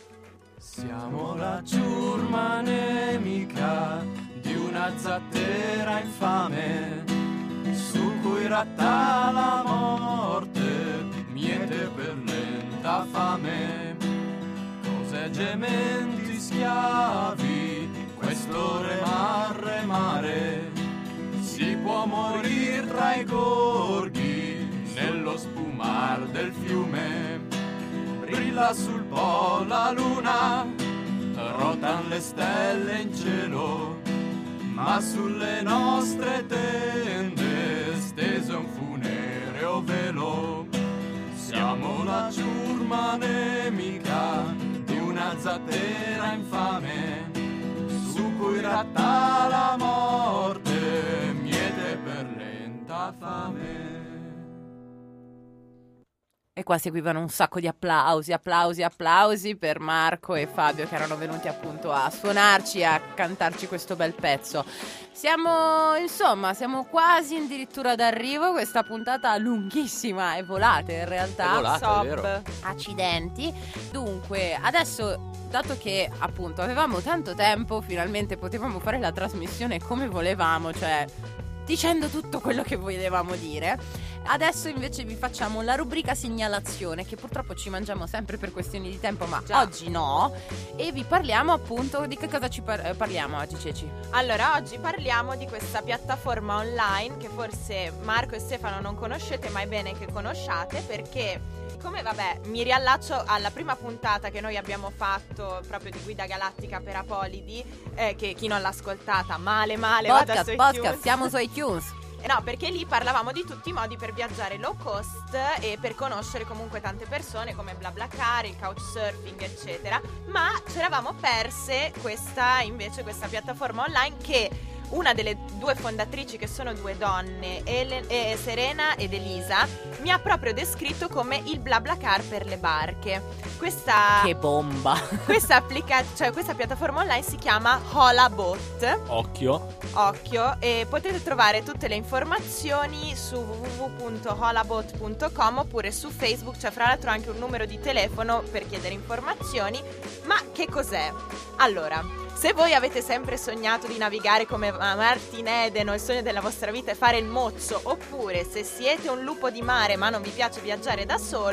Speaker 8: Siamo la ciurma nemica di una zattera infame su cui ratta la morte, miete per lenta fame. Cose gementi schiavi, questo remar remare, si può morir tra i gorghi nello spumar del fiume. Brilla sul po' la luna, rotan le stelle in cielo, ma sulle nostre tende steso un funereo velo. Siamo la ciurma nemica di una zattera infame, su cui ratta la morte, miete per lenta fame.
Speaker 2: E qua seguivano un sacco di applausi, applausi, applausi per Marco e Fabio che erano venuti appunto a suonarci, a cantarci questo bel pezzo. Siamo, insomma, siamo quasi addirittura d'arrivo, questa puntata lunghissima, è volata in realtà.
Speaker 7: È volata,
Speaker 3: Sob.
Speaker 7: è vero.
Speaker 2: Accidenti. Dunque, adesso, dato che appunto avevamo tanto tempo, finalmente potevamo fare la trasmissione come volevamo, cioè dicendo tutto quello che volevamo dire. Adesso invece vi facciamo la rubrica segnalazione, che purtroppo ci mangiamo sempre per questioni di tempo, ma
Speaker 3: Già.
Speaker 2: oggi no. E vi parliamo appunto di che cosa ci par- eh, parliamo oggi, Ceci?
Speaker 3: Allora, oggi parliamo di questa piattaforma online che forse Marco e Stefano non conoscete, ma è bene che conosciate, perché come vabbè, mi riallaccio alla prima puntata che noi abbiamo fatto proprio di Guida Galattica per Apolidi, eh, che chi non l'ha ascoltata male male vada
Speaker 2: Podcast,
Speaker 3: su
Speaker 2: podcast,
Speaker 3: iTunes.
Speaker 2: siamo su iTunes.
Speaker 3: Eh No, perché lì parlavamo di tutti i modi per viaggiare low cost e per conoscere comunque tante persone come BlaBlaCar, il couchsurfing, eccetera. Ma ci eravamo perse questa, invece, questa piattaforma online che una delle due fondatrici, che sono due donne, Ele- eh, Serena ed Elisa, mi ha proprio descritto come il BlaBlaCar per le barche. Questa
Speaker 2: Che bomba.
Speaker 3: questa, applica- cioè, questa piattaforma online si chiama Holabot.
Speaker 5: Occhio.
Speaker 3: Occhio, e potete trovare tutte le informazioni su w w w punto holabot punto com oppure su Facebook. C'è fra l'altro anche un numero di telefono per chiedere informazioni. Ma che cos'è? Allora, se voi avete sempre sognato di navigare come Martin Eden o il sogno della vostra vita è fare il mozzo, oppure se siete un lupo di mare ma non vi piace viaggiare da solo,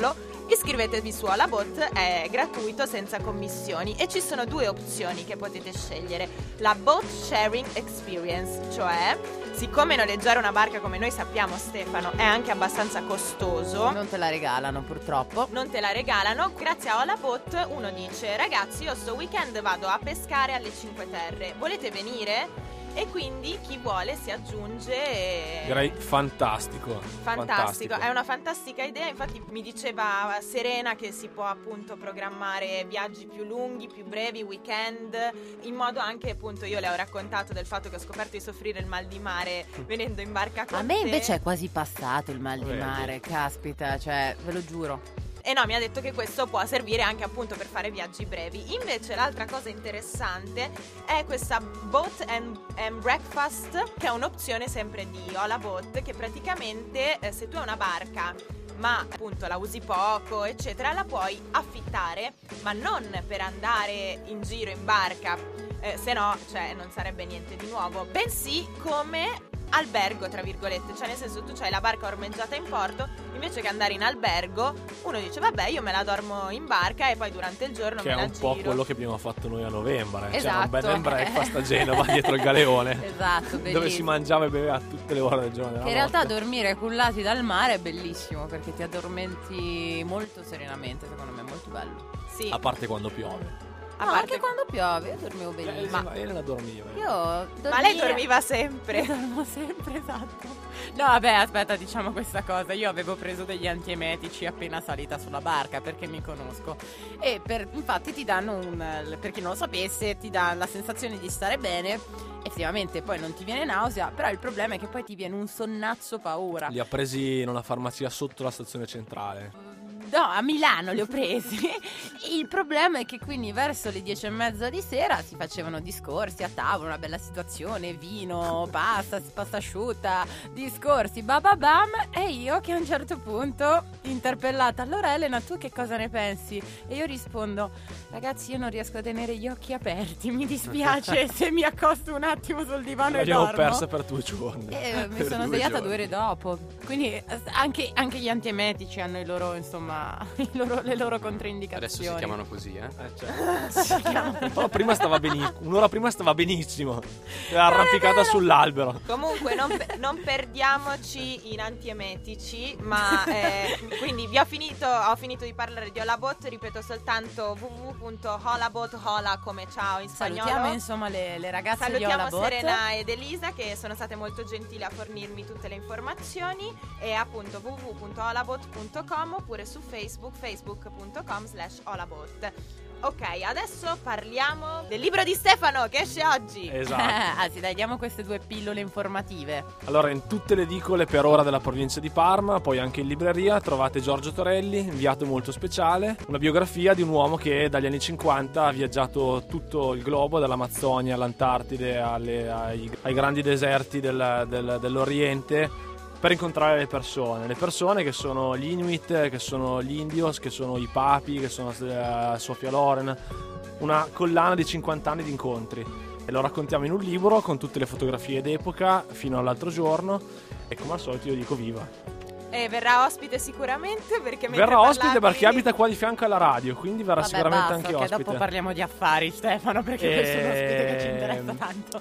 Speaker 3: Iscrivetevi su Holabot, è gratuito, senza commissioni, e ci sono due opzioni che potete scegliere. La Boat Sharing Experience, cioè siccome noleggiare una barca, come noi sappiamo Stefano, è anche abbastanza costoso,
Speaker 2: Non te la regalano purtroppo.
Speaker 3: non te la regalano, grazie a Holabot uno dice: ragazzi, io sto weekend vado a pescare alle Cinque Terre, volete venire? E quindi chi vuole si aggiunge e...
Speaker 5: Direi fantastico.
Speaker 3: Fantastico, è una fantastica idea. Infatti mi diceva Serena che si può appunto programmare viaggi più lunghi, più brevi, weekend, in modo anche, appunto, io le ho raccontato del fatto che ho scoperto di soffrire il mal di mare venendo in barca con
Speaker 2: A me
Speaker 3: te.
Speaker 2: invece è quasi passato il mal di
Speaker 5: Vedi.
Speaker 2: mare, caspita, cioè, ve lo giuro.
Speaker 3: E no, mi ha detto che questo può servire anche appunto per fare viaggi brevi. Invece l'altra cosa interessante è questa Boat and, and Breakfast, che è un'opzione sempre di Holabot, che praticamente eh, se tu hai una barca ma appunto la usi poco eccetera, la puoi affittare, ma non per andare in giro in barca, eh, se no, cioè, non sarebbe niente di nuovo, bensì come albergo, tra virgolette, cioè nel senso, tu c'hai la barca ormeggiata in porto, invece che andare in albergo uno dice vabbè, io me la dormo in barca e poi durante il giorno
Speaker 5: Che
Speaker 3: me
Speaker 5: è
Speaker 3: la
Speaker 5: un
Speaker 3: giro.
Speaker 5: po' quello che abbiamo fatto noi a novembre. C'era
Speaker 2: Esatto.
Speaker 5: un bed and breakfast a Genova dietro il galeone.
Speaker 2: Esatto,
Speaker 5: Dove
Speaker 2: bellissimo.
Speaker 5: si mangiava e beveva a tutte le ore del giorno. della
Speaker 2: Che in realtà
Speaker 5: notte.
Speaker 2: dormire cullati dal mare è bellissimo, perché ti addormenti molto serenamente, secondo me è molto bello.
Speaker 3: Sì,
Speaker 5: A parte quando piove.
Speaker 3: a
Speaker 2: No,
Speaker 3: parte
Speaker 2: anche quando piove io dormivo
Speaker 5: Eh,
Speaker 2: benissimo.
Speaker 5: ma io la dormivo. eh.
Speaker 2: Io dormire...
Speaker 3: ma lei dormiva
Speaker 2: Io
Speaker 3: sempre.
Speaker 2: dormo sempre, esatto. No, vabbè, aspetta, diciamo questa cosa. Io avevo preso degli antiemetici appena salita sulla barca, perché mi conosco. E per, infatti ti danno un... per chi non lo sapesse, ti dà la sensazione di stare bene. Effettivamente poi non ti viene nausea, però il problema è che poi ti viene un sonnazzo paura.
Speaker 5: Li ha presi in una farmacia sotto la stazione centrale.
Speaker 2: No, a Milano li ho presi. Il problema è che quindi verso le dieci e mezza di sera si facevano discorsi a tavola, una bella situazione, vino, pasta, pasta asciutta, discorsi, bababam. E io che a un certo punto, interpellata, allora Elena, tu che cosa ne pensi? E io rispondo: ragazzi, io non riesco a tenere gli occhi aperti, mi dispiace se mi accosto un attimo sul divano e
Speaker 5: L'abbiamo
Speaker 2: dormo.
Speaker 5: persa per due giorni.
Speaker 2: E mi
Speaker 5: Per
Speaker 2: sono
Speaker 5: due
Speaker 2: svegliata
Speaker 5: giorni.
Speaker 2: due ore dopo. Quindi eh, anche, anche gli antiemetici hanno i loro, insomma, i loro- le loro controindicazioni.
Speaker 7: Adesso si chiamano così, eh.
Speaker 5: Eh, certo. Però prima stava benissimo. Un'ora prima stava benissimo. Era arrampicata sull'albero.
Speaker 3: Comunque non, pe- non perdiamoci in antiemetici, ma eh, quindi vi ho finito, ho finito di parlare di Holabot, ripeto soltanto w w w punto holabot, hola come ciao in
Speaker 2: Salutiamo
Speaker 3: spagnolo.
Speaker 2: insomma le, le ragazze
Speaker 3: Salutiamo
Speaker 2: di Holabot.
Speaker 3: Serena ed Elisa che sono state molto gentili a fornirmi tutte le informazioni, e appunto w w w punto holabot punto com oppure su Facebook facebook punto com slash holabot. Ok, adesso parliamo del libro di Stefano che esce oggi.
Speaker 5: Esatto.
Speaker 2: Anzi, dai, diamo queste due pillole informative.
Speaker 5: Allora, in tutte le edicole per ora della provincia di Parma, poi anche in libreria, trovate Giorgio Torelli, inviato molto speciale, una biografia di un uomo che dagli anni cinquanta ha viaggiato tutto il globo, dall'Amazzonia all'Antartide, alle- ai, ai grandi deserti del- del- dell'Oriente, per incontrare le persone, le persone che sono gli Inuit, che sono gli Indios, che sono i Papi, che sono eh, Sofia Loren, una collana di cinquanta anni di incontri. E lo raccontiamo in un libro con tutte le fotografie d'epoca fino all'altro giorno, e come al solito io dico viva.
Speaker 3: E verrà ospite sicuramente perché mentre
Speaker 5: Verrà ospite
Speaker 3: parlavi-
Speaker 5: perché abita qua di fianco alla radio, quindi verrà
Speaker 2: Vabbè,
Speaker 5: sicuramente
Speaker 2: basta,
Speaker 5: anche
Speaker 2: che
Speaker 5: ospite.
Speaker 2: dopo parliamo di affari, Stefano, perché
Speaker 5: Ehm,
Speaker 2: questo è un ospite che ci interessa tanto.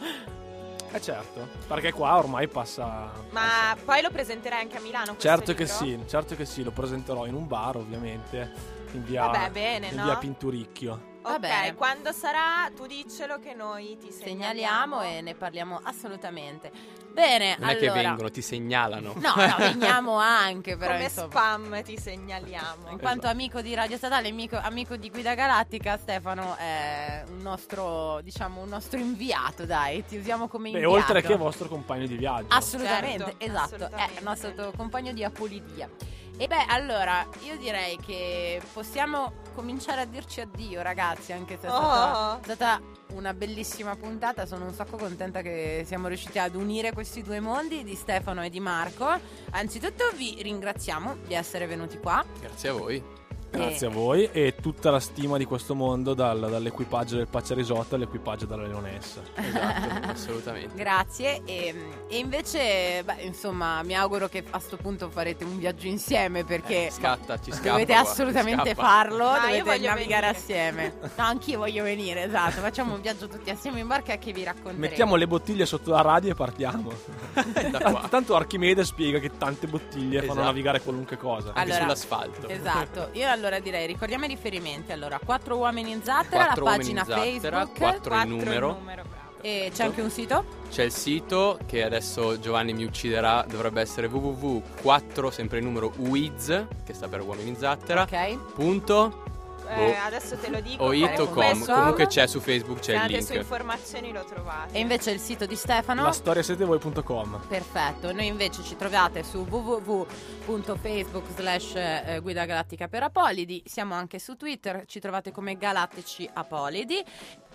Speaker 5: Eh certo, perché qua ormai passa...
Speaker 3: Ma poi lo presenterai anche a Milano questo
Speaker 5: Certo che
Speaker 3: libro?
Speaker 5: sì, certo che sì, lo presenterò in un bar ovviamente, in via,
Speaker 3: Vabbè, bene,
Speaker 5: in
Speaker 3: no?
Speaker 5: via Pinturicchio.
Speaker 3: Ok,
Speaker 2: Va bene.
Speaker 3: quando sarà tu diccelo che noi ti segnaliamo.
Speaker 2: Segnaliamo e ne parliamo assolutamente. Bene,
Speaker 7: Non è
Speaker 2: allora.
Speaker 7: che vengono, ti segnalano.
Speaker 2: No, no, veniamo anche, però
Speaker 3: Come
Speaker 2: insomma.
Speaker 3: spam ti segnaliamo.
Speaker 2: In quanto amico di Radio Statale, amico, amico di Guida Galattica, Stefano è un nostro, diciamo, un nostro inviato, dai, ti usiamo come
Speaker 5: Beh,
Speaker 2: inviato.
Speaker 5: oltre che vostro compagno di viaggio.
Speaker 2: Assolutamente,
Speaker 3: Certo,
Speaker 2: esatto,
Speaker 3: assolutamente.
Speaker 2: è il nostro compagno di Apolidia. E beh, allora, io direi che possiamo cominciare a dirci addio, ragazzi, anche se è stata,
Speaker 3: Oh.
Speaker 2: è stata una bellissima puntata. Sono un sacco contenta che siamo riusciti ad unire questi due mondi, di Stefano e di Marco. Anzitutto vi ringraziamo di essere venuti qua.
Speaker 7: Grazie a voi.
Speaker 5: Grazie
Speaker 2: E-
Speaker 5: a voi e tutta la stima di questo mondo dal- dall'equipaggio del Pacciarisotto all'equipaggio della Leonessa.
Speaker 7: Esatto, assolutamente.
Speaker 2: Grazie e, e invece beh, insomma mi auguro che a sto punto farete un viaggio insieme perché
Speaker 7: Eh, scatta, ci scappa.
Speaker 2: dovete
Speaker 7: guarda,
Speaker 2: assolutamente
Speaker 7: scappa.
Speaker 2: farlo,
Speaker 3: No, io
Speaker 2: dovete
Speaker 3: voglio
Speaker 2: navigare
Speaker 3: venire.
Speaker 2: assieme. No, anch'io voglio venire, esatto. Facciamo un viaggio tutti assieme in barca che vi racconteremo.
Speaker 5: Mettiamo le bottiglie sotto la radio e partiamo.
Speaker 7: Da qua.
Speaker 5: Tanto Archimede spiega che tante bottiglie fanno
Speaker 7: Esatto.
Speaker 5: navigare qualunque cosa.
Speaker 7: Anche
Speaker 2: Allora,
Speaker 7: sull'asfalto.
Speaker 2: Esatto, io allora direi ricordiamo i riferimenti. Allora, quattro uomini in zattera,
Speaker 7: Quattro
Speaker 2: la
Speaker 7: uomini in
Speaker 2: pagina
Speaker 7: zattera,
Speaker 2: Facebook,
Speaker 7: quattro in
Speaker 3: Quattro
Speaker 7: numero.
Speaker 3: il numero, bravo.
Speaker 2: e c'è anche un sito.
Speaker 7: C'è il sito che adesso Giovanni mi ucciderà, dovrebbe essere w w w quattro sempre il numero Wiz, che sta per uomini in zattera.
Speaker 2: Ok.
Speaker 7: Punto
Speaker 3: Eh,
Speaker 7: boh,
Speaker 3: adesso te lo dico.
Speaker 7: o it o
Speaker 3: comunque
Speaker 7: com.
Speaker 2: com.
Speaker 7: Comunque c'è su Facebook, c'è
Speaker 3: se
Speaker 7: il
Speaker 3: andate su
Speaker 7: link.
Speaker 3: informazioni lo trovate.
Speaker 2: E invece il sito di Stefano.
Speaker 5: La storia siete voi punto com.
Speaker 2: Perfetto, noi invece ci trovate su w w w punto facebook slash guida galattica per Apolidi, siamo anche su Twitter, ci trovate come Galattici Apolidi,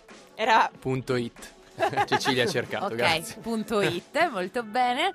Speaker 3: Era
Speaker 7: Punto it. Cecilia ha cercato,
Speaker 2: ok,
Speaker 7: grazie.
Speaker 2: punto it, molto bene.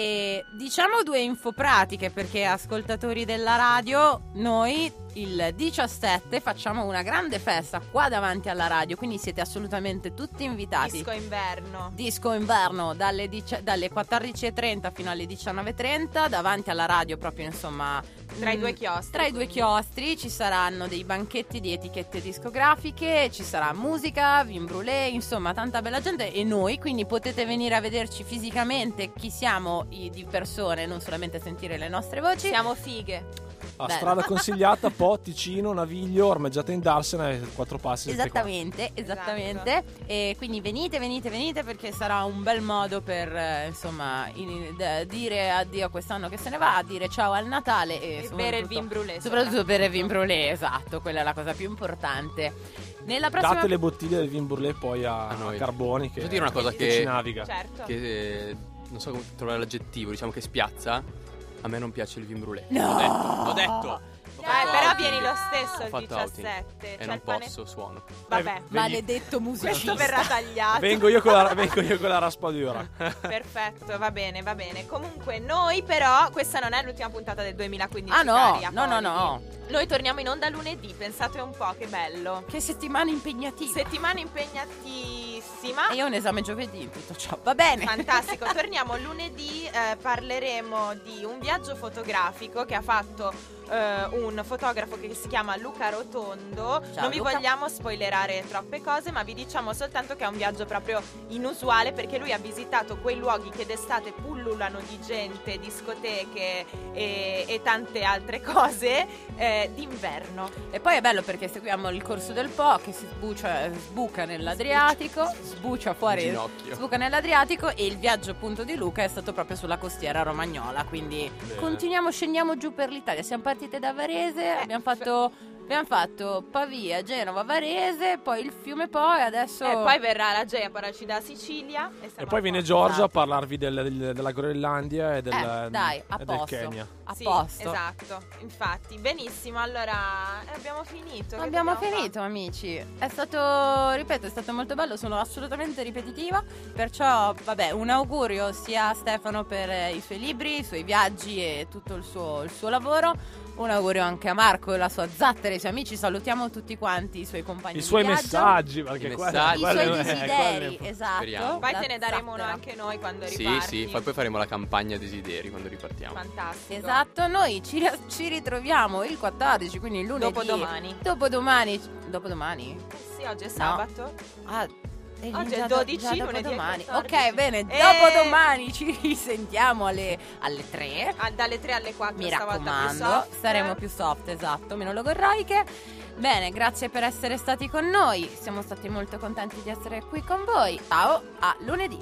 Speaker 2: E diciamo due info pratiche perché ascoltatori della radio, noi il diciassette facciamo una grande festa qua davanti alla radio, quindi siete assolutamente tutti invitati.
Speaker 3: disco inverno.
Speaker 2: Disco inverno dalle, dici- dalle quattordici e trenta fino alle diciannove e trenta davanti alla radio, proprio insomma
Speaker 3: Tra i
Speaker 2: mm,
Speaker 3: due chiostri,
Speaker 2: tra i due
Speaker 3: quindi.
Speaker 2: chiostri ci saranno dei banchetti di etichette discografiche, ci sarà musica, vin brûlé, insomma tanta bella gente e noi, quindi potete venire a vederci fisicamente chi siamo i- di persone, non solamente sentire le nostre voci.
Speaker 3: Siamo fighe.
Speaker 5: A
Speaker 2: Bello.
Speaker 5: strada consigliata, Po, Ticino, Naviglio, ormeggiata in Darsena e quattro passi. siete qua.
Speaker 2: Esattamente, esattamente. E quindi venite, venite, venite perché sarà un bel modo per eh, insomma in- d- dire addio a quest'anno che se ne va, dire ciao al Natale e,
Speaker 3: E
Speaker 2: soprattutto-
Speaker 3: bere il vin brûlé.
Speaker 2: Soprattutto per il vin brûlé, esatto, quella è la cosa più importante. Nella prossima
Speaker 5: Date le bottiglie del vin brûlé poi a,
Speaker 7: A noi.
Speaker 5: a Carboni che,
Speaker 7: Posso dire una cosa
Speaker 5: che
Speaker 7: che-
Speaker 5: ci naviga.
Speaker 3: Certo.
Speaker 7: Che eh, non so come trovare l'aggettivo, diciamo che spiazza. A me non piace il vin brûlé.
Speaker 2: No!
Speaker 7: L'ho detto. L'ho detto. Ho
Speaker 3: Eh,
Speaker 7: fatto
Speaker 3: però
Speaker 7: outing.
Speaker 3: vieni lo stesso
Speaker 7: Ho
Speaker 3: il
Speaker 7: fatto outing.
Speaker 3: diciassette.
Speaker 7: E
Speaker 3: C'è
Speaker 7: non
Speaker 3: il pane-
Speaker 7: posso, suono.
Speaker 3: Vabbè,
Speaker 2: maledetto
Speaker 3: questo
Speaker 2: musicista.
Speaker 3: verrà tagliato.
Speaker 5: Vengo io con la, vengo io con la raspadura.
Speaker 3: Perfetto, va bene, va bene. Comunque noi però, questa non è l'ultima puntata del duemilaquindici.
Speaker 2: Ah, no,
Speaker 3: cari
Speaker 2: no, no,
Speaker 3: Apolidi.
Speaker 2: no.
Speaker 3: Noi torniamo in onda lunedì, pensate un po' che bello.
Speaker 2: Che settimana impegnativa.
Speaker 3: Settimana impegnatissima.
Speaker 2: E io ho un esame giovedì in tutto ciò. Va bene.
Speaker 3: Fantastico, torniamo lunedì, eh, parleremo di un viaggio fotografico che ha fatto eh, un fotografo che si chiama Luca Rotondo.
Speaker 2: Ciao,
Speaker 3: non vi
Speaker 2: Luca.
Speaker 3: vogliamo spoilerare troppe cose, ma vi diciamo soltanto che è un viaggio proprio inusuale perché lui ha visitato quei luoghi che d'estate pullulano di gente, discoteche e, e tante altre cose eh, d'inverno.
Speaker 2: E poi è bello perché seguiamo il corso del Po che si sbucia, sbuca nell'Adriatico, sbucia fuori,
Speaker 7: Ginocchio.
Speaker 2: sbuca nell'Adriatico e il viaggio appunto di Luca è stato proprio sulla costiera romagnola, quindi
Speaker 5: Bene.
Speaker 2: continuiamo, scendiamo giù per l'Italia, siamo partite da Varese, abbiamo fatto, abbiamo fatto Pavia, Genova, Varese, poi il fiume Po e adesso...
Speaker 3: E poi verrà la Gea Paraci da Sicilia. E,
Speaker 5: E
Speaker 3: siamo
Speaker 5: poi
Speaker 3: a
Speaker 5: viene
Speaker 3: posto.
Speaker 5: Giorgia a
Speaker 2: Esatto.
Speaker 5: parlarvi del, del- della Groenlandia e del,
Speaker 2: Eh, dai, a
Speaker 5: e del
Speaker 2: posto.
Speaker 5: Kenya.
Speaker 2: A
Speaker 3: Sì,
Speaker 2: posto.
Speaker 3: esatto, infatti, benissimo, allora eh, abbiamo finito. che
Speaker 2: Abbiamo
Speaker 3: dobbiamo
Speaker 2: finito amici, è stato, ripeto, è stato molto bello, sono assolutamente ripetitiva, perciò vabbè un augurio sia a Stefano per eh, i suoi libri, i suoi viaggi e tutto il suo, il suo lavoro, un augurio anche a Marco e la sua zattera, i suoi amici, salutiamo tutti quanti i suoi compagni
Speaker 5: I
Speaker 2: di
Speaker 5: suoi
Speaker 2: viaggio,
Speaker 5: messaggi, perché
Speaker 7: I
Speaker 5: quello-
Speaker 7: messaggi.
Speaker 2: i
Speaker 5: quello
Speaker 2: suoi
Speaker 5: è-
Speaker 2: desideri,
Speaker 5: quello è-
Speaker 2: esatto.
Speaker 7: Speriamo.
Speaker 3: Poi
Speaker 2: la
Speaker 3: te ne daremo uno
Speaker 2: zattera.
Speaker 3: anche noi quando
Speaker 7: Sì,
Speaker 3: riparti.
Speaker 7: sì, poi, poi faremo la campagna desideri quando ripartiamo.
Speaker 3: Fantastico.
Speaker 2: Esatto, noi ci, ri- ci ritroviamo il quattordici, quindi il lunedì.
Speaker 3: Dopodomani.
Speaker 2: Dopodomani. Dopodomani?
Speaker 3: Eh sì, oggi è sabato.
Speaker 2: Ah, è
Speaker 3: Oggi è
Speaker 2: già
Speaker 3: il
Speaker 2: do-
Speaker 3: dodici,
Speaker 2: già
Speaker 3: lunedì è il
Speaker 2: dopodomani.
Speaker 3: quattordici.
Speaker 2: Ok, bene,
Speaker 3: Eh!
Speaker 2: dopodomani ci risentiamo alle, alle tre.
Speaker 3: Ah, dalle tre alle quattro
Speaker 2: Mi
Speaker 3: stavolta più
Speaker 2: raccomando,
Speaker 3: soft.
Speaker 2: saremo più soft, esatto, meno logorroiche. Bene, grazie per essere stati con noi. Siamo stati molto contenti di essere qui con voi. Ciao, a lunedì.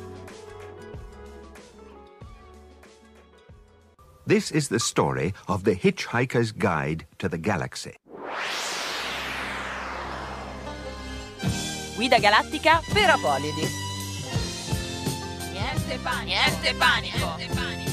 Speaker 1: This is the story of the Hitchhiker's Guide to the Galaxy.
Speaker 3: Guida galattica
Speaker 2: Per Apolidi.
Speaker 3: Niente panico. Niente panico.